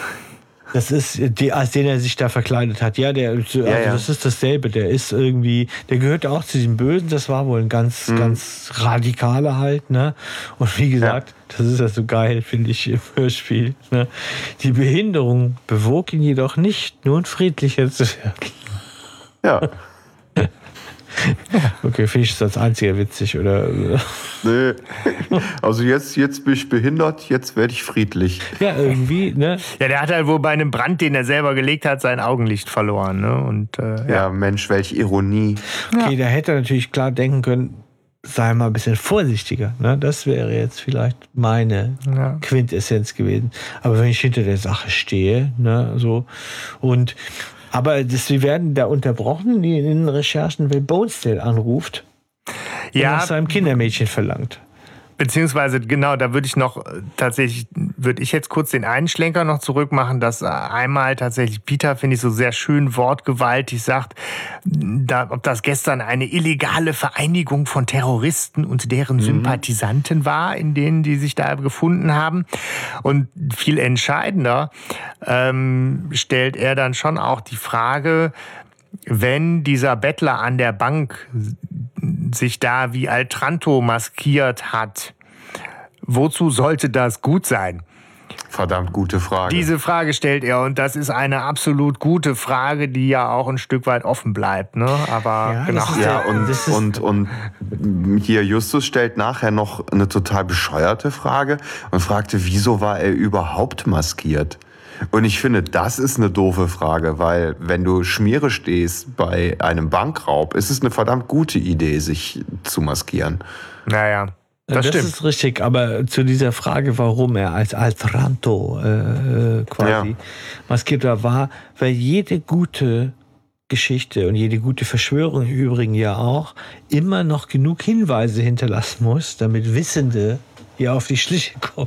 Das ist, die, als den er sich da verkleidet hat. Ja, der, also ja. das ist dasselbe. Der ist irgendwie, der gehört auch zu den Bösen. Das war wohl ein ganz, Mhm. ganz radikaler halt, ne? Und wie gesagt, das ist ja so geil, finde ich, im Hörspiel, ne? Die Behinderung bewog ihn jedoch nicht, nun friedlicher zu werden. Ja. Okay, finde ich das als einziger witzig, oder? Nee. Also jetzt, jetzt bin ich behindert, jetzt werde ich friedlich. Ja, irgendwie, ne? Ja, der hat halt wohl bei einem Brand, den er selber gelegt hat, sein Augenlicht verloren, ne? Und äh, Ja, ja. Mensch, welche Ironie. Okay, da hätte er natürlich klar denken können, sei mal ein bisschen vorsichtiger. Ne? Das wäre jetzt vielleicht meine Ja. Quintessenz gewesen. Aber wenn ich hinter der Sache stehe, ne, so und aber das, wir werden da unterbrochen in den Recherchen, weil Bonesdale anruft und Ja, nach seinem Kindermädchen verlangt. beziehungsweise genau, da würde ich noch äh, tatsächlich, würde ich jetzt kurz den einen Schlenker noch zurückmachen, dass äh, einmal tatsächlich Peter, finde ich, so sehr schön wortgewaltig sagt, da, ob das gestern eine illegale Vereinigung von Terroristen und deren Sympathisanten war, in denen die sich da gefunden haben. Und viel entscheidender ähm, stellt er dann schon auch die Frage, wenn dieser Bettler an der Bank sich da wie Altranto maskiert hat, wozu sollte das gut sein? Verdammt gute Frage. Diese Frage stellt er und das ist eine absolut gute Frage, die ja auch ein Stück weit offen bleibt. Ne? Aber Ja, genau. das ist Ja, und, Das ist- und, und hier Justus stellt nachher noch eine total bescheuerte Frage und fragte, wieso war er überhaupt maskiert? Und ich finde, das ist eine doofe Frage, weil wenn du Schmiere stehst bei einem Bankraub, ist es eine verdammt gute Idee, sich zu maskieren. Naja, das, Das, stimmt. ist richtig, aber zu dieser Frage, warum er als Altranto äh, quasi Ja. maskiert war, war, weil jede gute Geschichte und jede gute Verschwörung im Übrigen ja auch immer noch genug Hinweise hinterlassen muss, damit Wissende ihr auf die Schliche kommt.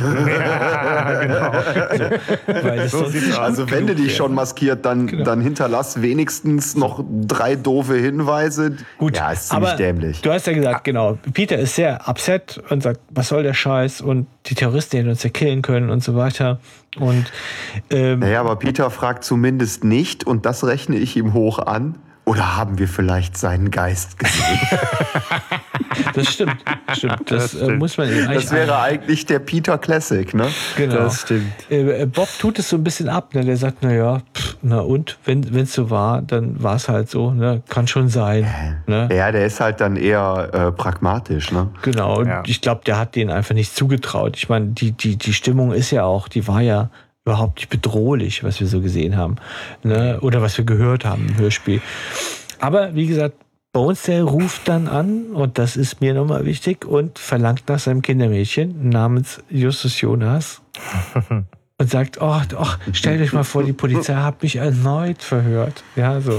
Ja, genau. So, weil das So sonst sieht's aus. Also wenn du dich schon maskiert, dann, Genau. dann hinterlass wenigstens noch drei doofe Hinweise. Gut, Ja, ist ziemlich aber dämlich. du hast ja gesagt, genau, Peter ist sehr upset und sagt, was soll der Scheiß und die Terroristen hätten uns ja killen können und so weiter. Und ähm, Naja, aber Peter fragt zumindest nicht, und das rechne ich ihm hoch an, oder haben wir vielleicht seinen Geist gesehen? das stimmt, stimmt. Das, Das äh, stimmt. muss man ihm eigentlich Das wäre eigentlich der Peter Classic, ne? Genau. Das stimmt. Äh, Bob tut es so ein bisschen ab. Ne? Der sagt, naja, na und, wenn es so war, dann war es halt so. Ne? Kann schon sein. Ne? Ja, der ist halt dann eher äh, pragmatisch, ne? Genau. Und Ja. ich glaube, der hat denen einfach nicht zugetraut. Ich meine, die, die, die Stimmung ist ja auch, die war ja überhaupt nicht bedrohlich, was wir so gesehen haben. Ne? Oder was wir gehört haben im Hörspiel. Aber wie gesagt, Bonesdale ruft dann an, und das ist mir nochmal wichtig, und verlangt nach seinem Kindermädchen namens Justus Jonas und sagt, oh, oh, stellt euch mal vor, die Polizei hat mich erneut verhört. Ja, so.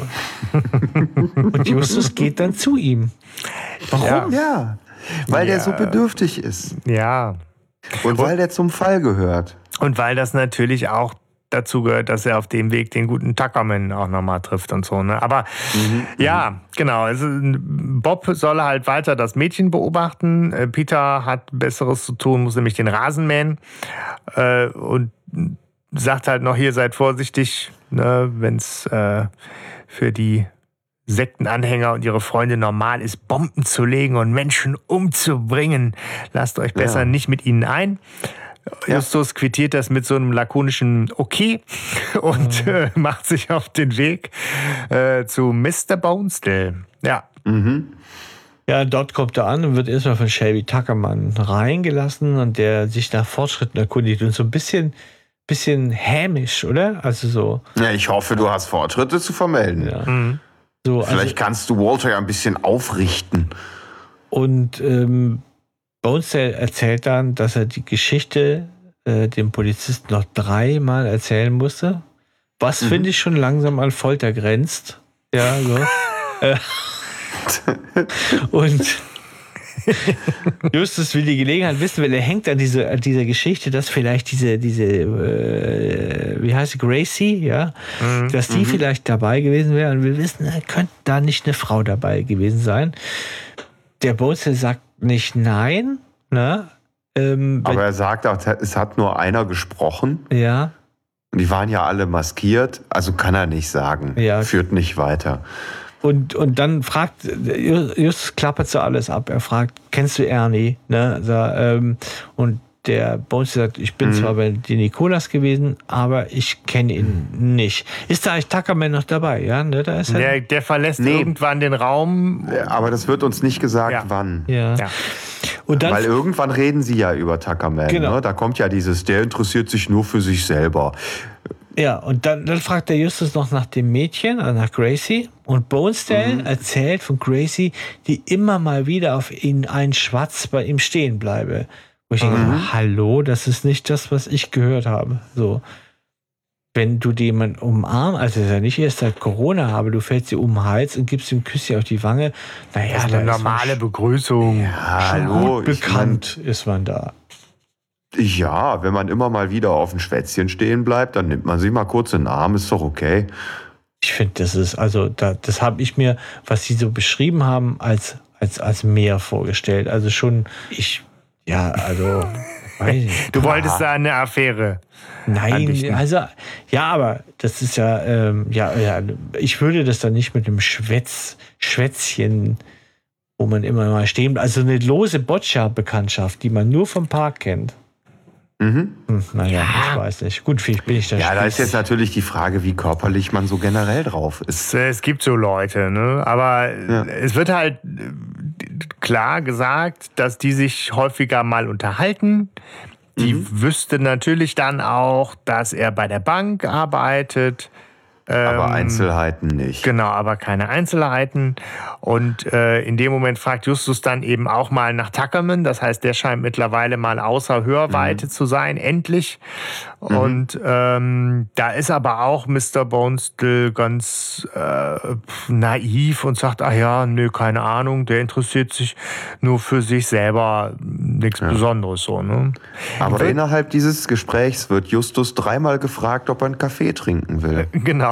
Und Justus geht dann zu ihm. Warum? Ja, weil der Ja. so bedürftig ist. Ja. Und weil der zum Fall gehört. Und weil das natürlich auch dazu gehört, dass er auf dem Weg den guten Tuckerman auch nochmal trifft und so. Ne? Aber ja, genau. Also Bob soll halt weiter das Mädchen beobachten. Äh, Peter hat Besseres zu tun, muss nämlich den Rasen mähen. Äh, und sagt halt noch, hier seid vorsichtig, ne, wenn es äh, für die Sektenanhänger und ihre Freunde normal ist, Bomben zu legen und Menschen umzubringen. Lasst euch besser Ja. nicht mit ihnen ein. Justus quittiert das mit so einem lakonischen Okay und äh, macht sich auf den Weg äh, zu Mister Bonesdale. Ja. Ja, dort kommt er an und wird erstmal von Shelby Tuckerman reingelassen, und der sich nach Fortschritten erkundigt und so ein bisschen, bisschen hämisch, oder? Also so. Ja, ich hoffe, du hast Fortschritte zu vermelden. Ja. Mhm. so also, Vielleicht kannst du Walter ja ein bisschen aufrichten. und ähm, Bonesdale erzählt dann, dass er die Geschichte äh, dem Polizisten noch dreimal erzählen musste, was Mhm. finde ich schon langsam an Folter grenzt. Ja, so. äh, und Justus will die Gelegenheit wissen, weil er hängt an, diese, an dieser Geschichte, dass vielleicht diese, diese äh, wie heißt sie, Gracie, ja, Mhm. dass die vielleicht dabei gewesen wäre, und wir wissen, er könnte da nicht eine Frau dabei gewesen sein. Der Bonesdale sagt nicht nein, ne? Ähm, Aber er sagt auch, es hat nur einer gesprochen. ja, Und die waren ja alle maskiert. Also kann er nicht sagen. Ja. Führt nicht weiter. und, und dann fragt, Justus klappert so alles ab. Er fragt, kennst du Ernie? Ne? So, ähm, und der Bonesdale sagt, ich bin Mhm. zwar bei den Nikolas gewesen, aber ich kenne ihn nicht. Ist da eigentlich Tuckerman noch dabei? Ja, ne? Da ist er. Der, der verlässt Nee. irgendwann den Raum. Aber das wird uns nicht gesagt, Ja. wann. Ja. Ja. Und dann Weil irgendwann reden sie ja über Tuckerman. Genau. Ne? Da kommt ja dieses, der interessiert sich nur für sich selber. Ja, und dann, dann fragt der Justus noch nach dem Mädchen, also nach Gracie. Und Bonesdale Mhm. erzählt von Gracie, die immer mal wieder auf ihn ein Schwatz bei ihm stehen bleibe. Wo ich denke, Mhm. hallo, das ist nicht das, was ich gehört habe. So. Wenn du jemanden umarmst, also das ist ja nicht erst seit Corona, aber du fällst sie um den Hals und gibst ihm ein Küsschen auf die Wange, naja, Das ist da eine ist man normale schon Begrüßung. Hallo, ich bekannt ist man da. mein, ja, wenn man immer mal wieder auf ein Schwätzchen stehen bleibt, dann nimmt man sie mal kurz in den Arm, ist doch okay. Ich finde, das ist, also da, das habe ich mir, was sie so beschrieben haben, als, als, als mehr vorgestellt. Also schon, ich, ja, also, weiß ich nicht. Du wolltest da eine Affäre. Nein, andichten. also, ja, aber das ist ja, ähm, ja, ja, ich würde das dann nicht mit einem Schwätz, Schwätzchen, wo man immer mal stehen bleibt, also eine lose Boccia-Bekanntschaft, die man nur vom Park kennt. Mhm. Hm, naja, ich weiß nicht. Gut, vielleicht bin ich da Ja, da ist spieß. jetzt natürlich die Frage, wie körperlich man so generell drauf ist. Es, es gibt so Leute, ne? Aber Ja. es wird halt äh, klar gesagt, dass die sich häufiger mal unterhalten. Die wüsste natürlich dann auch, dass er bei der Bank arbeitet. Aber Ähm, Einzelheiten nicht. Genau, aber keine Einzelheiten. Und äh, in dem Moment fragt Justus dann eben auch mal nach Tuckerman. Das heißt, der scheint mittlerweile mal außer Hörweite mhm. zu sein, endlich. Mhm. Und ähm, da ist aber auch Mister Bonestell ganz äh, naiv und sagt, ach ja, nö, keine Ahnung, der interessiert sich nur für sich selber, nichts ja. Besonderes so. Ne? Aber wird, innerhalb dieses Gesprächs wird Justus dreimal gefragt, ob er einen Kaffee trinken will. Äh, genau.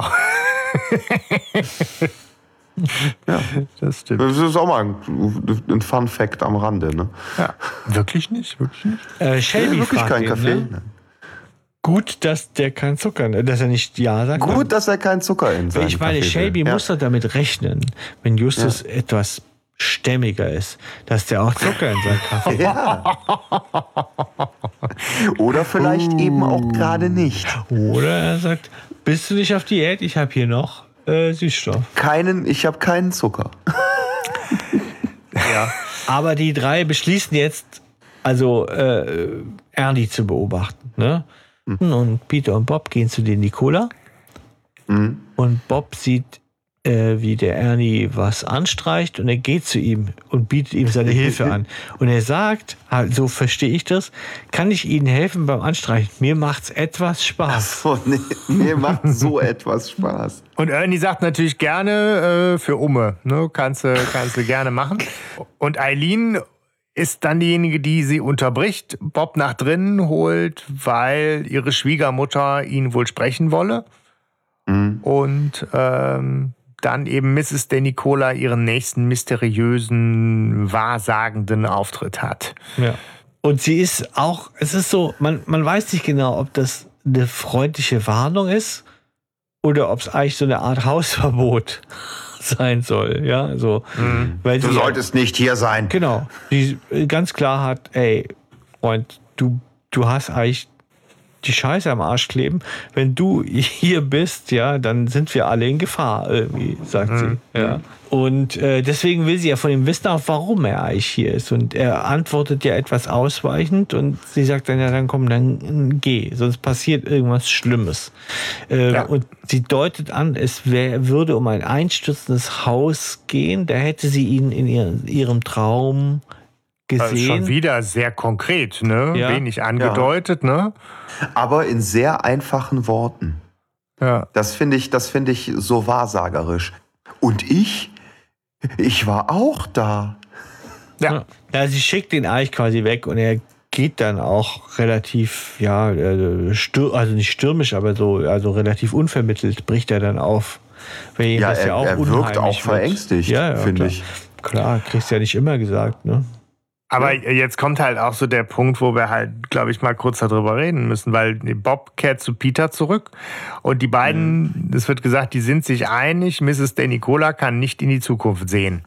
Ja, das stimmt. Das ist auch mal ein, ein Fun Fact am Rande, ne? Ja, wirklich nicht, wirklich nicht. Äh, Shelby ja, wirklich fragt kein ihn, Kaffee. Ne? Gut, dass der kein Zucker, dass er nicht Ja sagt. Gut, dass er keinen Zucker in seinem Ich meine, Kaffee Shelby will. muss doch damit rechnen, wenn Justus ja. etwas stämmiger ist, dass der auch Zucker in seinem Kaffee hat. Ja. Oder vielleicht uh. eben auch gerade nicht. Oder er sagt, bist du nicht auf Diät? Ich habe hier noch äh, Süßstoff. Keinen, ich habe keinen Zucker. Ja. Aber die drei beschließen jetzt, also äh, Ernie zu beobachten. Ne? Mhm. Und Peter und Bob gehen zu den Nicola. Mhm. Und Bob sieht, äh, wie der Ernie was anstreicht und er geht zu ihm und bietet ihm seine Hilfe an. Und er sagt, so verstehe ich das, kann ich Ihnen helfen beim Anstreichen? Mir macht's etwas Spaß. So, nee, mir macht so etwas Spaß. Und Ernie sagt natürlich gerne äh, für Umme, ne? kannst du kannst du gerne machen. Und Eileen ist dann diejenige, die sie unterbricht, Bob nach drinnen holt, weil ihre Schwiegermutter ihn wohl sprechen wolle. Mhm. Und ähm, dann eben Misses De Nicola ihren nächsten mysteriösen, wahrsagenden Auftritt hat. Ja. Und sie ist auch, es ist so, man, man weiß nicht genau, ob das eine freundliche Warnung ist oder ob es eigentlich so eine Art Hausverbot sein soll. Ja, so, mhm. weil du solltest ja, nicht hier sein. Genau. Die ganz klar hat, ey, Freund, du, du hast eigentlich die Scheiße am Arsch kleben. Wenn du hier bist, ja, dann sind wir alle in Gefahr, irgendwie, sagt mhm. sie. Ja. Und äh, deswegen will sie ja von ihm wissen, auch warum er eigentlich hier ist. Und er antwortet ja etwas ausweichend und sie sagt dann, ja, dann komm, dann geh, sonst passiert irgendwas Schlimmes. Äh, ja. Und sie deutet an, es wär, würde um ein einstürzendes Haus gehen. Da hätte sie ihn in ihren, ihrem Traum gesehen. Also schon wieder sehr konkret, ne? Ja. Wenig angedeutet, ja. ne? Aber in sehr einfachen Worten. Ja. Das finde ich, das finde ich so wahrsagerisch. Und ich, ich war auch da. Ja. Ja, sie schickt ihn eigentlich quasi weg und er geht dann auch relativ, ja, stür- also nicht stürmisch, aber so, also relativ unvermittelt bricht er dann auf. Weil ihm ja, das er, ja auch er wirkt auch verängstigt, ja, ja, finde klar. ich. Klar, kriegst ja nicht immer gesagt, ne? Aber jetzt kommt halt auch so der Punkt, wo wir halt, glaube ich, mal kurz darüber reden müssen, weil Bob kehrt zu Peter zurück und die beiden, es mhm. wird gesagt, die sind sich einig, Misses De Nicola kann nicht in die Zukunft sehen.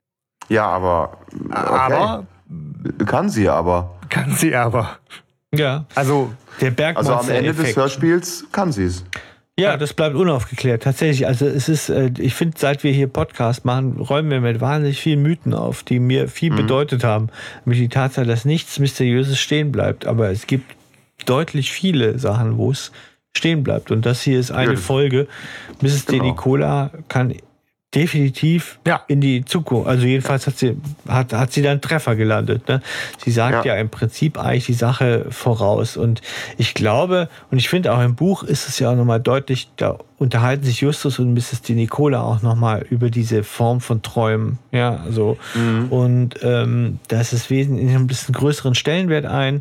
Ja, aber... Okay. Aber... Kann sie aber. Kann sie aber. Ja. Also, der Bergmann. Also am Ende des Hörspiels kann sie es. Ja, das bleibt unaufgeklärt, tatsächlich. Also es ist, ich finde, seit wir hier Podcast machen, räumen wir mit wahnsinnig vielen Mythen auf, die mir viel mhm. bedeutet haben. Nämlich die Tatsache, dass nichts Mysteriöses stehen bleibt. Aber es gibt deutlich viele Sachen, wo es stehen bleibt. Und das hier ist eine ja. Folge. Misses Genau. De Nicola kann definitiv ja. in die Zukunft. Also jedenfalls hat sie, hat, hat sie dann Treffer gelandet. Ne? Sie sagt ja. ja im Prinzip eigentlich die Sache voraus. Und ich glaube, und ich finde auch im Buch ist es ja auch nochmal deutlich, da unterhalten sich Justus und Misses De Nicola auch nochmal über diese Form von Träumen. Ja, also mhm. und ähm, das ist wesentlich ein bisschen größeren Stellenwert ein.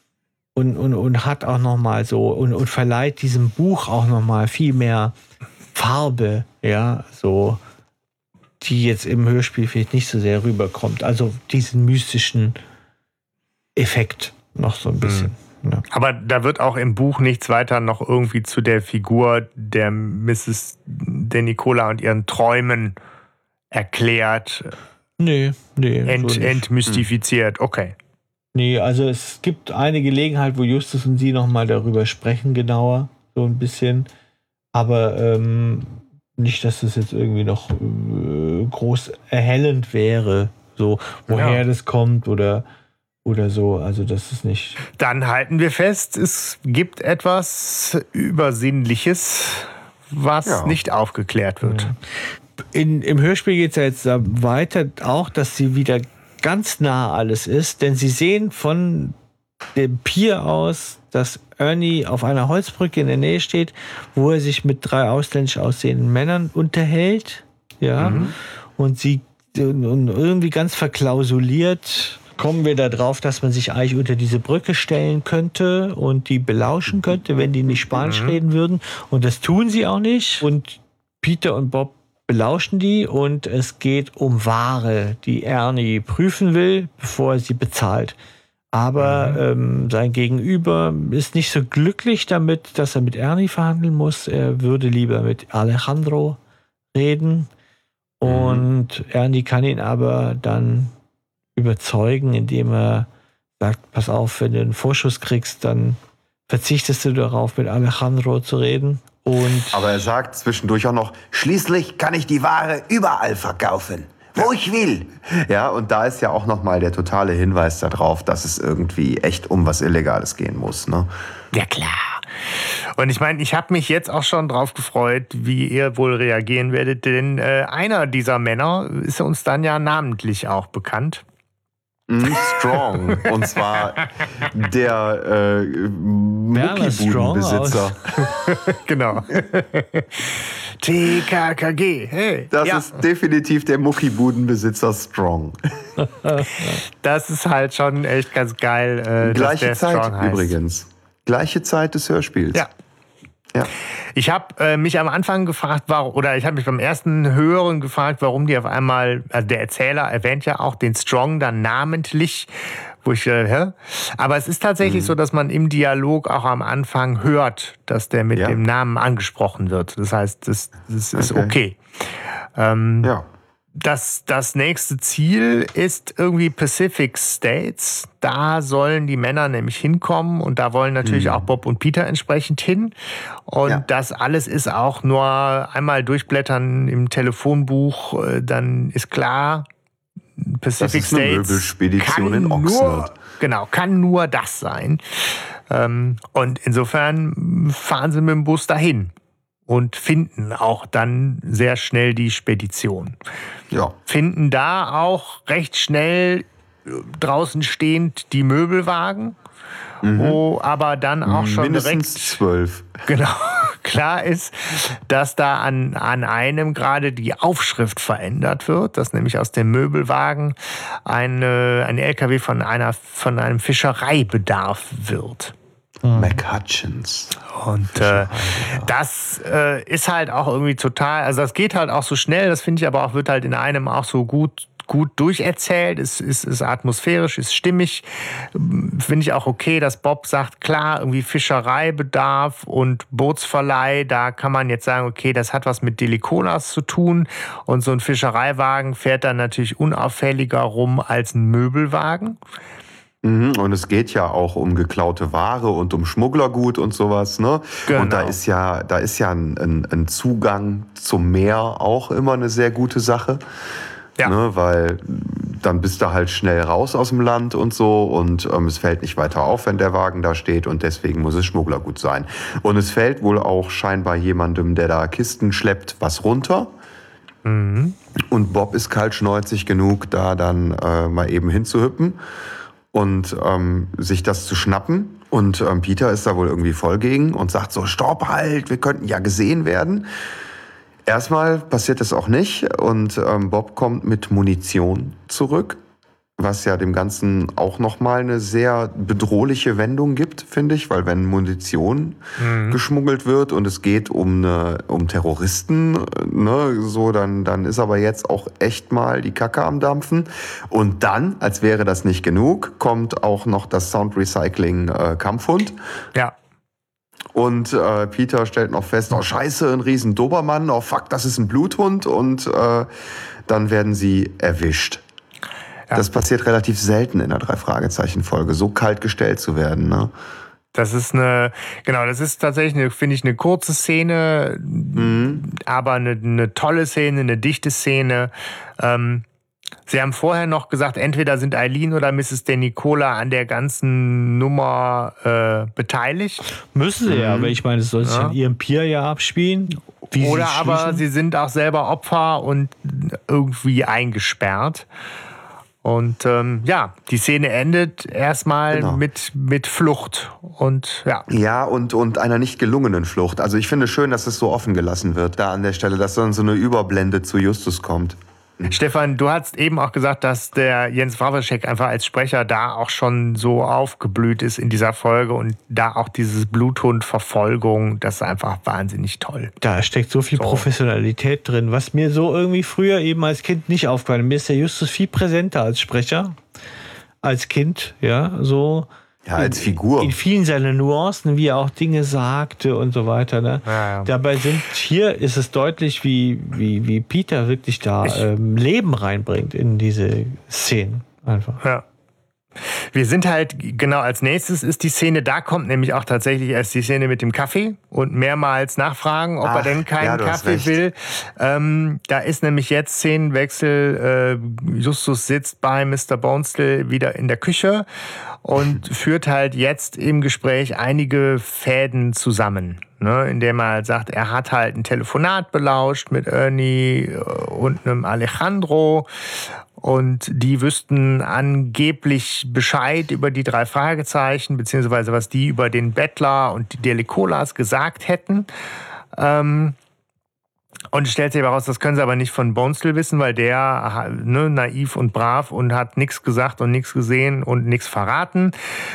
Und, und, und hat auch nochmal so und, und verleiht diesem Buch auch nochmal viel mehr Farbe, ja, so, die jetzt im Hörspiel vielleicht nicht so sehr rüberkommt. Also diesen mystischen Effekt noch so ein bisschen. Mhm. Ja. Aber da wird auch im Buch nichts weiter noch irgendwie zu der Figur der Misses De Nicola und ihren Träumen erklärt. Nee, nee. Ent, so entmystifiziert, okay. Nee, also es gibt eine Gelegenheit, wo Justus und sie nochmal darüber sprechen, genauer, so ein bisschen. Aber ähm, nicht, dass das jetzt irgendwie noch äh, groß erhellend wäre, so woher ja. das kommt oder, oder so. Also das ist nicht. Dann halten wir fest, es gibt etwas Übersinnliches, was Ja. nicht aufgeklärt wird. In, Im Hörspiel geht es ja jetzt weiter auch, dass sie wieder ganz nah alles ist, denn sie sehen von dem Pier aus, dass Ernie auf einer Holzbrücke in der Nähe steht, wo er sich mit drei ausländisch aussehenden Männern unterhält. Ja. Mhm. Und sie und irgendwie ganz verklausuliert kommen wir da drauf, dass man sich eigentlich unter diese Brücke stellen könnte und die belauschen könnte, wenn die nicht Spanisch mhm. reden würden. Und das tun sie auch nicht. Und Peter und Bob belauschen die und es geht um Ware, die Ernie prüfen will, bevor er sie bezahlt. Aber mhm. ähm, sein Gegenüber ist nicht so glücklich damit, dass er mit Ernie verhandeln muss. Er würde lieber mit Alejandro reden. Und mhm. Ernie kann ihn aber dann überzeugen, indem er sagt, pass auf, wenn du einen Vorschuss kriegst, dann verzichtest du darauf, mit Alejandro zu reden. Und aber er sagt zwischendurch auch noch, Schließlich kann ich die Ware überall verkaufen, wo ich will. ja, und da ist ja auch nochmal der totale Hinweis darauf, dass es irgendwie echt um was Illegales gehen muss, ne? Ja, klar. Und ich meine, ich habe mich jetzt auch schon drauf gefreut, wie ihr wohl reagieren werdet, denn äh, einer dieser Männer ist uns dann ja namentlich auch bekannt. Strong. Und zwar der äh, Muckibudenbesitzer. Genau. T K K G. Hey. Das ja. ist definitiv der Muckibudenbesitzer Strong. Das ist halt schon echt ganz geil. Äh, Gleiche dass der Zeit Strong heißt. übrigens. Gleiche Zeit des Hörspiels. Ja. Ja. Ich habe äh, mich am Anfang gefragt, warum, oder ich habe mich beim ersten Hören gefragt, warum die auf einmal, also der Erzähler erwähnt ja auch den Strong dann namentlich, wo ich, äh, hä? Aber es ist tatsächlich mhm. so, dass man im Dialog auch am Anfang hört, dass der mit ja. dem Namen angesprochen wird. Das heißt, das, das ist okay. okay. Ähm, ja. Das, das nächste Ziel ist irgendwie Pacific States. Da sollen die Männer nämlich hinkommen und da wollen natürlich mhm. auch Bob und Peter entsprechend hin. Und ja. das alles ist auch nur einmal durchblättern im Telefonbuch, dann ist klar, Pacific das ist eine States Möbelspedition in Oxnard. Nur, genau, kann nur das sein. Und insofern fahren sie mit dem Bus dahin. Und finden auch dann sehr schnell die Spedition. Ja. Finden da auch recht schnell draußen stehend die Möbelwagen, mhm. wo aber dann auch schon mindestens direkt zwölf. Genau, klar ist, dass da an, an einem gerade die Aufschrift verändert wird, dass nämlich aus dem Möbelwagen eine, ein L K W von, einer, von einem Fischereibedarf wird. McHutchins. Und äh, das äh, ist halt auch irgendwie total, also das geht halt auch so schnell, das finde ich aber auch, wird halt in einem auch so gut gut durcherzählt, ist, ist, ist atmosphärisch, ist stimmig. Finde ich auch okay, dass Bob sagt, klar, irgendwie Fischereibedarf und Bootsverleih, da kann man jetzt sagen, okay, das hat was mit Delicolas zu tun und so ein Fischereiwagen fährt dann natürlich unauffälliger rum als ein Möbelwagen. Und es geht ja auch um geklaute Ware und um Schmugglergut und sowas, ne? Genau. Und da ist ja, da ist ja ein, ein, ein Zugang zum Meer auch immer eine sehr gute Sache. Ja. Ne? Weil dann bist du halt schnell raus aus dem Land und so und ähm, es fällt nicht weiter auf, wenn der Wagen da steht und deswegen muss es Schmugglergut sein. Und es fällt wohl auch scheinbar jemandem, der da Kisten schleppt, was runter. Mhm. Und Bob ist kaltschnäuzig genug, da dann äh, mal eben hinzuhüppen und ähm, sich das zu schnappen. Und ähm, Peter ist da wohl irgendwie voll gegen und sagt so, stopp, halt, wir könnten ja gesehen werden. Erstmal passiert das auch nicht und ähm, Bob kommt mit Munition zurück, was ja dem Ganzen auch nochmal eine sehr bedrohliche Wendung gibt, finde ich, weil wenn Munition mhm. geschmuggelt wird und es geht um, eine, um Terroristen, ne, so, dann, dann ist aber jetzt auch echt mal die Kacke am Dampfen. Und dann, als wäre das nicht genug, kommt auch noch das Sound Recycling äh, Kampfhund. Ja. Und äh, Peter stellt noch fest, oh scheiße, ein riesen Dobermann, oh fuck, das ist ein Bluthund. Und äh, dann werden sie erwischt. Ja. Das passiert relativ selten in der Drei-Fragezeichen-Folge, so kalt gestellt zu werden, ne? Das ist eine, genau, das ist tatsächlich, finde ich, eine kurze Szene, mhm. aber eine, eine tolle Szene, eine dichte Szene. Ähm, Sie haben vorher noch gesagt, entweder sind Eileen oder Misses DeNicola an der ganzen Nummer äh, beteiligt. Müssen sie mhm. ja, weil ich meine, es soll sich ja. an ihrem Pier ja abspielen. Wie Oder sie aber schließen? sie sind auch selber Opfer und irgendwie eingesperrt. Und ähm, ja, die Szene endet erstmal Genau. mit, mit Flucht. Und ja. Ja, und, und einer nicht gelungenen Flucht. Also ich finde schön, dass es so offen gelassen wird, da an der Stelle, dass dann so eine Überblende zu Justus kommt. Stefan, du hast eben auch gesagt, dass der Jens Wawrschek einfach als Sprecher da auch schon so aufgeblüht ist in dieser Folge und da auch dieses Bluthund-Verfolgung, das ist einfach wahnsinnig toll. Da steckt so viel So. Professionalität drin, was mir so irgendwie früher eben als Kind nicht aufgefallen ist. Mir ist der Justus viel präsenter als Sprecher, als Kind, ja, so. Ja, als Figur. In vielen seiner Nuancen, wie er auch Dinge sagte und so weiter. Ne? Ja, ja. Dabei sind hier ist es deutlich, wie, wie, wie Peter wirklich da ähm, Leben reinbringt in diese Szenen. Einfach. Ja. Wir sind halt, genau als nächstes ist die Szene, da kommt nämlich auch tatsächlich erst die Szene mit dem Kaffee und mehrmals nachfragen, ob Ach, er denn keinen ja, du hast Kaffee recht. will. Ähm, da ist nämlich jetzt Szenenwechsel, äh, Justus sitzt bei Mister Bonestell wieder in der Küche und führt halt jetzt im Gespräch einige Fäden zusammen. Ne, indem er halt sagt, er hat halt ein Telefonat belauscht mit Ernie und einem Alejandro und die wüssten angeblich Bescheid über die drei Fragezeichen, beziehungsweise was die über den Bettler und die Delicolas gesagt hätten. Ähm, und es stellt sich aber raus, das können sie aber nicht von Bonestell wissen, weil der ne, naiv und brav und hat nichts gesagt und nichts gesehen und nichts verraten.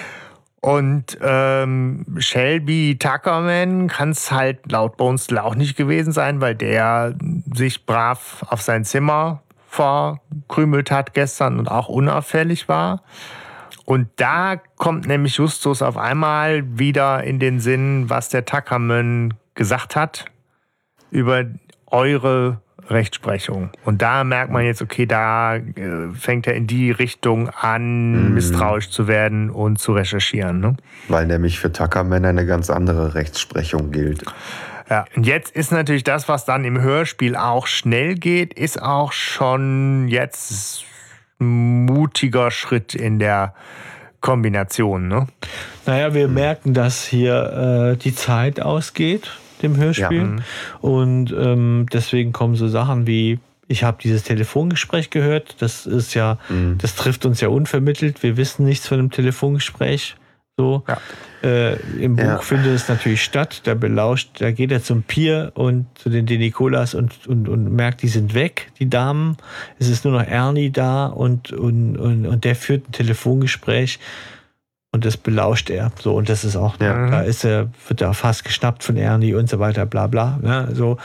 Und ähm, Shelby Tuckerman kann es halt laut Bonestell auch nicht gewesen sein, weil der sich brav auf sein Zimmer verkrümelt hat gestern und auch unauffällig war. Und da kommt nämlich Justus auf einmal wieder in den Sinn, was der Tuckerman gesagt hat über eure Rechtsprechung. Und da merkt man jetzt, okay, da äh, fängt er in die Richtung an, misstrauisch zu werden und zu recherchieren. Ne? Weil nämlich für Tuckerman eine ganz andere Rechtsprechung gilt. Ja. Und jetzt ist natürlich das, was dann im Hörspiel auch schnell geht, ist auch schon jetzt ein mutiger Schritt in der Kombination. Ne? Naja, wir merken, dass hier äh, die Zeit ausgeht, dem Hörspiel. Ja. Und ähm, deswegen kommen so Sachen wie, ich habe dieses Telefongespräch gehört. Das ist ja, mhm. das trifft uns ja unvermittelt. Wir wissen nichts von dem Telefongespräch. So. Ja. Äh, Im Buch Ja. findet es natürlich statt. Da belauscht, da geht er zum Pier und zu den Denicolas und, und, und merkt, die sind weg, die Damen. Es ist nur noch Ernie da und, und, und, und der führt ein Telefongespräch. Und das belauscht er. So, und das ist auch, Ja. da ist er, wird er fast geschnappt von Ernie und so weiter, bla bla. Ne, so.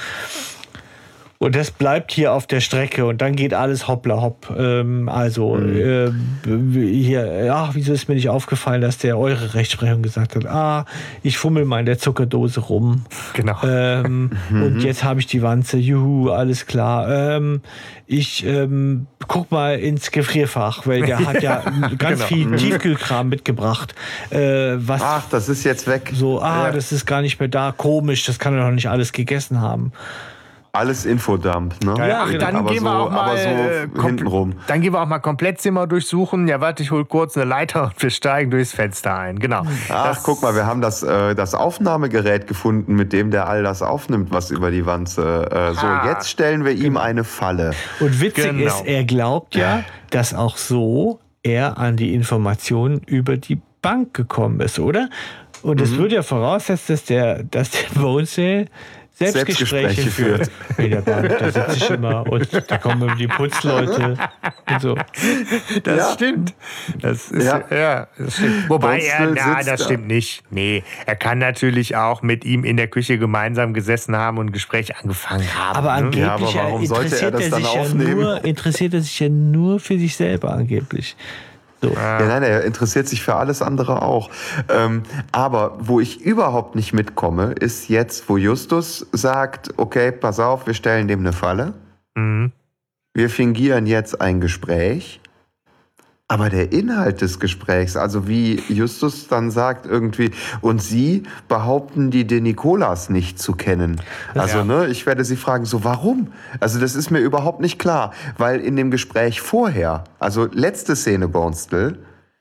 Und das bleibt hier auf der Strecke und dann geht alles hoppla hopp. Ähm, also mhm. äh, hier, ach, wieso ist mir nicht aufgefallen, dass der eure Rechtsprechung gesagt hat, ah, ich fummel mal in der Zuckerdose rum. Genau. Ähm, mhm. Und jetzt habe ich die Wanze, juhu, alles klar. Ähm, ich ähm, guck mal ins Gefrierfach, weil der hat ja ganz Genau. viel Tiefkühlkram mitgebracht. Äh, was Ach, das ist jetzt weg. so, ah, Ja. das ist gar nicht mehr da, komisch, das kann er doch nicht alles gegessen haben. Alles Infodump, ne? Ja, Ach, genau. dann aber gehen so, wir auch mal aber so äh, kompl- hintenrum. Dann gehen wir auch mal komplett Zimmer durchsuchen. Ja, warte, ich hol kurz eine Leiter und wir steigen durchs Fenster ein. Genau. Ach, Das- guck mal, wir haben das, äh, das Aufnahmegerät gefunden, mit dem der all das aufnimmt, was über die Wanze. Äh, so, Ah, jetzt stellen wir ihm eine Falle. Und witzig Genau. ist, er glaubt ja, dass auch so er an die Informationen über die Bank gekommen ist, oder? Und es wird ja voraussetzen, dass der, dass der Bonestell Selbstgespräche Selbstgespräche führt. führt. In der Bank, da sitze ich immer und da kommen immer die Putzleute und so. Das Ja. stimmt. Das ist, ja. Ja. das stimmt. Wobei er, Bonestell na, sitzt das da. stimmt nicht. Nee, er kann natürlich auch mit ihm in der Küche gemeinsam gesessen haben und ein Gespräch angefangen haben. Aber ne? angeblich Ja, aber warum sollte interessiert, er er das dann sich ja aufnehmen? nur, interessiert er sich ja nur für sich selber angeblich. So. Ja, nein, er interessiert sich für alles andere auch. Ähm, aber wo ich überhaupt nicht mitkomme, ist jetzt, wo Justus sagt, okay, pass auf, wir stellen dem eine Falle. Mhm. Wir fingieren jetzt ein Gespräch. Aber der Inhalt des Gesprächs, also wie Justus dann sagt irgendwie, und Sie behaupten, die Denicolas nicht zu kennen. Also, Ja. ne, ich werde Sie fragen, so warum? Also das ist mir überhaupt nicht klar, weil in dem Gespräch vorher, also letzte Szene Bonestell,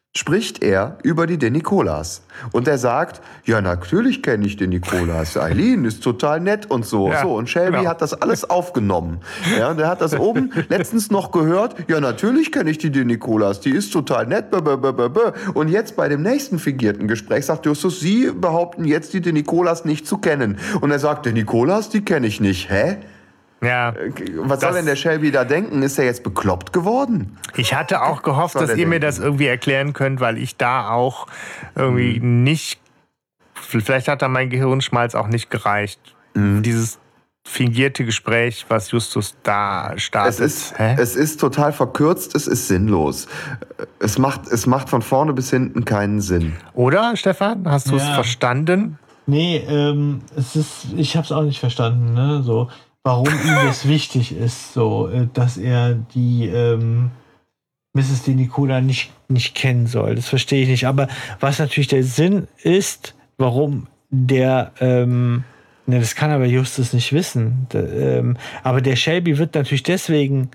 spricht er über die den Nikolas. Und er sagt, ja, natürlich kenne ich den Nikolas. Eileen ist total nett und so. Ja, so und Shelby genau. hat das alles aufgenommen. Ja, und er hat das oben letztens noch gehört. Ja, natürlich kenne ich die den Nikolas. Die ist total nett. Bäh, bäh, bäh, bäh, bäh. Und jetzt bei dem nächsten fingierten Gespräch sagt Justus, Sie behaupten jetzt, die den Nikolas nicht zu kennen. Und er sagt, den Nikolas, die kenne ich nicht. Hä? Ja, Was soll Das- denn der Shelby da denken? Ist er jetzt bekloppt geworden? ich hatte auch gehofft, soll dass der ihr mir denken? das irgendwie erklären könnt, weil ich da auch irgendwie Mhm. nicht, vielleicht hat da mein Gehirnschmalz auch nicht gereicht. Mhm. Dieses fingierte Gespräch, was Justus da startet. Es ist, Hä? es ist total verkürzt, es ist sinnlos. Es macht, es macht von vorne bis hinten keinen Sinn. Oder, Stefan? Hast du es Ja. verstanden? Nee, ähm, es ist, ich habe es auch nicht verstanden, ne? So, warum ihm das wichtig ist, so, äh, dass er die ähm, Misses De Nicola nicht, nicht kennen soll. Das verstehe ich nicht. Aber was natürlich der Sinn ist, warum der, ähm, ne, das kann aber Justus nicht wissen. Da, ähm, aber der Shelby wird natürlich deswegen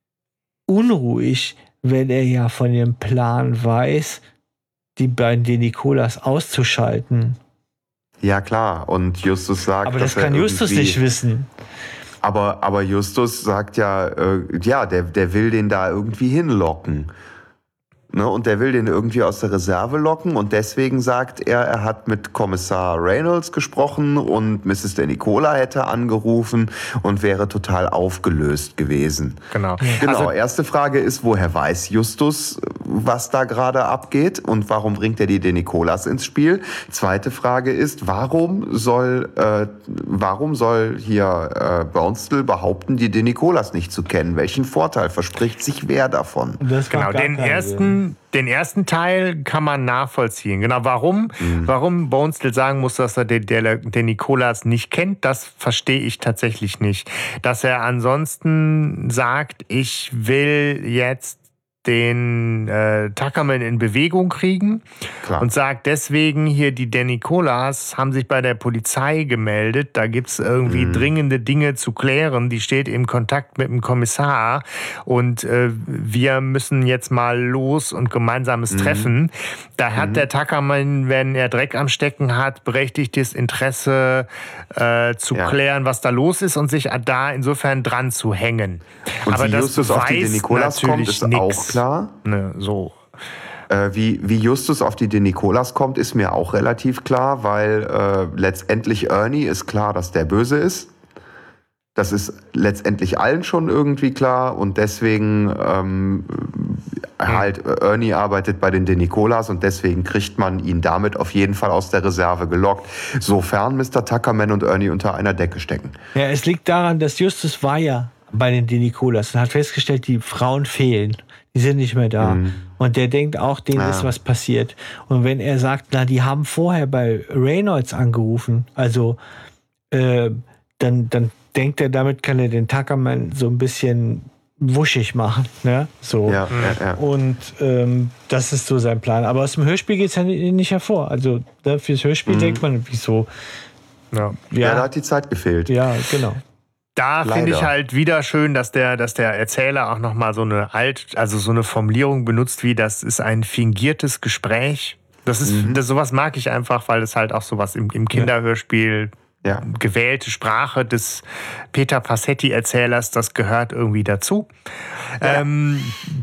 unruhig, wenn er ja von dem Plan weiß, die beiden De Nicolas auszuschalten. Ja, klar. Und Justus sagt, Aber das dass er kann Justus irgendwie- nicht wissen. Aber, aber Justus sagt ja, äh, ja, der, der will den da irgendwie hinlocken. Ne? Und der will den irgendwie aus der Reserve locken. Und deswegen sagt er, er hat mit Kommissar Reynolds gesprochen und Misses De Nicola hätte angerufen und wäre total aufgelöst gewesen. Genau. Genau, Also, erste Frage ist, woher weiß Justus, was da gerade abgeht und warum bringt er die De Nicolas ins Spiel? Zweite Frage ist, warum soll, äh, warum soll hier äh, Bounstall behaupten, die De Nicolas nicht zu kennen? Welchen Vorteil verspricht sich wer davon? Das genau, macht gar den keinen Sinn. ersten, den ersten Teil kann man nachvollziehen. Genau, warum, Mhm. warum Bounstall sagen muss, dass er den, den, den Nikolas nicht kennt, das verstehe ich tatsächlich nicht. Dass er ansonsten sagt, ich will jetzt den äh, Tuckerman in Bewegung kriegen Klar. und sagt deswegen hier, die De Nicolas haben sich bei der Polizei gemeldet, da gibt es irgendwie Mhm. dringende Dinge zu klären, die steht im Kontakt mit dem Kommissar und äh, wir müssen jetzt mal los und gemeinsames Mhm. Treffen. Da hat der Tuckerman, wenn er Dreck am Stecken hat, berechtigtes Interesse äh, zu Ja. klären, was da los ist und sich da insofern dran zu hängen. Und Aber wie das Justus auf die De beweist Nicolas kommt, natürlich ist nix. auch klar. Ne, so. Äh, wie, wie Justus auf die De Nicolas kommt, ist mir auch relativ klar, weil äh, letztendlich Ernie ist klar, dass der böse ist. Das ist letztendlich allen schon irgendwie klar und deswegen ähm, halt Ernie arbeitet bei den De Nicolas und deswegen kriegt man ihn damit auf jeden Fall aus der Reserve gelockt, sofern Mister Tuckerman und Ernie unter einer Decke stecken. Ja, es liegt daran, dass Justus war ja bei den De Nicolas und hat festgestellt, die Frauen fehlen. Die sind nicht mehr da. Mhm. Und der denkt auch, denen Ja. ist was passiert. Und wenn er sagt, na, die haben vorher bei Reynolds angerufen, also äh, dann, dann denkt er, damit kann er den Tuckerman so ein bisschen wuschig machen. Ne? So. Ja, ja, ja. Und ähm, das ist so sein Plan. Aber aus dem Hörspiel geht es ja ni- nicht hervor. Also ne, fürs Hörspiel Mhm. denkt man, wieso? Ja. Ja, da Ja, hat die Zeit gefehlt. ja, genau. Da finde ich Leider. halt wieder schön, dass der, dass der Erzähler auch nochmal so eine alt, also so eine Formulierung benutzt, wie das ist ein fingiertes Gespräch. Das ist, das, sowas mag ich einfach, weil es halt auch sowas im, im Kinderhörspiel Ja. gewählte Sprache des Peter Passetti-Erzählers, das gehört irgendwie dazu. Ähm,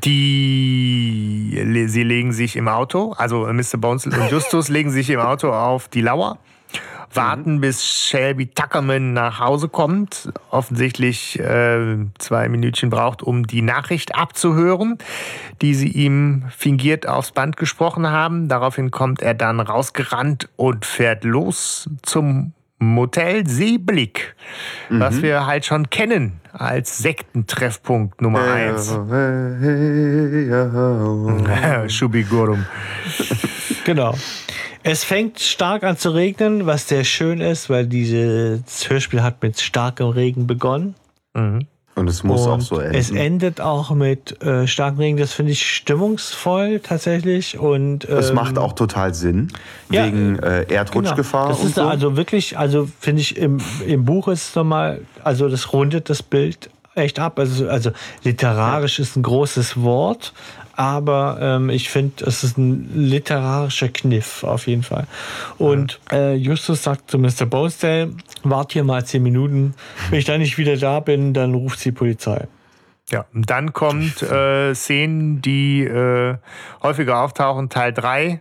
die, sie legen sich im Auto, also Mister Bounstall und Justus legen sich im Auto auf die Lauer, warten, bis Shelby Tuckerman nach Hause kommt, offensichtlich äh, zwei Minütchen braucht, um die Nachricht abzuhören, die sie ihm fingiert aufs Band gesprochen haben. Daraufhin kommt er dann rausgerannt und fährt los zum Motel Seeblick, was wir halt schon kennen als Sektentreffpunkt Nummer eins. Schubigurum. Genau. Es fängt stark an zu regnen, was sehr schön ist, weil dieses Hörspiel hat mit starkem Regen begonnen. Mhm. Und es muss und auch so enden. Es endet auch mit äh, starkem Regen. Das finde ich stimmungsvoll tatsächlich. Und, ähm, Das macht auch total Sinn, ja, wegen äh, Erdrutschgefahr Das und ist so. also wirklich, also finde ich, im, im Buch ist es nochmal, also das rundet das Bild echt ab. Also, also literarisch ist ein großes Wort, aber ähm, ich finde, es ist ein literarischer Kniff auf jeden Fall. Und äh, Justus sagt zu Mister Bonesdale, wart hier mal zehn Minuten, wenn ich dann nicht wieder da bin, dann ruft die Polizei. Ja, und dann kommt äh, Szenen, die äh, häufiger auftauchen, Teil drei.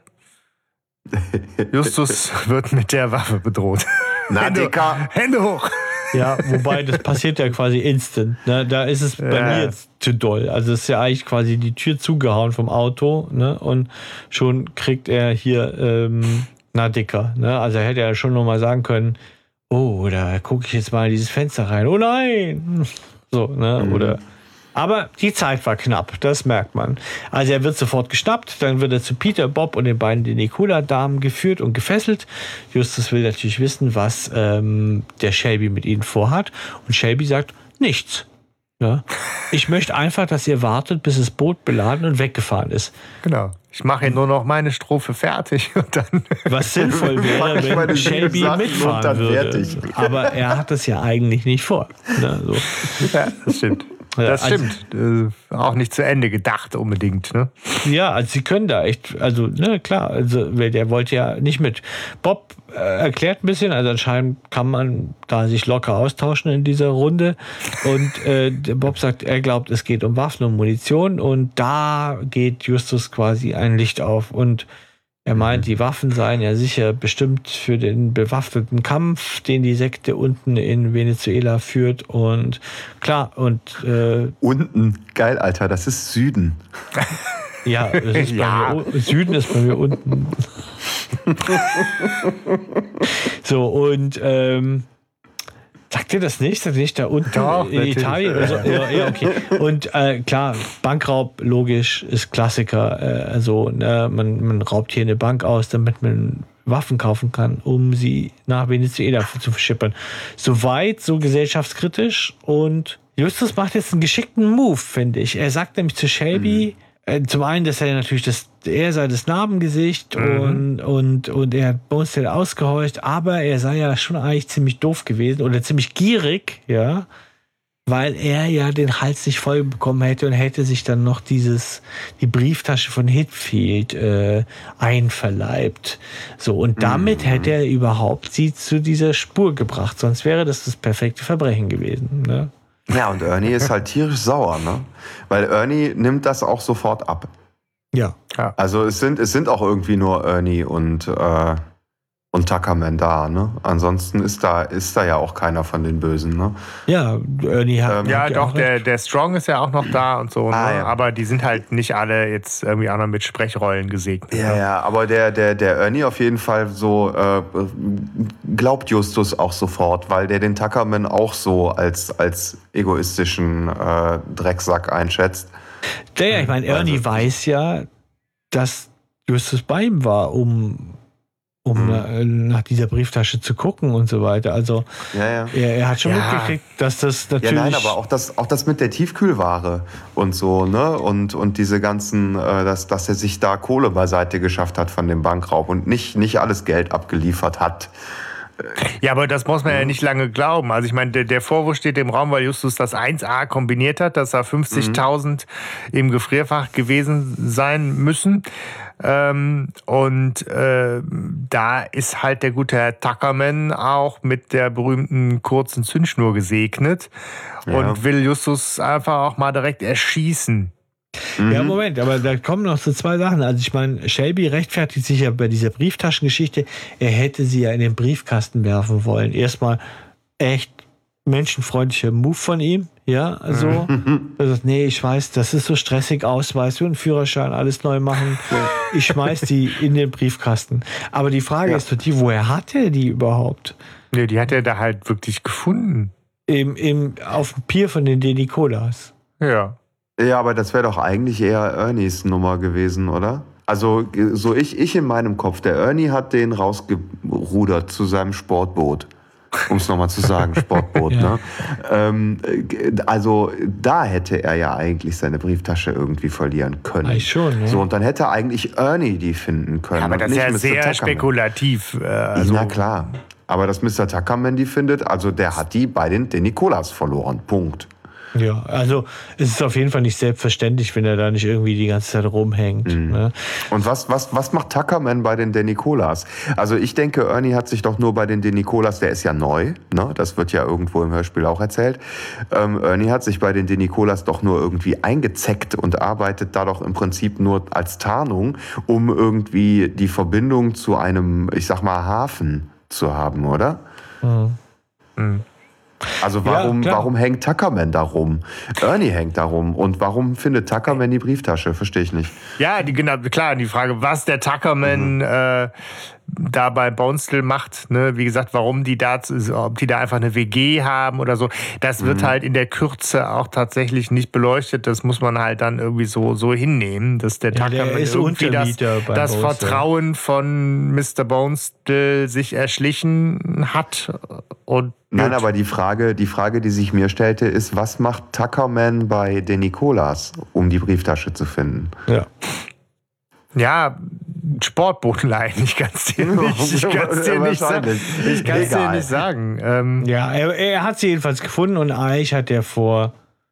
Justus wird mit der Waffe bedroht. Na, Hände, Dicker. Hände hoch. Ja, wobei das passiert ja quasi instant. Ne? Da ist es bei Ja. mir jetzt zu doll. Also es ist ja eigentlich quasi die Tür zugehauen vom Auto, ne? Und schon kriegt er hier ähm, na dicker. Ne? Also hätte er schon noch mal sagen können, oh, da gucke ich jetzt mal in dieses Fenster rein. Oh nein! So, ne? Mhm. Oder aber die Zeit war knapp, das merkt man. Also er wird sofort geschnappt, dann wird er zu Peter, Bob und den beiden Denicola-Damen geführt und gefesselt. Justus will natürlich wissen, was ähm, der Shelby mit ihnen vorhat. Und Shelby sagt, nichts. Ja? Ich möchte einfach, dass ihr wartet, bis das Boot beladen und weggefahren ist. Genau. Ich mache hier nur noch meine Strophe fertig und dann. Was sinnvoll wäre, ich meine wenn sieben Shelby Sachen und mitfahren dann würde. fertig. Aber er hat das ja eigentlich nicht vor. Ne? So. Ja, das stimmt. Ja, Das also- stimmt. Äh, auch nicht zu Ende gedacht unbedingt. Ne? Ja, also sie können da echt, also, ne, klar, also der wollte ja nicht mit. Bob äh, erklärt ein bisschen, also anscheinend kann man da sich locker austauschen in dieser Runde. Und äh, der Bob sagt, er glaubt, es geht um Waffen und Munition. Und da geht Justus quasi ein Licht auf. Und er meint, die Waffen seien ja sicher bestimmt für den bewaffneten Kampf, den die Sekte unten in Venezuela führt. Und klar, und äh, Unten. Geil, Alter, das ist Süden. ja, es ist Ja. bei mir, u- Süden ist bei mir unten. So, und ähm, sagt ihr das nicht? Sagt ihr nicht da unten Doch, in natürlich. Italien? Oder so? Ja, ja, okay. Und äh, klar, Bankraub, logisch, ist Klassiker. Äh, also, ne, man, man raubt hier eine Bank aus, damit man Waffen kaufen kann, um sie nach Venezuela zu verschippern. Soweit, so gesellschaftskritisch. Und Justus macht jetzt einen geschickten Move, finde ich. Er sagt nämlich zu Shelby, äh, zum einen, dass er natürlich das, er sei das Narbengesicht Mhm. und, und, und er hat Bonesdale ausgehorcht, aber er sei ja schon eigentlich ziemlich doof gewesen oder ziemlich gierig, ja, weil er ja den Hals nicht voll bekommen hätte und hätte sich dann noch dieses, die Brieftasche von Hitfield äh, einverleibt. So, und damit Mhm. hätte er überhaupt sie zu dieser Spur gebracht, sonst wäre das das perfekte Verbrechen gewesen, ne? Ja, und Ernie ist halt tierisch sauer, ne? Weil Ernie nimmt das auch sofort ab. Ja. Also es sind, es sind auch irgendwie nur Ernie und, äh, und Tuckerman da, ne? Ansonsten ist da, ist da ja auch keiner von den Bösen, ne? Ja, Ernie hat. Ähm, Ja, hat doch, auch der, recht. der Strong ist ja auch noch da und so. Ah, ne? ja. Aber die sind halt nicht alle jetzt irgendwie auch noch mit Sprechrollen gesegnet. Ja, ne? ja, aber der, der, der Ernie auf jeden Fall so äh, glaubt Justus auch sofort, weil der den Tuckerman auch so als, als egoistischen äh, Drecksack einschätzt. Ja, ja, ich meine, Ernie Also- weiß ja, dass Justus bei ihm war, um, um Mhm. na, nach dieser Brieftasche zu gucken und so weiter. Also Ja, ja. er, er hat schon Ja. mitgekriegt, dass das Ja, natürlich. nein, aber auch das, auch das mit der Tiefkühlware und so, ne? Und, und diese ganzen, äh, dass, dass er sich da Kohle beiseite geschafft hat von dem Bankraub und nicht, nicht alles Geld abgeliefert hat. Ja, aber das muss man ja nicht lange glauben. Also ich meine, der, der Vorwurf steht im Raum, weil Justus das eins a kombiniert hat, dass da fünfzigtausend im Gefrierfach gewesen sein müssen. Ähm, und äh, da ist halt der gute Herr Tuckerman auch mit der berühmten kurzen Zündschnur gesegnet und Ja. will Justus einfach auch mal direkt erschießen. Ja, Moment, aber da kommen noch so zwei Sachen. Also ich meine, Shelby rechtfertigt sich ja bei dieser Brieftaschengeschichte, er hätte sie ja in den Briefkasten werfen wollen. Erstmal echt menschenfreundlicher Move von ihm, ja, also, er sagt, nee, ich weiß, das ist so stressig, Ausweis und Führerschein, alles neu machen. Ich schmeiß die in den Briefkasten. Aber die Frage Ja. ist doch die, woher hat er die überhaupt? Nee, die hat er da halt wirklich gefunden. Im, im, auf dem Pier von den Denicolas. Ja. Ja, aber das wäre doch eigentlich eher Ernies Nummer gewesen, oder? Also so ich, ich in meinem Kopf, der Ernie hat den rausgerudert zu seinem Sportboot. Um es nochmal zu sagen, Sportboot, Ja. ne? Ähm, also da hätte er ja eigentlich seine Brieftasche irgendwie verlieren können. Eigentlich schon, ne? So, und dann hätte eigentlich Ernie die finden können. Ja, aber und das ist nicht ja Mister sehr Tuckerman. spekulativ. Äh, also, Na klar. Aber dass Mister Tuckerman die findet, also der hat die bei den, den Nikolas verloren. Punkt. Ja, also es ist auf jeden Fall nicht selbstverständlich, wenn er da nicht irgendwie die ganze Zeit rumhängt. Mhm. Ne? Und was, was, was macht Tuckerman bei den DeNicolas? Also ich denke, Ernie hat sich doch nur bei den DeNicolas, der ist ja neu, ne? Das wird ja irgendwo im Hörspiel auch erzählt, ähm, Ernie hat sich bei den DeNicolas doch nur irgendwie eingezeckt und arbeitet da doch im Prinzip nur als Tarnung, um irgendwie die Verbindung zu einem, ich sag mal, Hafen zu haben, oder? Mhm. Mhm. Also warum, ja, warum hängt Tuckerman da rum? Ernie hängt da rum. Und warum findet Tuckerman die Brieftasche? Verstehe ich nicht. Ja, die, genau, klar, die Frage, was der Tuckerman mhm. äh, da bei Bonestill macht, ne? Wie gesagt, warum die da, ob die da einfach eine W G haben oder so, das wird mhm. halt in der Kürze auch tatsächlich nicht beleuchtet. Das muss man halt dann irgendwie so, so hinnehmen, dass der ja, Tuckerman der irgendwie das, das Vertrauen von Mister Bonestill sich erschlichen hat. Und Nein, aber die Frage, die Frage, die sich mir stellte, ist, was macht Tuckerman bei DeNicolas, um die Brieftasche zu finden? Ja. Ja, Sportbodenleihen, ich kann es dir nicht, ich kann's dir nicht sagen. Ich kann es dir nicht sagen. Ähm ja, er, er hat sie jedenfalls gefunden und eigentlich hat er vor,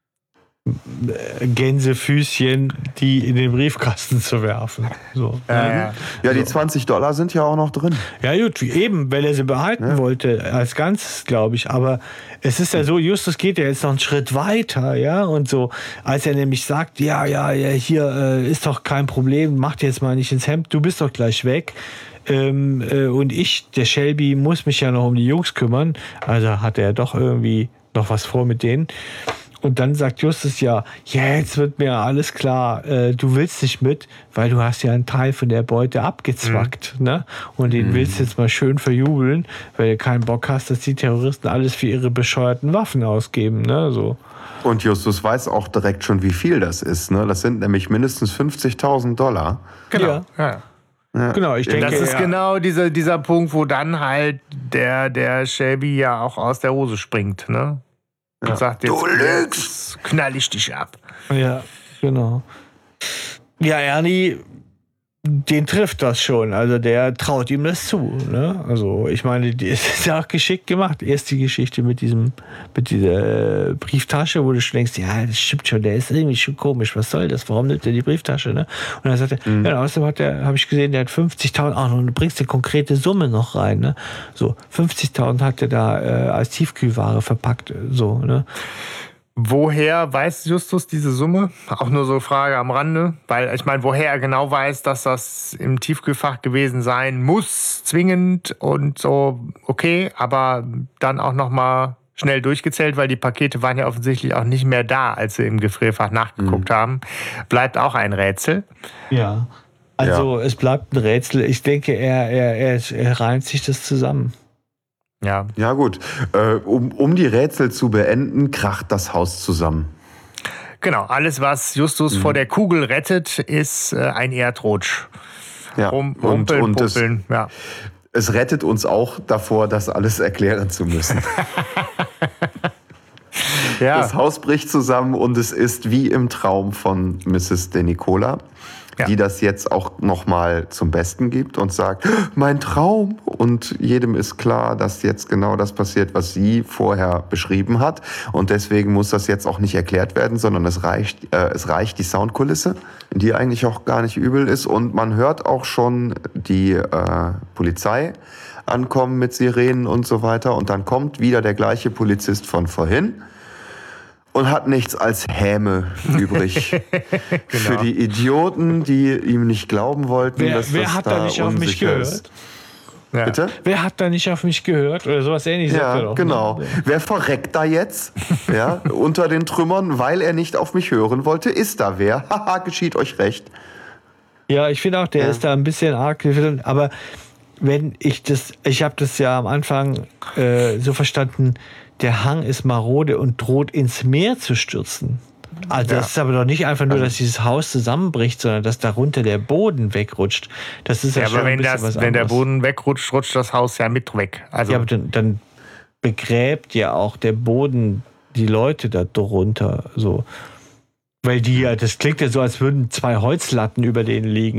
Gänsefüßchen, die in den Briefkasten zu werfen. So. Äh, ja, ja, die zwanzig Dollar sind ja auch noch drin. Ja gut, eben, weil er sie behalten ja. wollte, als Ganzes, glaube ich. Aber es ist ja so, Justus geht ja jetzt noch einen Schritt weiter, ja, und so, als er nämlich sagt, ja, ja, ja, hier äh, ist doch kein Problem, mach dir jetzt mal nicht ins Hemd, du bist doch gleich weg. Ähm, äh, und ich, der Shelby, muss mich ja noch um die Jungs kümmern. Also hat er doch irgendwie noch was vor mit denen. Und dann sagt Justus ja, ja, jetzt wird mir alles klar, äh, du willst nicht mit, weil du hast ja einen Teil von der Beute abgezwackt, mhm. ne? Und den mhm. willst jetzt mal schön verjubeln, weil du keinen Bock hast, dass die Terroristen alles für ihre bescheuerten Waffen ausgeben, ne? So. Und Justus weiß auch direkt schon, wie viel das ist, ne? Das sind nämlich mindestens fünfzigtausend Dollar. Genau, ja. ja. Ja. Genau, ich denke, das ist ja. genau dieser, dieser Punkt, wo dann halt der, der Shelby ja auch aus der Hose springt, ne? Und ja. sagt, jetzt, du lügst, knall ich dich ab. Ja, genau. Ja, Ernie, den trifft das schon. Also der traut ihm das zu. Ne? Also ich meine, die ist ja auch geschickt gemacht. Erst die Geschichte mit diesem, mit dieser Brieftasche, wo du schon denkst, ja, das stimmt schon, der ist irgendwie schon komisch. Was soll das? Warum nimmt er die Brieftasche? Ne? Und dann sagt er, mhm. ja, außerdem hat er, habe ich gesehen, der hat fünfzigtausend, ach, und du bringst eine konkrete Summe noch rein. Ne? So, fünfzigtausend hat er da äh, als Tiefkühlware verpackt. So, ne? Woher weiß Justus diese Summe? Auch nur so eine Frage am Rande. Weil ich meine, woher er genau weiß, dass das im Tiefkühlfach gewesen sein muss, zwingend und so, okay, aber dann auch nochmal schnell durchgezählt, weil die Pakete waren ja offensichtlich auch nicht mehr da, als sie im Gefrierfach nachgeguckt mhm. haben. Bleibt auch ein Rätsel. Ja, also ja. es bleibt ein Rätsel. Ich denke, er, er, er, er reimt sich das zusammen. Ja. Ja gut, äh, um, um die Rätsel zu beenden, kracht das Haus zusammen. Genau, alles, was Justus mhm. vor der Kugel rettet, ist äh, ein Erdrutsch. Ja. Rum, rumpeln, und, und pumpeln. Es, ja. es rettet uns auch davor, das alles erklären zu müssen. Ja. Das Haus bricht zusammen und es ist wie im Traum von Misses DeNicola. Ja. Die das jetzt auch nochmal zum Besten gibt und sagt, mein Traum. Und jedem ist klar, dass jetzt genau das passiert, was sie vorher beschrieben hat. Und deswegen muss das jetzt auch nicht erklärt werden, sondern es reicht, äh, es reicht die Soundkulisse, die eigentlich auch gar nicht übel ist. Und man hört auch schon die äh, Polizei ankommen mit Sirenen und so weiter. Und dann kommt wieder der gleiche Polizist von vorhin. Und hat nichts als Häme übrig. Genau. Für die Idioten, die ihm nicht glauben wollten, wer, dass wer das hat da da nicht auf mich gehört? Ist. Ja. Bitte? Wer hat da nicht auf mich gehört? Oder sowas ähnliches. Ja, doch, genau. Ne? Wer verreckt da jetzt? Ja, unter den Trümmern, weil er nicht auf mich hören wollte, ist da wer. Haha, geschieht euch recht. Ja, ich finde auch, der ja. ist da ein bisschen arg. Aber wenn ich das, ich habe das ja am Anfang äh, so verstanden, der Hang ist marode und droht ins Meer zu stürzen. Also ja. das ist aber doch nicht einfach nur, dass dieses Haus zusammenbricht, sondern dass darunter der Boden wegrutscht. Das ist ja, ja schon aber wenn, ein das, was wenn der Boden wegrutscht, rutscht das Haus ja mit weg. Also ja, aber dann, dann begräbt ja auch der Boden die Leute da drunter. So. Weil die ja, das klingt ja so, als würden zwei Holzlatten über denen liegen.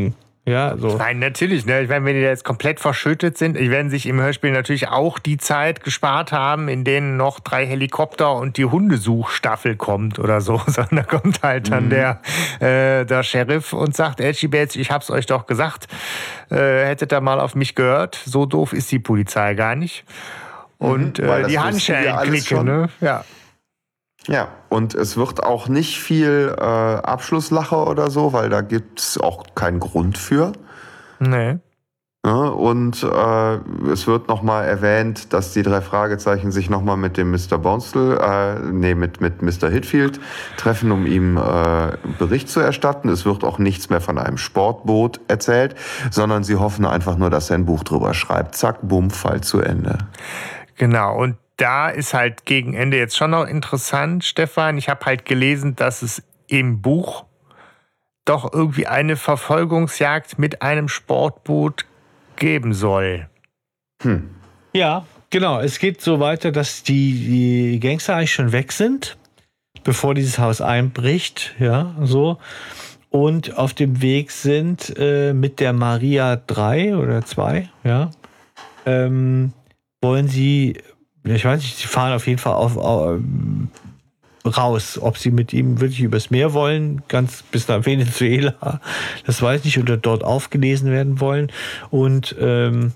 Ja, so. Nein, natürlich. Ne? Ich meine, wenn die jetzt komplett verschüttet sind, die werden sich im Hörspiel natürlich auch die Zeit gespart haben, in denen noch drei Helikopter und die Hundesuchstaffel kommt oder so. Sondern da kommt halt dann mhm. der, äh, der Sheriff und sagt, Edgy Badge, ich hab's euch doch gesagt, äh, hättet ihr mal auf mich gehört. So doof ist die Polizei gar nicht. Und mhm, äh, die Handschellen klicken, ne? Ja. Ja, und es wird auch nicht viel äh, Abschlusslache oder so, weil da gibt's auch keinen Grund für. Nee. Ja, und äh, es wird nochmal erwähnt, dass die drei Fragezeichen sich nochmal mit dem Mister Bonestell, äh, nee, mit, mit Mister Hitfield treffen, um ihm äh, Bericht zu erstatten. Es wird auch nichts mehr von einem Sportboot erzählt, sondern sie hoffen einfach nur, dass er ein Buch drüber schreibt. Zack, bumm, Fall zu Ende. Genau, und da ist halt gegen Ende jetzt schon noch interessant, Stefan. Ich habe halt gelesen, dass es im Buch doch irgendwie eine Verfolgungsjagd mit einem Sportboot geben soll. Hm. Ja, genau. Es geht so weiter, dass die, die Gangster eigentlich schon weg sind, bevor dieses Haus einbricht. Ja, so. Und auf dem Weg sind äh, mit der Maria drei oder zwei, ja, ähm, wollen sie, ich weiß nicht, sie fahren auf jeden Fall auf, auf, raus. Ob sie mit ihm wirklich übers Meer wollen, ganz bis nach Venezuela, das weiß ich nicht, oder dort aufgelesen werden wollen. Und ähm,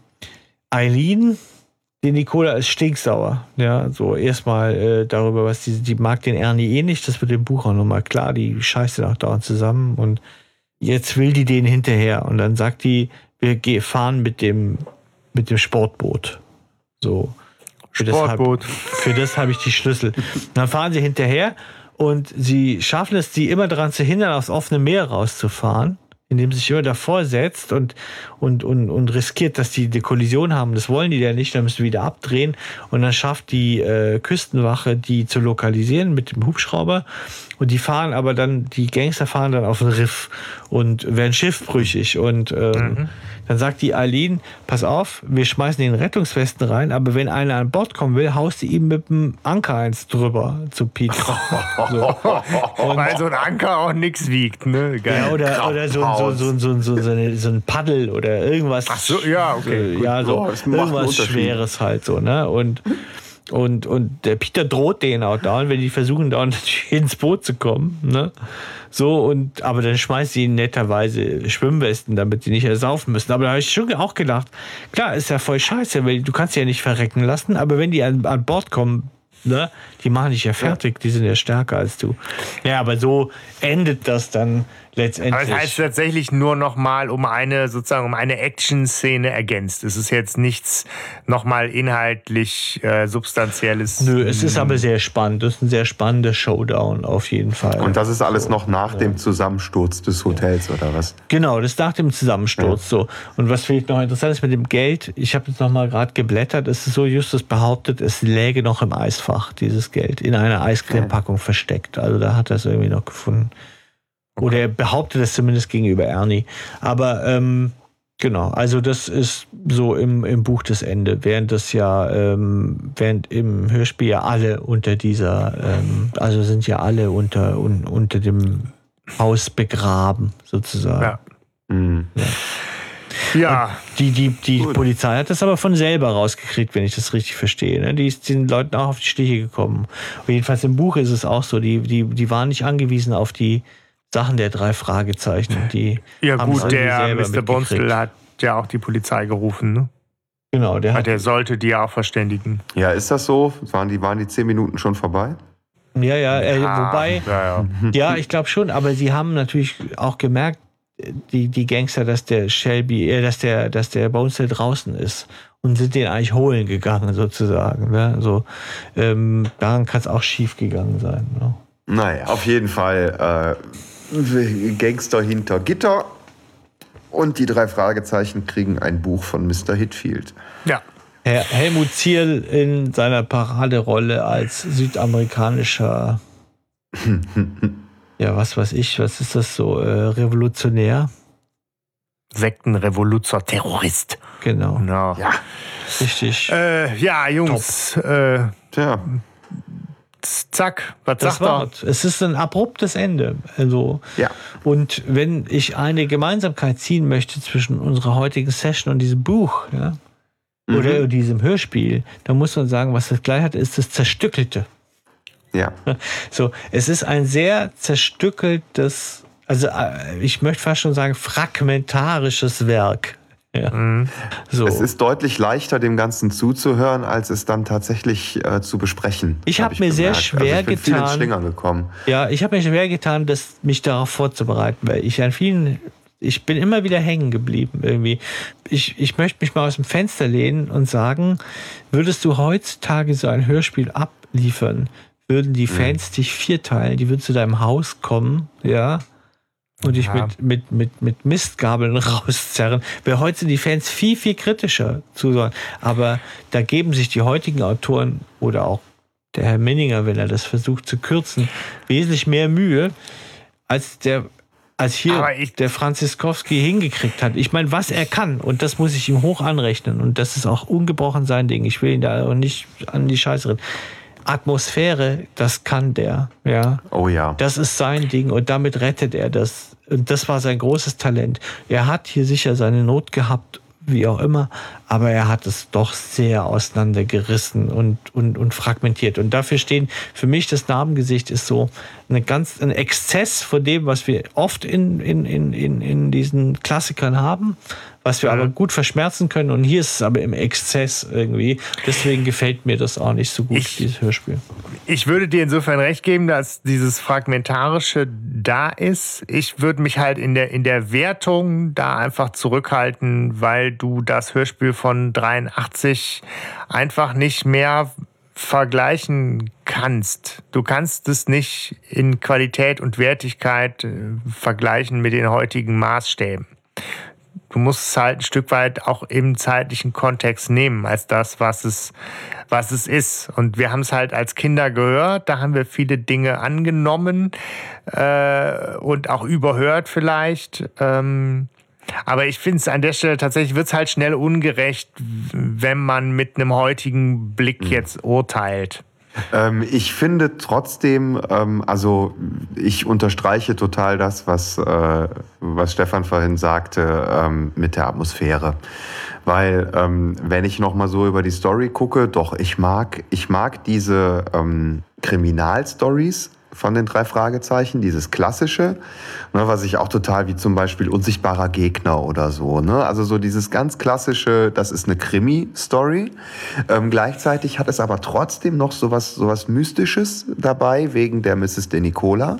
Eileen, die Nicola, ist stinksauer. Ja, so erstmal äh, darüber, was die, die mag den Ernie eh nicht, das wird im Buch auch nochmal klar, die scheißen auch dauernd zusammen und jetzt will die den hinterher und dann sagt die, wir fahren mit dem, mit dem Sportboot. So. Für Sportboot. Das hab, für das habe ich die Schlüssel. Dann fahren sie hinterher und sie schaffen es, die immer daran zu hindern, aufs offene Meer rauszufahren, indem sie sich immer davor setzt und, und, und, und riskiert, dass die eine Kollision haben. Das wollen die ja nicht, dann müssen sie wieder abdrehen. Und dann schafft die äh, Küstenwache, die zu lokalisieren mit dem Hubschrauber. Und die fahren aber dann, die Gangster fahren dann auf den Riff und werden schiffbrüchig. Und ähm, mhm. dann sagt die Eileen, pass auf, wir schmeißen den Rettungswesten rein, aber wenn einer an Bord kommen will, haust du ihm mit dem Anker eins drüber zu Pete. So. Und weil so ein Anker auch nichts wiegt, ne? Geil. Ja, oder, oder so, so, so, so, so, so, eine, so ein Paddel oder irgendwas. Ach so, ja, okay. So, ja, so oh, irgendwas Schweres halt so, ne? Und Und, und der Peter droht denen auch da, wenn die versuchen, da ins Boot zu kommen. Ne? So, und, aber dann schmeißt sie ihnen netterweise Schwimmwesten, damit sie nicht ersaufen müssen. Aber da habe ich schon auch gedacht, klar, ist ja voll scheiße, weil du kannst sie ja nicht verrecken lassen, aber wenn die an, an Bord kommen, ne, die machen dich ja fertig, ja. Die sind ja stärker als du. Ja, aber so endet das dann letztendlich. Aber es heißt tatsächlich nur noch mal um eine sozusagen um eine Action-Szene ergänzt. Es ist jetzt nichts nochmal inhaltlich äh, Substanzielles. Nö, es ist aber sehr spannend. Das ist ein sehr spannender Showdown auf jeden Fall. Und das ist alles noch nach ja. dem Zusammensturz des Hotels oder was? Genau, das ist nach dem Zusammensturz. Ja. So. Und was vielleicht noch interessant ist mit dem Geld, ich habe jetzt noch mal gerade geblättert, es ist so, Justus behauptet, es läge noch im Eisfach, dieses Geld, in einer Eiscreme-Packung okay. versteckt. Also da hat er es irgendwie noch gefunden. Okay. Oder er behauptet es zumindest gegenüber Ernie. Aber ähm, genau, also das ist so im, im Buch das Ende. Während das ja, ähm, während im Hörspiel ja alle unter dieser, ähm, also sind ja alle unter, un, unter dem Haus begraben, sozusagen. Ja. Mhm. ja. Ja. Die, die, die Polizei hat das aber von selber rausgekriegt, wenn ich das richtig verstehe. Ne? Die ist den Leuten auch auf die Stiche gekommen. Aber jedenfalls im Buch ist es auch so, die, die, die waren nicht angewiesen auf die Sachen der drei Fragezeichen. Die ja gut, der Mister Bonestell hat ja auch die Polizei gerufen, ne? Genau, der hat. Der sollte die ja auch verständigen. Ja, ist das so? Waren die, waren die zehn Minuten schon vorbei? Ja, ja, äh, ah, wobei, ja, ja. ja ich glaube schon, aber sie haben natürlich auch gemerkt, die, die Gangster, dass der Shelby, äh, dass der, dass der Bonestell draußen ist und sind den eigentlich holen gegangen, sozusagen. Ne? So, ähm, daran kann es auch schief gegangen sein. Ne? Naja, auf jeden Fall äh, Gangster hinter Gitter und die drei Fragezeichen kriegen ein Buch von Mister Hitfield. Ja. Herr Helmut Zierl in seiner Paraderolle als südamerikanischer ja, was weiß ich, was ist das so, äh, Revolutionär? Sektenrevoluzer, Terrorist. Genau. genau. Ja. Richtig. Äh, ja, Jungs. Äh, Tja. zack, was Das sagt er? Wort. Es ist ein abruptes Ende. Also, Ja. Und wenn ich eine Gemeinsamkeit ziehen möchte zwischen unserer heutigen Session und diesem Buch, ja, Mhm. oder diesem Hörspiel, dann muss man sagen, was das gleich hat, ist das Zerstückelte. Ja. So, es ist ein sehr zerstückeltes, also äh, ich möchte fast schon sagen, fragmentarisches Werk. Ja. Mhm. So. Es ist deutlich leichter, dem Ganzen zuzuhören, als es dann tatsächlich äh, zu besprechen. Ich hab mir sehr gemerkt. schwer also ich bin viel ins getan. Schlingern gekommen. Ja, ich habe mir schwer getan, das, mich darauf vorzubereiten, weil ich an vielen, ich bin immer wieder hängen geblieben irgendwie. Ich, ich möchte mich mal aus dem Fenster lehnen und sagen, würdest du heutzutage so ein Hörspiel abliefern, würden die Fans mhm. dich vierteilen, die würden zu deinem Haus kommen, ja, und dich Ja. mit, mit, mit, mit Mistgabeln rauszerren. Weil heute sind die Fans viel, viel kritischer zu sagen. Aber da geben sich die heutigen Autoren oder auch der Herr Minninger, wenn er das versucht zu kürzen, wesentlich mehr Mühe, als der als hier Aber ich- der Franziskowski hingekriegt hat. Ich meine, was er kann, und das muss ich ihm hoch anrechnen, und das ist auch ungebrochen sein Ding. Ich will ihn da auch nicht an die Scheiße reden. Atmosphäre, das kann der, ja. Oh ja. Das ist sein Ding und damit rettet er das. Und das war sein großes Talent. Er hat hier sicher seine Not gehabt, wie auch immer, aber er hat es doch sehr auseinandergerissen und, und, und fragmentiert. Und dafür stehen, für mich das Namengesicht ist so eine ganz, ein Exzess von dem, was wir oft in, in, in, in, in diesen Klassikern haben, was wir Mhm. aber gut verschmerzen können. Und hier ist es aber im Exzess irgendwie. Deswegen gefällt mir das auch nicht so gut, Ich- dieses Hörspiel. Ich würde dir insofern recht geben, dass dieses Fragmentarische da ist. Ich würde mich halt in der, in der Wertung da einfach zurückhalten, weil du das Hörspiel von dreiundachtzig einfach nicht mehr vergleichen kannst. Du kannst es nicht in Qualität und Wertigkeit äh, vergleichen mit den heutigen Maßstäben. Du musst es halt ein Stück weit auch im zeitlichen Kontext nehmen, als das, was es, was es ist. Und wir haben es halt als Kinder gehört, da haben wir viele Dinge angenommen äh, und auch überhört vielleicht. Ähm, aber ich finde es an der Stelle tatsächlich, wird es halt schnell ungerecht, wenn man mit einem heutigen Blick jetzt urteilt. Ähm, ich finde trotzdem, ähm, also ich unterstreiche total das, was, äh, was Stefan vorhin sagte ähm, mit der Atmosphäre. Weil ähm, wenn ich nochmal so über die Story gucke, doch, ich mag, ich mag diese ähm, Kriminalstories von den drei Fragezeichen, dieses Klassische, ne, was ich auch total, wie zum Beispiel Unsichtbarer Gegner oder so, ne? Also so dieses ganz Klassische, das ist eine Krimi-Story. Ähm, gleichzeitig hat es aber trotzdem noch sowas, sowas Mystisches dabei, wegen der Misses De Nicola.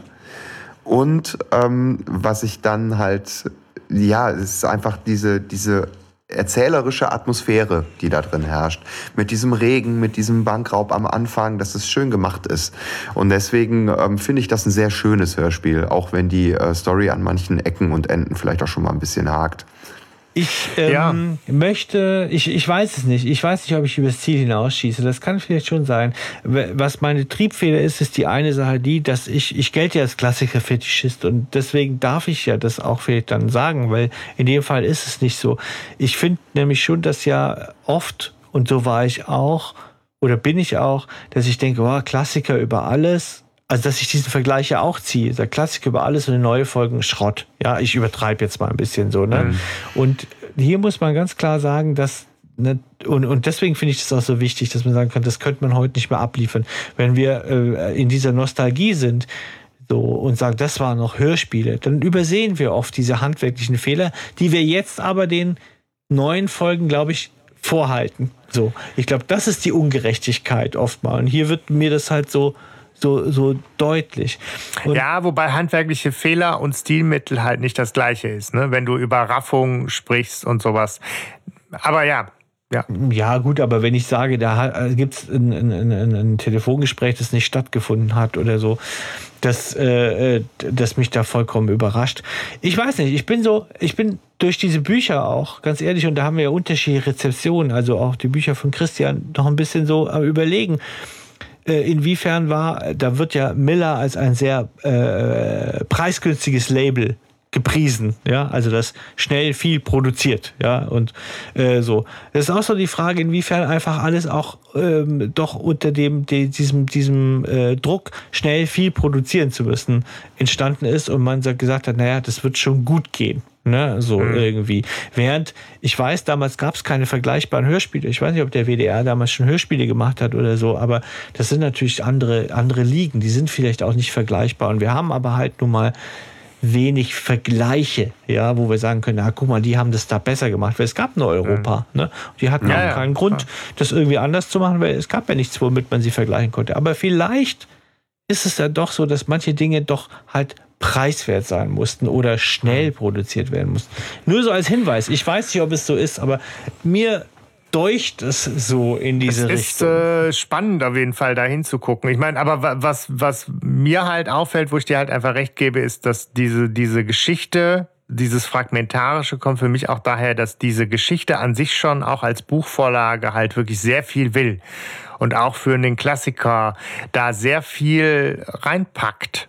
Und ähm, was ich dann halt, ja, es ist einfach diese, diese erzählerische Atmosphäre, die da drin herrscht. Mit diesem Regen, mit diesem Bankraub am Anfang, dass es schön gemacht ist. Und deswegen ähm, finde ich das ein sehr schönes Hörspiel, auch wenn die äh, Story an manchen Ecken und Enden vielleicht auch schon mal ein bisschen hakt. Ich ähm, Ja. möchte, ich, ich weiß es nicht. Ich weiß nicht, ob ich übers Ziel hinausschieße. Das kann vielleicht schon sein. Was meine Triebfeder ist, ist die eine Sache die, dass ich, ich gelte ja als Klassiker-Fetischist und deswegen darf ich ja das auch vielleicht dann sagen, weil in dem Fall ist es nicht so. Ich finde nämlich schon, dass ja oft, und so war ich auch, oder bin ich auch, dass ich denke, oh, Klassiker über alles. Also, dass ich diesen Vergleich ja auch ziehe. Der Klassiker über alles und eine neue Folge Schrott. Ja, ich übertreibe jetzt mal ein bisschen so, ne? Mhm. Und hier muss man ganz klar sagen, dass, ne, und, und deswegen finde ich das auch so wichtig, dass man sagen kann, das könnte man heute nicht mehr abliefern. Wenn wir äh, in dieser Nostalgie sind, so, und sagen, das waren noch Hörspiele, dann übersehen wir oft diese handwerklichen Fehler, die wir jetzt aber den neuen Folgen, glaube ich, vorhalten. So, ich glaube, das ist die Ungerechtigkeit oftmal. Und hier wird mir das halt so So, so deutlich. Und ja, wobei handwerkliche Fehler und Stilmittel halt nicht das Gleiche ist, ne? Wenn du über Raffung sprichst und sowas. Aber ja, ja. Ja, gut, aber wenn ich sage, da gibt es ein, ein, ein, ein Telefongespräch, das nicht stattgefunden hat oder so, das, äh, das mich da vollkommen überrascht. Ich weiß nicht, ich bin so, ich bin durch diese Bücher auch, ganz ehrlich, und da haben wir ja unterschiedliche Rezeptionen, also auch die Bücher von Christian, noch ein bisschen so am Überlegen. Inwiefern war, da wird ja Miller als ein sehr äh, preisgünstiges Label gepriesen, ja, also das schnell viel produziert, ja, und äh, so. Das ist auch so die Frage, inwiefern einfach alles auch ähm, doch unter dem, de, diesem, diesem äh, Druck, schnell viel produzieren zu müssen, entstanden ist und man so gesagt hat, naja, das wird schon gut gehen. Ne, so mhm. irgendwie. Während, ich weiß, damals gab es keine vergleichbaren Hörspiele. Ich weiß nicht, ob der W D R damals schon Hörspiele gemacht hat oder so, aber das sind natürlich andere, andere Ligen. Die sind vielleicht auch nicht vergleichbar. Und wir haben aber halt nun mal wenig Vergleiche, ja, wo wir sagen können, na, guck mal, die haben das da besser gemacht, weil es gab nur Europa. Mhm. Ne? Die hatten ja, auch keinen ja, Grund, klar. das irgendwie anders zu machen, weil es gab ja nichts, womit man sie vergleichen konnte. Aber vielleicht ist es dann doch so, dass manche Dinge doch halt preiswert sein mussten oder schnell produziert werden mussten. Nur so als Hinweis. Ich weiß nicht, ob es so ist, aber mir deucht es so in diese Richtung. Es ist äh, spannend auf jeden Fall, da hinzugucken. Ich meine, aber was, was mir halt auffällt, wo ich dir halt einfach recht gebe, ist, dass diese, diese Geschichte, dieses Fragmentarische kommt für mich auch daher, dass diese Geschichte an sich schon auch als Buchvorlage halt wirklich sehr viel will. Und auch für einen Klassiker da sehr viel reinpackt.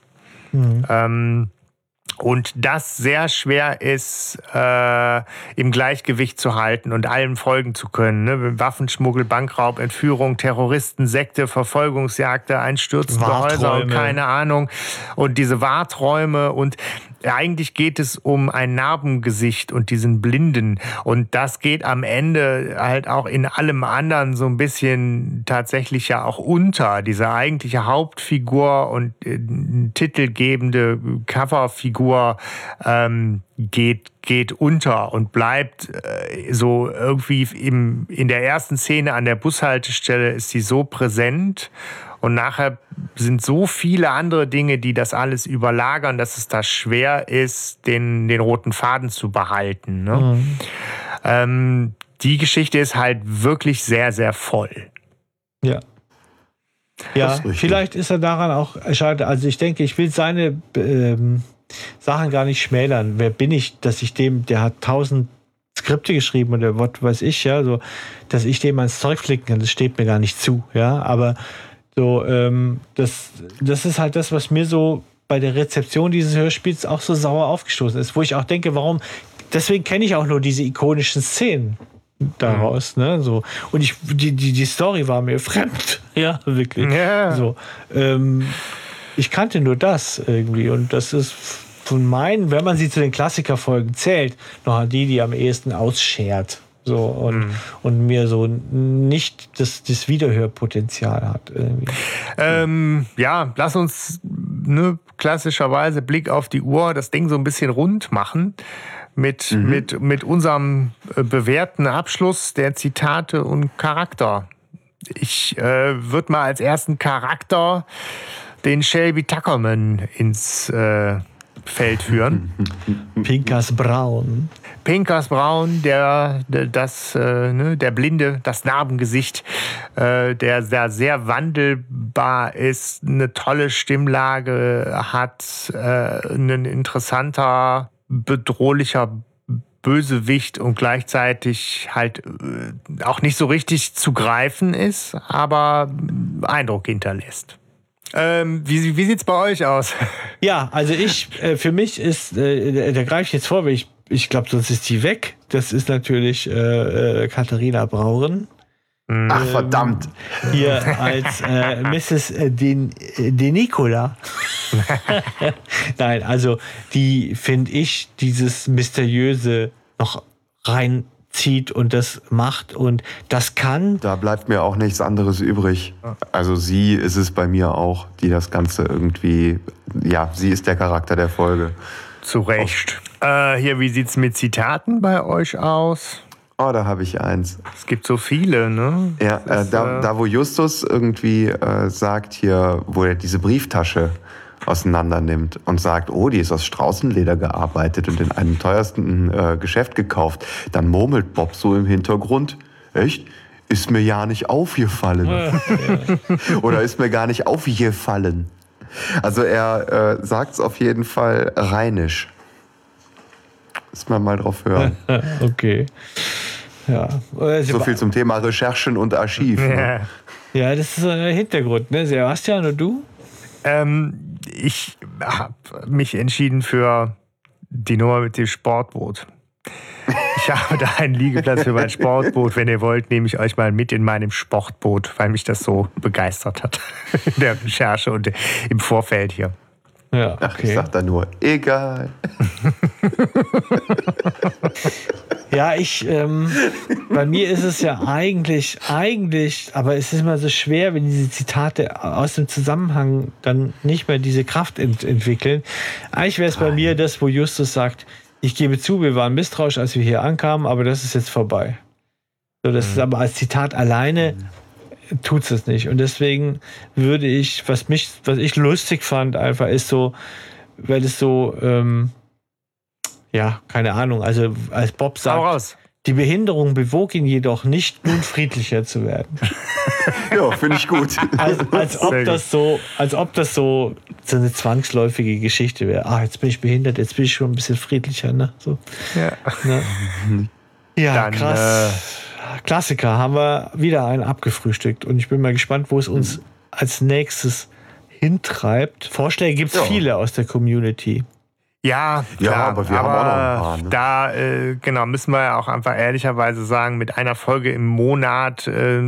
Mhm. Ähm, und das sehr schwer ist, äh, im Gleichgewicht zu halten und allem folgen zu können. Ne? Waffenschmuggel, Bankraub, Entführung, Terroristen, Sekte, Verfolgungsjagde, einstürzende Häuser und keine Ahnung. Und diese Warträume und eigentlich geht es um ein Narbengesicht und diesen Blinden. Und das geht am Ende halt auch in allem anderen so ein bisschen tatsächlich ja auch unter. Diese eigentliche Hauptfigur und äh, titelgebende Coverfigur ähm, geht geht unter und bleibt äh, so irgendwie im, in der ersten Szene an der Bushaltestelle ist sie so präsent. Und nachher sind so viele andere Dinge, die das alles überlagern, dass es da schwer ist, den, den roten Faden zu behalten. Ne? Mhm. Ähm, die Geschichte ist halt wirklich sehr, sehr voll. Ja. Ja, ist vielleicht ist er daran auch schade. Also ich denke, ich will seine ähm, Sachen gar nicht schmälern. Wer bin ich, dass ich dem, der hat tausend Skripte geschrieben oder was weiß ich, ja, so, dass ich dem ans Zeug flicken kann, das steht mir gar nicht zu, ja, aber so, ähm, das, das ist halt das, was mir so bei der Rezeption dieses Hörspiels auch so sauer aufgestoßen ist, wo ich auch denke, warum, deswegen kenne ich auch nur diese ikonischen Szenen daraus, mhm. ne, so, und ich, die, die, die Story war mir fremd, ja, wirklich, yeah. so, ähm, ich kannte nur das irgendwie und das ist von meinen, wenn man sie zu den Klassikerfolgen zählt, noch die, die am ehesten ausschert. So, und, mhm. und mir so nicht das, das Wiederhörpotenzial hat. Irgendwie. Ähm, ja, lass uns ne, klassischerweise Blick auf die Uhr, das Ding so ein bisschen rund machen mit, mhm. mit, mit unserem bewährten Abschluss der Zitate und Charakter. Ich äh, würde mal als ersten Charakter den Shelby Tuckerman ins äh, Feld führen. Pinkas Braun. Pinkas Braun, der, der, das, äh, ne, der Blinde, das Narbengesicht, äh, der, der sehr wandelbar ist, eine tolle Stimmlage hat, äh, ein interessanter, bedrohlicher Bösewicht und gleichzeitig halt äh, auch nicht so richtig zu greifen ist, aber Eindruck hinterlässt. Ähm, wie wie sieht's bei euch aus? Ja, also ich, äh, für mich ist, äh, da greife ich jetzt vor, weil ich, ich glaube, sonst ist die weg. Das ist natürlich äh, äh, Katharina Brauren. Ach, verdammt. Ähm, hier als äh, Misses De, De Nicola. Nein, also die, finde ich, dieses Mysteriöse noch rein zieht und das macht und das kann. Da bleibt mir auch nichts anderes übrig. Also sie ist es bei mir auch, die das Ganze irgendwie, ja, sie ist der Charakter der Folge. Zu Recht. Äh, hier, wie sieht's mit Zitaten bei euch aus? Oh, da habe ich eins. Es gibt so viele, ne? Ja, äh, das, da, äh da wo Justus irgendwie äh, sagt hier, wo er diese Brieftasche auseinander nimmt und sagt, oh, die ist aus Straußenleder gearbeitet und in einem teuersten äh, Geschäft gekauft. Dann murmelt Bob so im Hintergrund, echt? Ist mir ja nicht aufgefallen. Ja. Oder ist mir gar nicht aufgefallen. Also er äh, sagt es auf jeden Fall rheinisch. Müssen wir mal drauf hören. Okay. Ja. So viel zum Thema Recherchen und Archiv. Ja, ne? Ja, das ist der Hintergrund, ne? Sebastian und du? Ähm, ich habe mich entschieden für die Nummer mit dem Sportboot. Ich habe da einen Liegeplatz für mein Sportboot. Wenn ihr wollt, nehme ich euch mal mit in meinem Sportboot, weil mich das so begeistert hat in der Recherche und im Vorfeld hier. Ja, okay. Ach, ich sag da nur, egal. Ja, ich, ähm, bei mir ist es ja eigentlich, eigentlich, aber es ist immer so schwer, wenn diese Zitate aus dem Zusammenhang dann nicht mehr diese Kraft ent- entwickeln. Eigentlich wäre es bei mir das, wo Justus sagt, ich gebe zu, wir waren misstrauisch, als wir hier ankamen, aber das ist jetzt vorbei. So, das mhm. ist aber als Zitat alleine tut es nicht. Und deswegen würde ich, was mich, was ich lustig fand, einfach ist so, weil es so, ähm, ja, keine Ahnung, also als Bob sagt, die Behinderung bewog ihn jedoch nicht, nun friedlicher zu werden. Ja, finde ich gut. Als, als, ob das so, als ob das so, so eine zwangsläufige Geschichte wäre. Ah, jetzt bin ich behindert, jetzt bin ich schon ein bisschen friedlicher, ne? So. Ja, ne? Ja, Dann, krass. Äh, Klassiker, haben wir wieder einen abgefrühstückt und ich bin mal gespannt, wo es uns als nächstes hintreibt. Vorschläge gibt es ja. viele aus der Community. Ja, ja, klar, aber wir aber haben auch noch ein paar. Ne? Da äh, genau, müssen wir ja auch einfach ehrlicherweise sagen, mit einer Folge im Monat äh,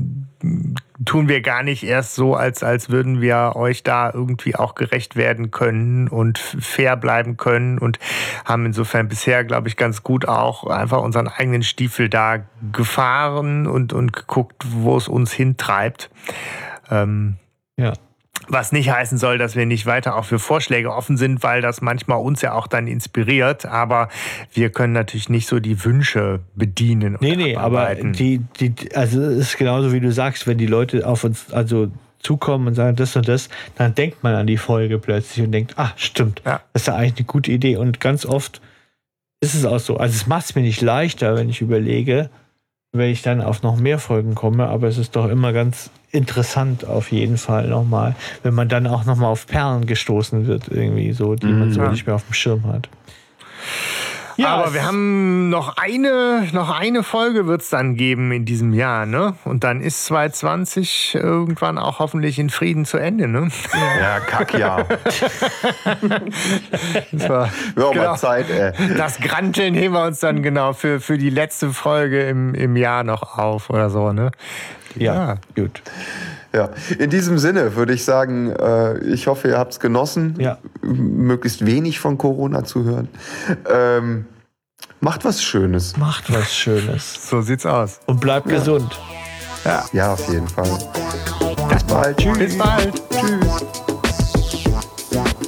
tun wir gar nicht erst so, als, als würden wir euch da irgendwie auch gerecht werden können und fair bleiben können und haben insofern bisher, glaube ich, ganz gut auch einfach unseren eigenen Stiefel da gefahren und, und geguckt, wo es uns hintreibt. Ähm, ja. Was nicht heißen soll, dass wir nicht weiter auch für Vorschläge offen sind, weil das manchmal uns ja auch dann inspiriert. Aber wir können natürlich nicht so die Wünsche bedienen. Nee, nee, aber die, die, also es ist genauso wie du sagst, wenn die Leute auf uns also zukommen und sagen das und das, dann denkt man an die Folge plötzlich und denkt, ah, stimmt, ja. Das ist ja eigentlich eine gute Idee. Und ganz oft ist es auch so. Also es macht es mir nicht leichter, wenn ich überlege, wenn ich dann auf noch mehr Folgen komme, aber es ist doch immer ganz interessant auf jeden Fall nochmal, wenn man dann auch nochmal auf Perlen gestoßen wird, irgendwie so, die man so ja. nicht mehr auf dem Schirm hat. Ja, aber wir haben noch eine, noch eine Folge wird es dann geben in diesem Jahr, ne? Und dann ist zwanzig zwanzig irgendwann auch hoffentlich in Frieden zu Ende, ne? Ja, Kackjahr. Das war ja, genau, mal Zeit, ey. Das Granteln heben wir uns dann genau für, für die letzte Folge im, im Jahr noch auf oder so, ne? Ja, ja. Gut. Ja, in diesem Sinne würde ich sagen, äh, ich hoffe, ihr habt es genossen, ja. möglichst wenig von Corona zu hören. Ähm, macht was Schönes. Macht was Schönes. So sieht's aus. Und bleibt ja. gesund. Ja. ja, auf jeden Fall. Bis bald. Tschüss. Bis bald. Tschüss.